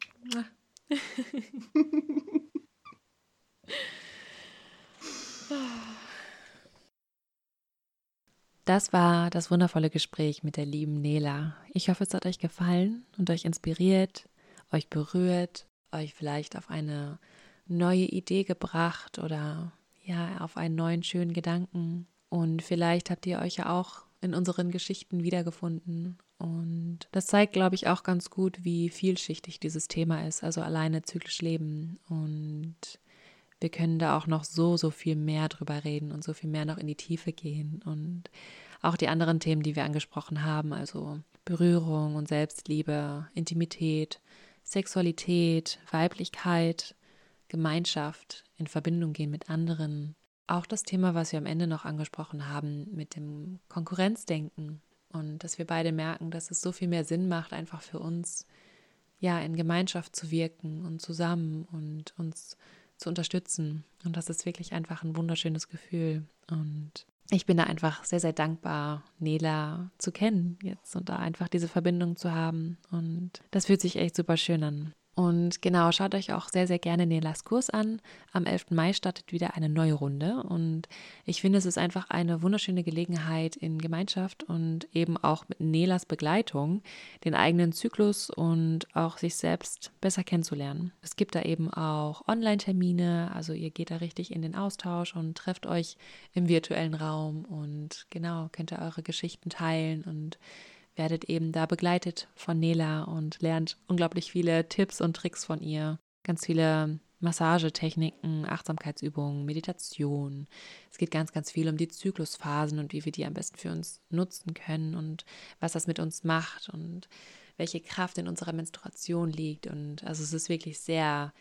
Das war das wundervolle Gespräch mit der lieben Nela. Ich hoffe, es hat euch gefallen und euch inspiriert, euch berührt, euch vielleicht auf eine neue Idee gebracht oder ja, auf einen neuen schönen Gedanken. Und vielleicht habt ihr euch ja auch in unseren Geschichten wiedergefunden. Und das zeigt, glaube ich, auch ganz gut, wie vielschichtig dieses Thema ist, also alleine zyklisch leben. Und wir können da auch noch so, so viel mehr drüber reden und so viel mehr noch in die Tiefe gehen. Und auch die anderen Themen, die wir angesprochen haben, also Berührung und Selbstliebe, Intimität, Sexualität, Weiblichkeit, Gemeinschaft, in Verbindung gehen mit anderen. Auch das Thema, was wir am Ende noch angesprochen haben mit dem Konkurrenzdenken und dass wir beide merken, dass es so viel mehr Sinn macht, einfach für uns, ja, in Gemeinschaft zu wirken und zusammen und uns zu unterstützen. Und das ist wirklich einfach ein wunderschönes Gefühl. Und ich bin da einfach sehr, sehr dankbar, Nela zu kennen jetzt und da einfach diese Verbindung zu haben. Und das fühlt sich echt super schön an. Und genau, schaut euch auch sehr, sehr gerne Nelas Kurs an. Am elften Mai startet wieder eine neue Runde und ich finde, es ist einfach eine wunderschöne Gelegenheit in Gemeinschaft und eben auch mit Nelas Begleitung den eigenen Zyklus und auch sich selbst besser kennenzulernen. Es gibt da eben auch Online-Termine, also ihr geht da richtig in den Austausch und trefft euch im virtuellen Raum und genau, könnt ihr eure Geschichten teilen und werdet eben da begleitet von Nela und lernt unglaublich viele Tipps und Tricks von ihr. Ganz viele Massagetechniken, Achtsamkeitsübungen, Meditation. Es geht ganz, ganz viel um die Zyklusphasen und wie wir die am besten für uns nutzen können und was das mit uns macht und welche Kraft in unserer Menstruation liegt. Und also es ist wirklich sehr,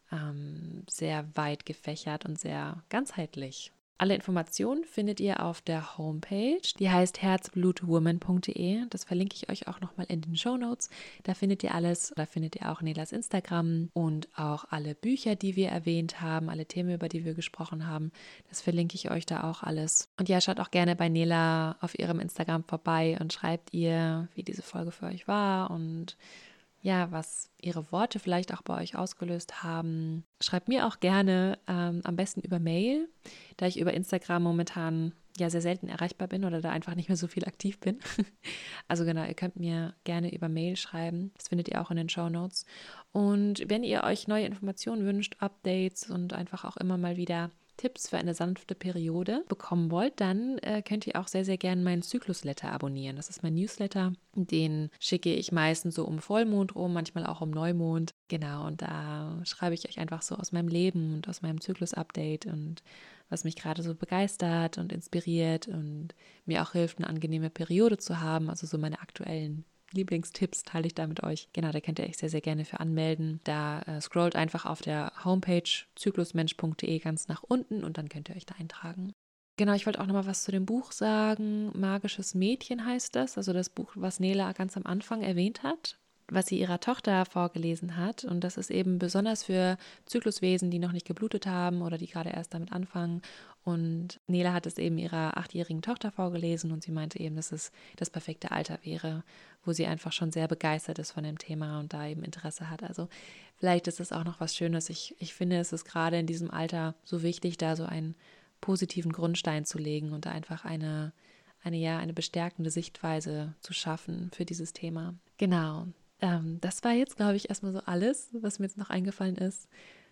ähm, sehr weit gefächert und sehr ganzheitlich. Alle Informationen findet ihr auf der Homepage, die heißt herzblutwoman punkt de. Das verlinke ich euch auch nochmal in den Shownotes. Da findet ihr alles, da findet ihr auch Nelas Instagram und auch alle Bücher, die wir erwähnt haben, alle Themen, über die wir gesprochen haben. Das verlinke ich euch da auch alles. Und ja, schaut auch gerne bei Nela auf ihrem Instagram vorbei und schreibt ihr, wie diese Folge für euch war und ja, was ihre Worte vielleicht auch bei euch ausgelöst haben. Schreibt mir auch gerne, ähm, am besten über Mail, da ich über Instagram momentan ja sehr selten erreichbar bin oder da einfach nicht mehr so viel aktiv bin. Also genau, ihr könnt mir gerne über Mail schreiben. Das findet ihr auch in den Shownotes. Und wenn ihr euch neue Informationen wünscht, Updates und einfach auch immer mal wieder Tipps für eine sanfte Periode bekommen wollt, dann äh, könnt ihr auch sehr, sehr gerne meinen Zyklus-Letter abonnieren. Das ist mein Newsletter. Den schicke ich meistens so um Vollmond rum, manchmal auch um Neumond. Genau, und da schreibe ich euch einfach so aus meinem Leben und aus meinem Zyklus-Update und was mich gerade so begeistert und inspiriert und mir auch hilft, eine angenehme Periode zu haben. Also so meine aktuellen Lieblingstipps teile ich da mit euch. Genau, da könnt ihr euch sehr, sehr gerne für anmelden. Da äh, scrollt einfach auf der Homepage zyklusmensch punkt de ganz nach unten und dann könnt ihr euch da eintragen. Genau, ich wollte auch noch mal was zu dem Buch sagen. Magisches Mädchen heißt das, also das Buch, was Nela ganz am Anfang erwähnt hat, was sie ihrer Tochter vorgelesen hat. Und das ist eben besonders für Zykluswesen, die noch nicht geblutet haben oder die gerade erst damit anfangen. Und Nela hat es eben ihrer achtjährigen Tochter vorgelesen und sie meinte eben, dass es das perfekte Alter wäre, wo sie einfach schon sehr begeistert ist von dem Thema und da eben Interesse hat. Also vielleicht ist es auch noch was Schönes. Ich, ich finde, es ist gerade in diesem Alter so wichtig, da so einen positiven Grundstein zu legen und da einfach eine, eine, ja, eine bestärkende Sichtweise zu schaffen für dieses Thema. Genau. Ähm, das war jetzt, glaube ich, erstmal so alles, was mir jetzt noch eingefallen ist.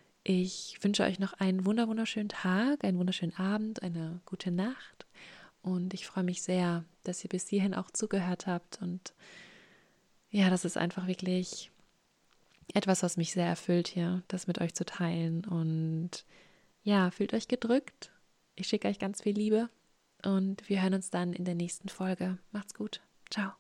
Ich wünsche euch noch einen wunder wunderschönen Tag, einen wunderschönen Abend, eine gute Nacht und ich freue mich sehr, dass ihr bis hierhin auch zugehört habt und ja, das ist einfach wirklich etwas, was mich sehr erfüllt hier, das mit euch zu teilen und ja, fühlt euch gedrückt. Ich schicke euch ganz viel Liebe und wir hören uns dann in der nächsten Folge. Macht's gut. Ciao.